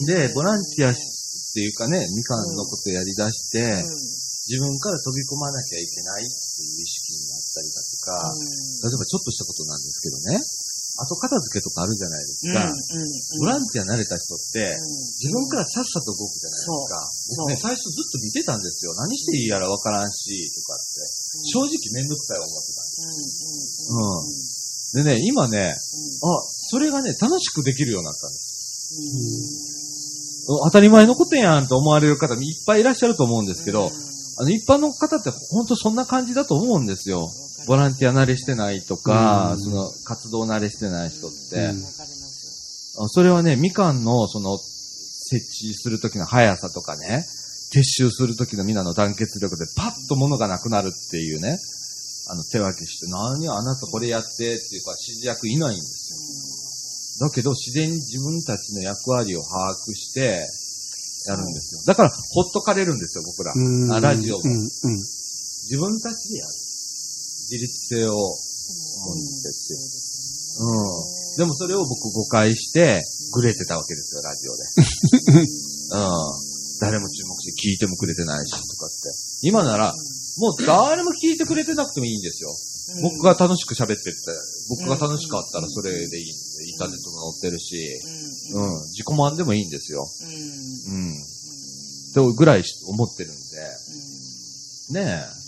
で、ボランティアっていうかね、みかんのことやり出して、自分から飛び込まなきゃいけないっていう意識になったりだとか、例えばちょっとしたことなんですけどね、後片付けとかあるじゃないですか。ボランティア慣れた人って、自分からさっさと動くじゃないですか。僕ね、最初ずっと見てたんですよ。何していいやらわからんし、とかって。正直めんどくさい思ってたんです。でね、今ね、それがね、楽しくできるようになったんです。当たり前のことやんと思われる方いっぱいいらっしゃると思うんですけど、一般の方って本当そんな感じだと思うんですよ。ボランティア慣れしてないとか、その活動慣れしてない人って、それはね、みかんのその設置するときの速さとかね、撤収するときのみんなの団結力でパッと物がなくなるっていうね、手分けして、何あなたこれやってっていうか指示役いないんですよ。だけど自然に自分たちの役割を把握してやるんですよ。だからほっとかれるんですよ、僕ら。ラジオも。自分たちでやる。自立性を重んじてって。でもそれを僕誤解して、グレてたわけですよ、ラジオで。誰も注目して聞いてもくれてないし、とかって。今なら、もう誰も聞いてくれてなくてもいいんですよ。僕が楽しく喋ってって、僕が楽しかったらそれでいいんで、インターネットも載ってるし、自己満でもいいんですよ。ってぐらい思ってるんで、ねえ。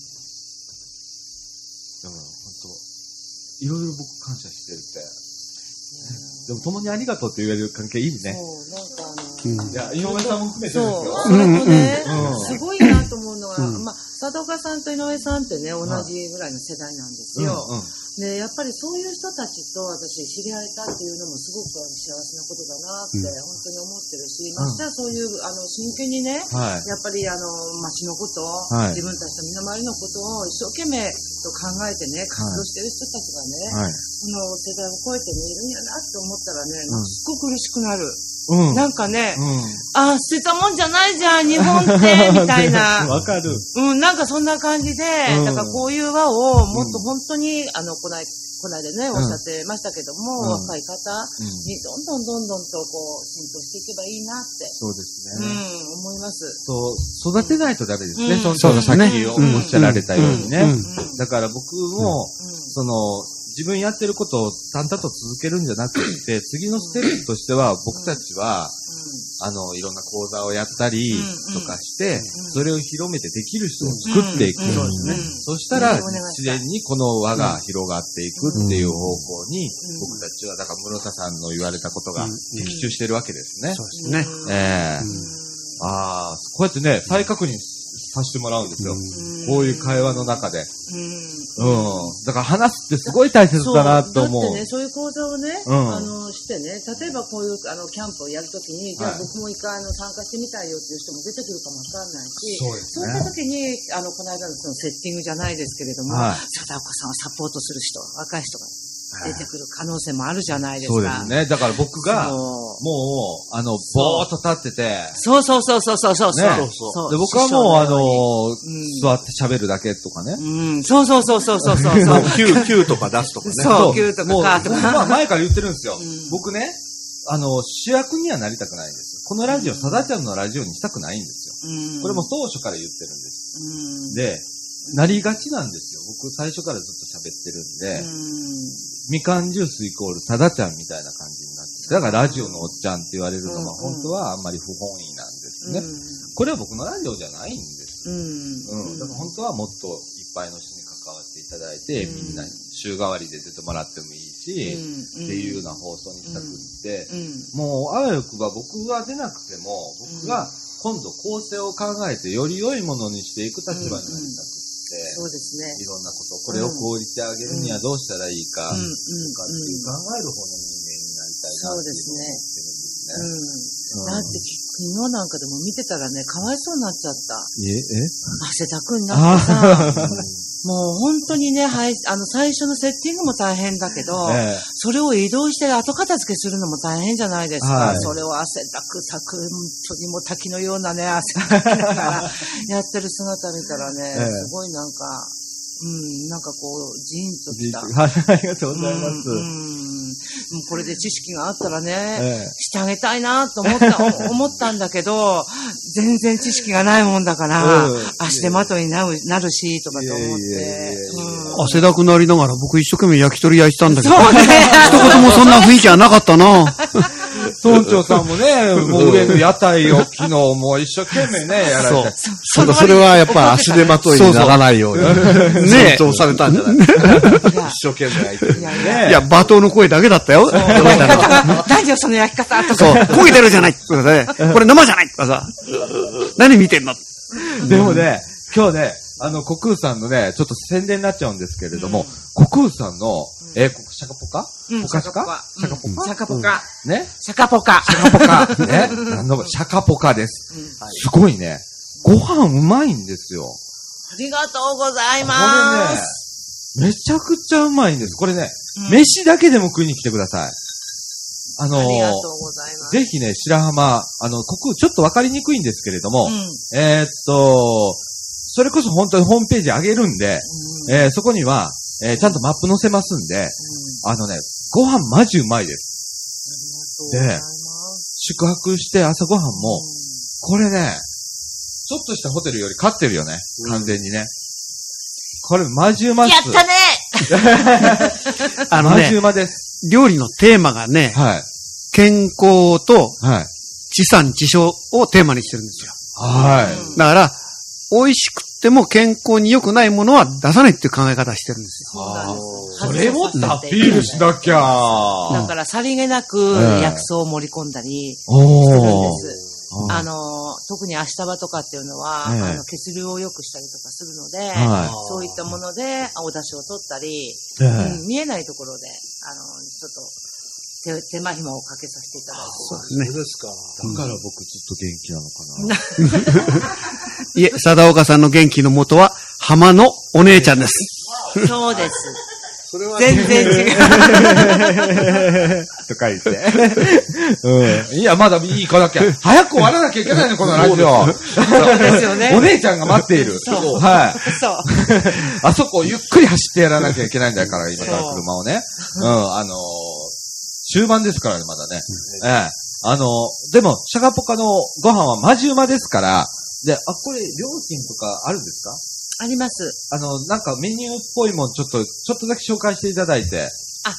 だから本当、いろいろ僕感謝してるって。でも共にありがとうって言われる関係いいね。そう、なんかいや、井上さんも含めてですよ。 それもね、すごいなと思うのは、佐岡さんと井上さんってね、同じぐらいの世代なんですよ。で、やっぱりそういう人たちと私知り合えたっていうのもすごく幸せなことだなって本当に思ってるし、ましてはそういう真剣にね、やっぱり街のこと、自分たちの身の回りのことを一生懸命と考えてね、活動してる人たちがね、この世代を超えてね、いるんやなって思ったらね、すごく嬉しくなる。 なんかね、捨てたもんじゃないじゃん、日本って、みたいな。 わかる。 なんかそんな感じで、だからこういう輪をもっと本当に、この間ね、おっしゃってましたけども、若い方にどんどんとこう、浸透していけばいいなって。 そうですね。 思います。 そう、育てないとダメですね。そうさっきおっしゃられたようにね。だから僕も、自分やってることを淡々と続けるんじゃなくて、次のステップとしては、僕たちは、いろんな講座をやったりとかして、それを広めてできる人を作っていく。そうですね。そしたら、自然にこの輪が広がっていくっていう方向に、僕たちは、だから室田さんの言われたことが的中してるわけですね。 そうですね。 こうやってね、再確認させてもらうんですよ。こういう会話の中で。だから話すってすごい大切だなと思う。 だってね、そういう講座をね、してね、例えばこういうキャンプをやるときに、じゃあ僕も一回参加してみたいよっていう人も出てくるかもわかんないし、そういったときに、この間のそのセッティングじゃないですけれども、貞岡さんをサポートする人、若い人が出てくる可能性もあるじゃないですか。 そうですね。だから僕が、もう、ぼーっと立ってて。 そう。で、 僕はもう、座って喋るだけとかね。 そう。 Q とか出すとかね。 そう、Q とか僕は前から言ってるんですよ。僕ね、主役にはなりたくないんですよ。このラジオ、さだちゃんのラジオにしたくないんですよ。これも当初から言ってるんです。で、なりがちなんですよ。僕最初からずっと喋ってるんで、みかんジュースイコールただちゃんみたいな感じになって、だからラジオのおっちゃんって言われるのは本当はあんまり不本意なんですね。これは僕のラジオじゃないんです。だから本当はもっといっぱいの人に関わっていただいて、みんな週替わりで出てもらってもいいし、っていうような放送にしたくって、もうあわよくば僕が出なくても、僕が今度構成を考えてより良いものにしていく立場になりたくて、 そうですね。 いろんなこと、これを効率上げるにはどうしたらいいか、とかっていう考える方の人間になりたいなって思ってるんですね。 だって昨日なんかでも見てたらね、かわいそうになっちゃった。汗だくになってさ、もう本当にね、最初のセッティングも大変だけど、それを移動して後片付けするのも大変じゃないですか。それを汗だくさく、本当にもう滝のようなね、汗かきながらやってる姿見たらね、すごいなんか、なんかこう、ジーンときた。 ありがとうございます。 これで知識があったらね、してあげたいなと思ったんだけど、全然知識がないもんだから、足手まといになるし、とかと思って。 汗だくなりながら僕一生懸命焼き鳥焼いたんだけど、一言もそんな雰囲気はなかったな。 村長さんもね、もう上の屋台を昨日もう一生懸命ね、やられて。 それはやっぱ足手まといにならないように。ね尊重されたんじゃない一生懸命焼いてる。 いや、罵倒の声だけだったよ。 何よ、その焼き方とか。 そう、焦げてるじゃないとかね。これ生じゃないとかさ。何見てんのでもね、今日ね、国空さんのね、ちょっと宣伝になっちゃうんですけれども、国空さんの、シャカポカポカシャカシャカポカシャカポカ。 ねシャカポカ。 シャカポカ。ねシャカポカです。すごいね。ご飯うまいんですよ。 ありがとうございます。 これね、めちゃくちゃうまいんです。これね、飯だけでも食いに来てください。 ありがとうございます。 ぜひね、白浜、ちょっとわかりにくいんですけれども、それこそ本当にホームページ上げるんで、そこには、ちゃんとマップ載せますんで、ご飯マジうまいです。で、宿泊して朝ご飯も、これね、ちょっとしたホテルより勝ってるよね。完全にね。これマジうまっす。 やったねマジうまです。 料理のテーマがね、健康と地産地消をテーマにしてるんですよ。だから、美味しくても健康に良くないものは出さないっていう考え方してるんですよ。 それもアピールしなきゃ。 だからさりげなく薬草を盛り込んだりしてるんです。特に足束とかっていうのは、血流を良くしたりとかするので、そういったものでお出汁を取ったり、見えないところで、ちょっと手間暇をかけさせていただいて。 そうですか。 だから僕ずっと元気なのかな。 いえ、貞岡さんの元気の元は、浜のお姉ちゃんです。 そうです。 それは全然違う。とか言って。うん。いや、まだいいかなきゃ。早く終わらなきゃいけないの、このラジオ。 そうですよね。 お姉ちゃんが待っている。 そう。 はい。 そう。 あそこをゆっくり走ってやらなきゃいけないんだから、今から車をね。うん、終盤ですからね、まだね。でも、シャガポカのご飯はマジうまですから、で、これ、料金とかあるんですか？ あります。 なんかメニューっぽいもんちょっとだけ紹介していただいて。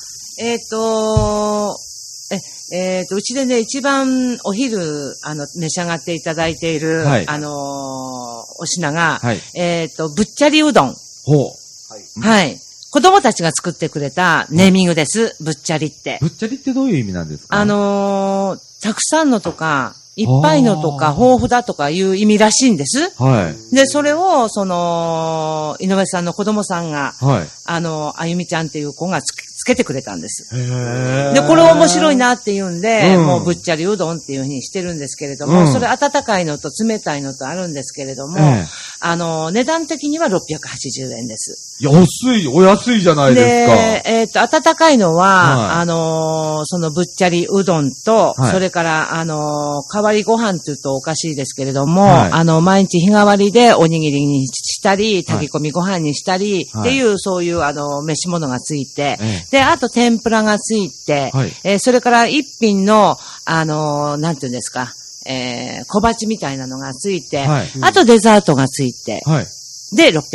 うちでね、一番お昼、召し上がっていただいている、はい、お品が、はい、ぶっちゃりうどん。 ほう。 はい。子供たちが作ってくれたネーミングです。ぶっちゃりって。 ぶっちゃりってどういう意味なんですか？ たくさんのとか、いっぱいのとか、豊富だとかいう意味らしいんです。 はい。 で、それを、井上さんの子供さんが、 はい。 あゆみちゃんっていう子がつけてくれたんです。 へー。 で、これ面白いなって言うんで、もうぶっちゃりうどんっていうふうにしてるんですけれども、それ温かいのと冷たいのとあるんですけれども、値段的には680円です。 お安いじゃないですか。温かいのは、そのぶっちゃりうどんと、それから、代わりご飯って言うとおかしいですけれども、毎日日替わりでおにぎりにしたり、炊き込みご飯にしたり、っていう、そういう、飯物がついて、で、あと天ぷらがついて、それから一品の、なんていうんですか、小鉢みたいなのがついて、あとデザートがついて、で、680円。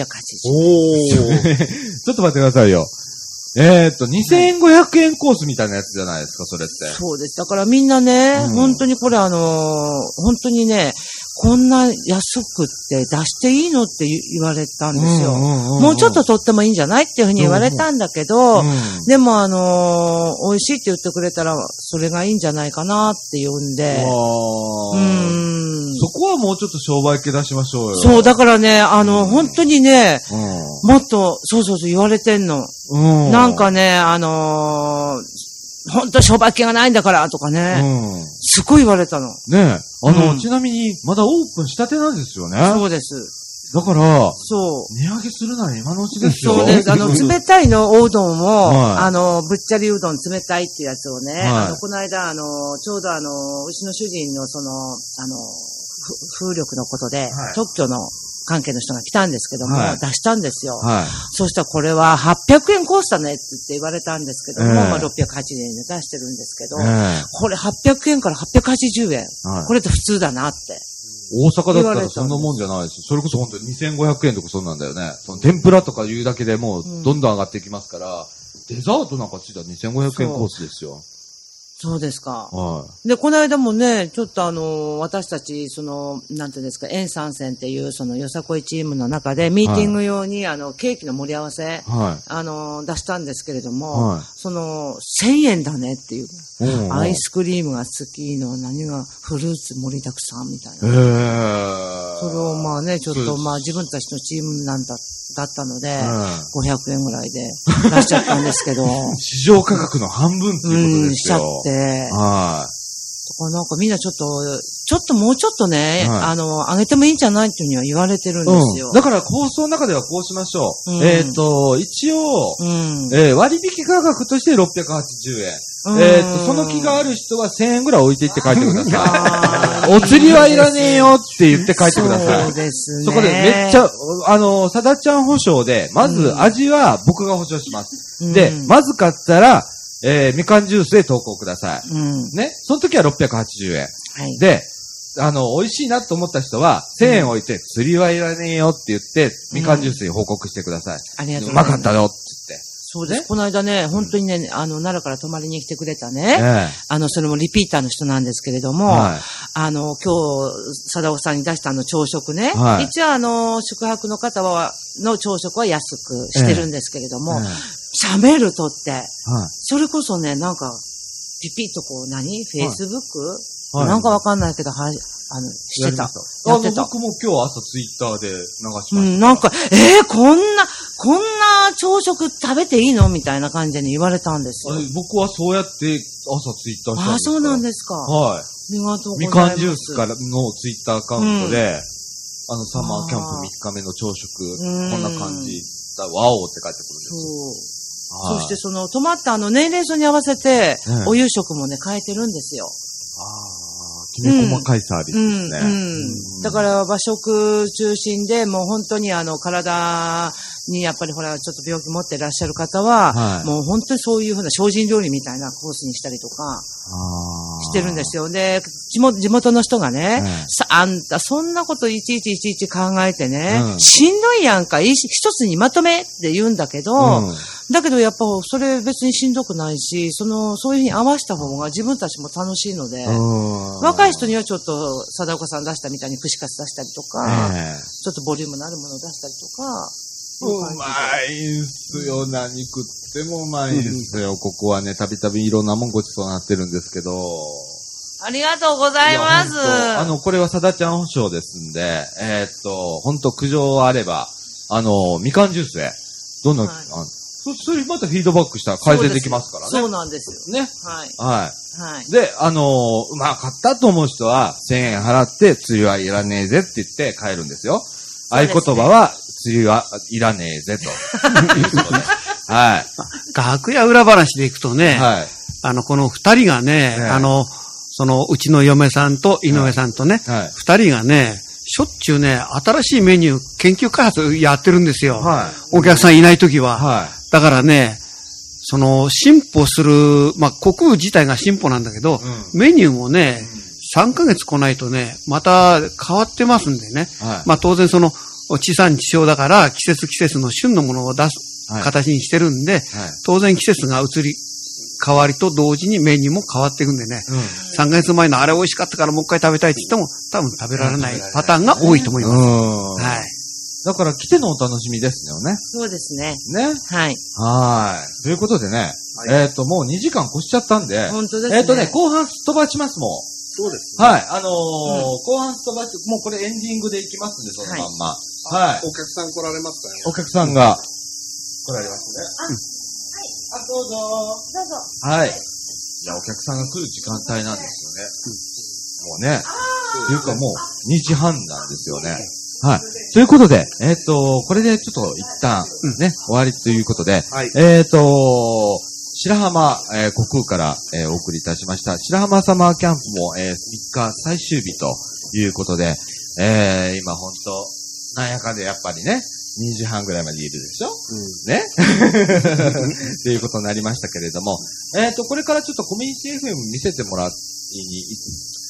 ちょっと待ってくださいよ。2500円コースみたいなやつじゃないですか、それって。 そうです。だからみんなね、本当にこれ本当にね、こんな安くって出していいのって言われたんですよ。もうちょっと取ってもいいんじゃないっていうふうに言われたんだけど、でも美味しいって言ってくれたら、それがいいんじゃないかなって言うんで。 そこはもうちょっと商売系出しましょうよ。 そう、だからね、本当にね、もっと、そう言われてんの。なんかね、本当商売系がないんだからとかね、すごい言われたの。 ねちなみに、まだオープンしたてなんですよね。 そうです。 だから、 そう。 値上げするなら今のうちですよ。 そうです。冷たいのおうどんを、ぶっちゃりうどん冷たいってやつをね、この間、ちょうどうちの主人の風力のことで、特許の関係の人が来たんですけども、出したんですよ。そしたらこれは800円コースだねって言われたんですけども、680円で出してるんですけど、これ800円から880円。これって普通だなって。 大阪だったらそんなもんじゃないですよ。それこそ本当に2500円とかそんなんだよね。その天ぷらとか言うだけでもうどんどん上がっていきますから、デザートなんかついたら2500円コースですよ。 そうですか。で、この間もね、ちょっと私たち、なんていうんですか、円参戦っていう、よさこいチームの中で、ミーティング用に、ケーキの盛り合わせ、出したんですけれども、1000円だねっていう。アイスクリームが好きの、何が、フルーツ盛りだくさんみたいな。それをまあね、ちょっとまあ自分たちのチームだったので、500円ぐらいで出しちゃったんですけど。 市場価格の半分っていうことですよ。 しちゃって。だからなんかみんなちょっともうちょっとね、上げてもいいんじゃないっていうには言われてるんですよ。 だから構想の中ではこうしましょう。一応、割引価格として680円。その気がある人は1000円ぐらい置いていって帰ってください。お釣りはいらねえよって言って帰ってください。 そうですね。 そこでめっちゃ、さだちゃん保証で、まず味は僕が保証します。で、まずかったら、みかんジュースで投稿ください。ね。その時は680円。で、美味しいなと思った人は、1000円置いて、釣りはいらねえよって言って、みかんジュースに報告してください。 ありがとうございます。うまかったよって言って。 そうです。この間ね、本当にね、奈良から泊まりに来てくれたね、それもリピーターの人なんですけれども、今日、貞夫さんに出した朝食ね、一応宿泊の方の朝食は安くしてるんですけれども、シャベル取って、それこそね、なんか、ピピッとこうフェイスブックなんかわかんないけど、してた。 やってた。僕も今日朝ツイッターで流しました。 なんか、こんな朝食食べていいのみたいな感じで言われたんですよ。 僕はそうやって朝ツイッターしたんです。 そうなんですか。 はい。 ありがとうございます。 みかんジュースからのツイッターアカウントで、サマーキャンプ3日目の朝食、こんな感じだ、ワオって書いてくるんですよ。 そして泊まった年齢層に合わせて、お夕食もね、変えてるんですよ。 きめ細かいサービスですね。だから和食中心で、もう本当に体にやっぱりほら、ちょっと病気持ってらっしゃる方は、もう本当にそういうふうな精進料理みたいなコースにしたりとか、してるんですよ。で、地元の人がね、あんたそんなこといちいち考えてね、しんどいやんか、一つにまとめって言うんだけど、だけどやっぱそれ別にしんどくないし、そういうふうに合わせた方が自分たちも楽しいので、若い人にはちょっと貞岡さん出したみたいに串カツ出したりとか、ちょっとボリュームのあるものを出したりとか。 うまいんすよ、何食ってもうまいんすよ。ここはね、たびたびいろんなもんごちそうになってるんですけど。 ありがとうございます。 これはさだちゃん保証ですんで、ほんと苦情あれば、みかんジュースへ、どんどん、それまたフィードバックしたら改善できますからね。 そうなんですよ。 ね。はい。で、うまかったと思う人は、1000円払って、釣りはいらねえぜって言って帰るんですよ。合言葉は、釣りはいらねえぜと。いうことで。はい。 楽屋裏話でいくとね、この二人がね、うちの嫁さんと井上さんとね、二人がね、しょっちゅうね、新しいメニュー、研究開発やってるんですよ。お客さんいないときは。だからね、進歩する、国自体が進歩なんだけど、メニューもね、3ヶ月来ないとね、また変わってますんでね。当然地産地消だから、季節の旬のものを出す形にしてるんで、当然季節が移り変わりと同時にメニューも変わっていくんでね、3ヶ月前のあれ美味しかったからもう一回食べたいって言っても、多分食べられないパターンが多いと思います。 だから来てのお楽しみですよね。 そうですね。 ね。ということでね、もう2時間越しちゃったんで、 本当ですね。 後半すっ飛ばしますもん。 そうです。 後半すっ飛ばして、もうこれエンディングでいきますんで、そのまんま。 お客さん来られますかね。 お客さんが来られますね。 どうぞ。 はい。いや、お客さんが来る時間帯なんですよね。もうね。というかもう2時半なんですよね。ということで、これでちょっと一旦ね、終わりということで、白浜、国空から、お送りいたしました。白浜サマーキャンプも、3日最終日ということで、今ほんと、なんやかんでやっぱりね、2時半ぐらいまでいるでしょねっていうことになりましたけれども、これからちょっとコミュニティ FM 見せてもらいに行って、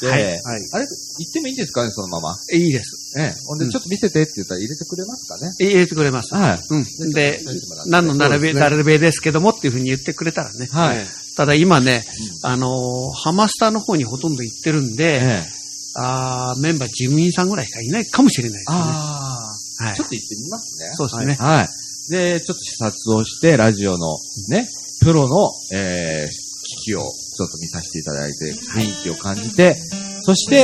あれ、行ってもいいんですかね、そのまま。 いいです。 ほんで、ちょっと見せてって言ったら入れてくれますかね。 入れてくれます。で、何の並べですけどもっていうふうに言ってくれたらね。ただ今ね、ハマスターの方にほとんど行ってるんで、メンバー事務員さんぐらいしかいないかもしれないですね。 ちょっと行ってみますね。 そうですね。 で、ちょっと視察をして、ラジオのね、プロの、機器をちょっと見させていただいて、雰囲気を感じて、そして、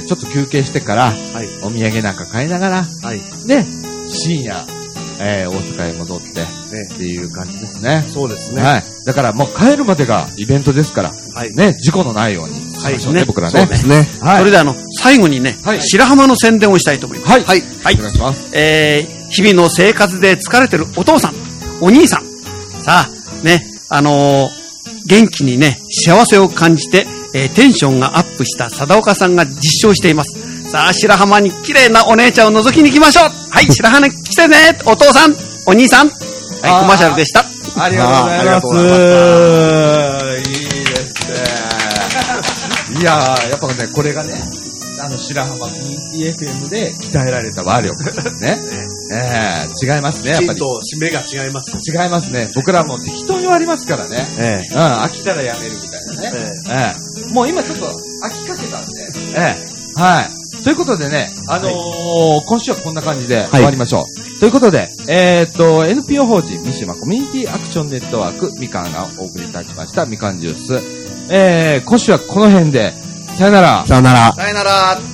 ちょっと休憩してから、お土産なんか買いながら、で、深夜、大阪へ戻って、っていう感じですね。 そうですね。 だからもう帰るまでがイベントですから、ね、事故のないようにしましょうね、僕らね。 そうですね。 それで最後にね、白浜の宣伝をしたいと思います。 お願いします。 日々の生活で疲れてるお父さん、お兄さん、さあ、ね、元気にね、幸せを感じて、テンションがアップした貞岡さんが実証しています。さあ、白浜に綺麗なお姉ちゃんを覗きに行きましょう。白浜に来てね、お父さん、お兄さん。コマーシャルでした。 ありがとうございます。いいですね。いやー、やっぱね、これがね、白浜コミュニティ FM で鍛えられた和力。ね。違いますね、やっぱり。 と締めが違います。 違いますね。僕らも適当に割りますからね。飽きたらやめるみたいなね。もう今ちょっと飽きかけたんで。ということでね、今週はこんな感じで終わりましょう。ということで、NPO 法人三島コミュニティアクションネットワークみかんがお送りいたしましたみかんジュース。今週はこの辺で、さよなら。 さよなら。さよなら。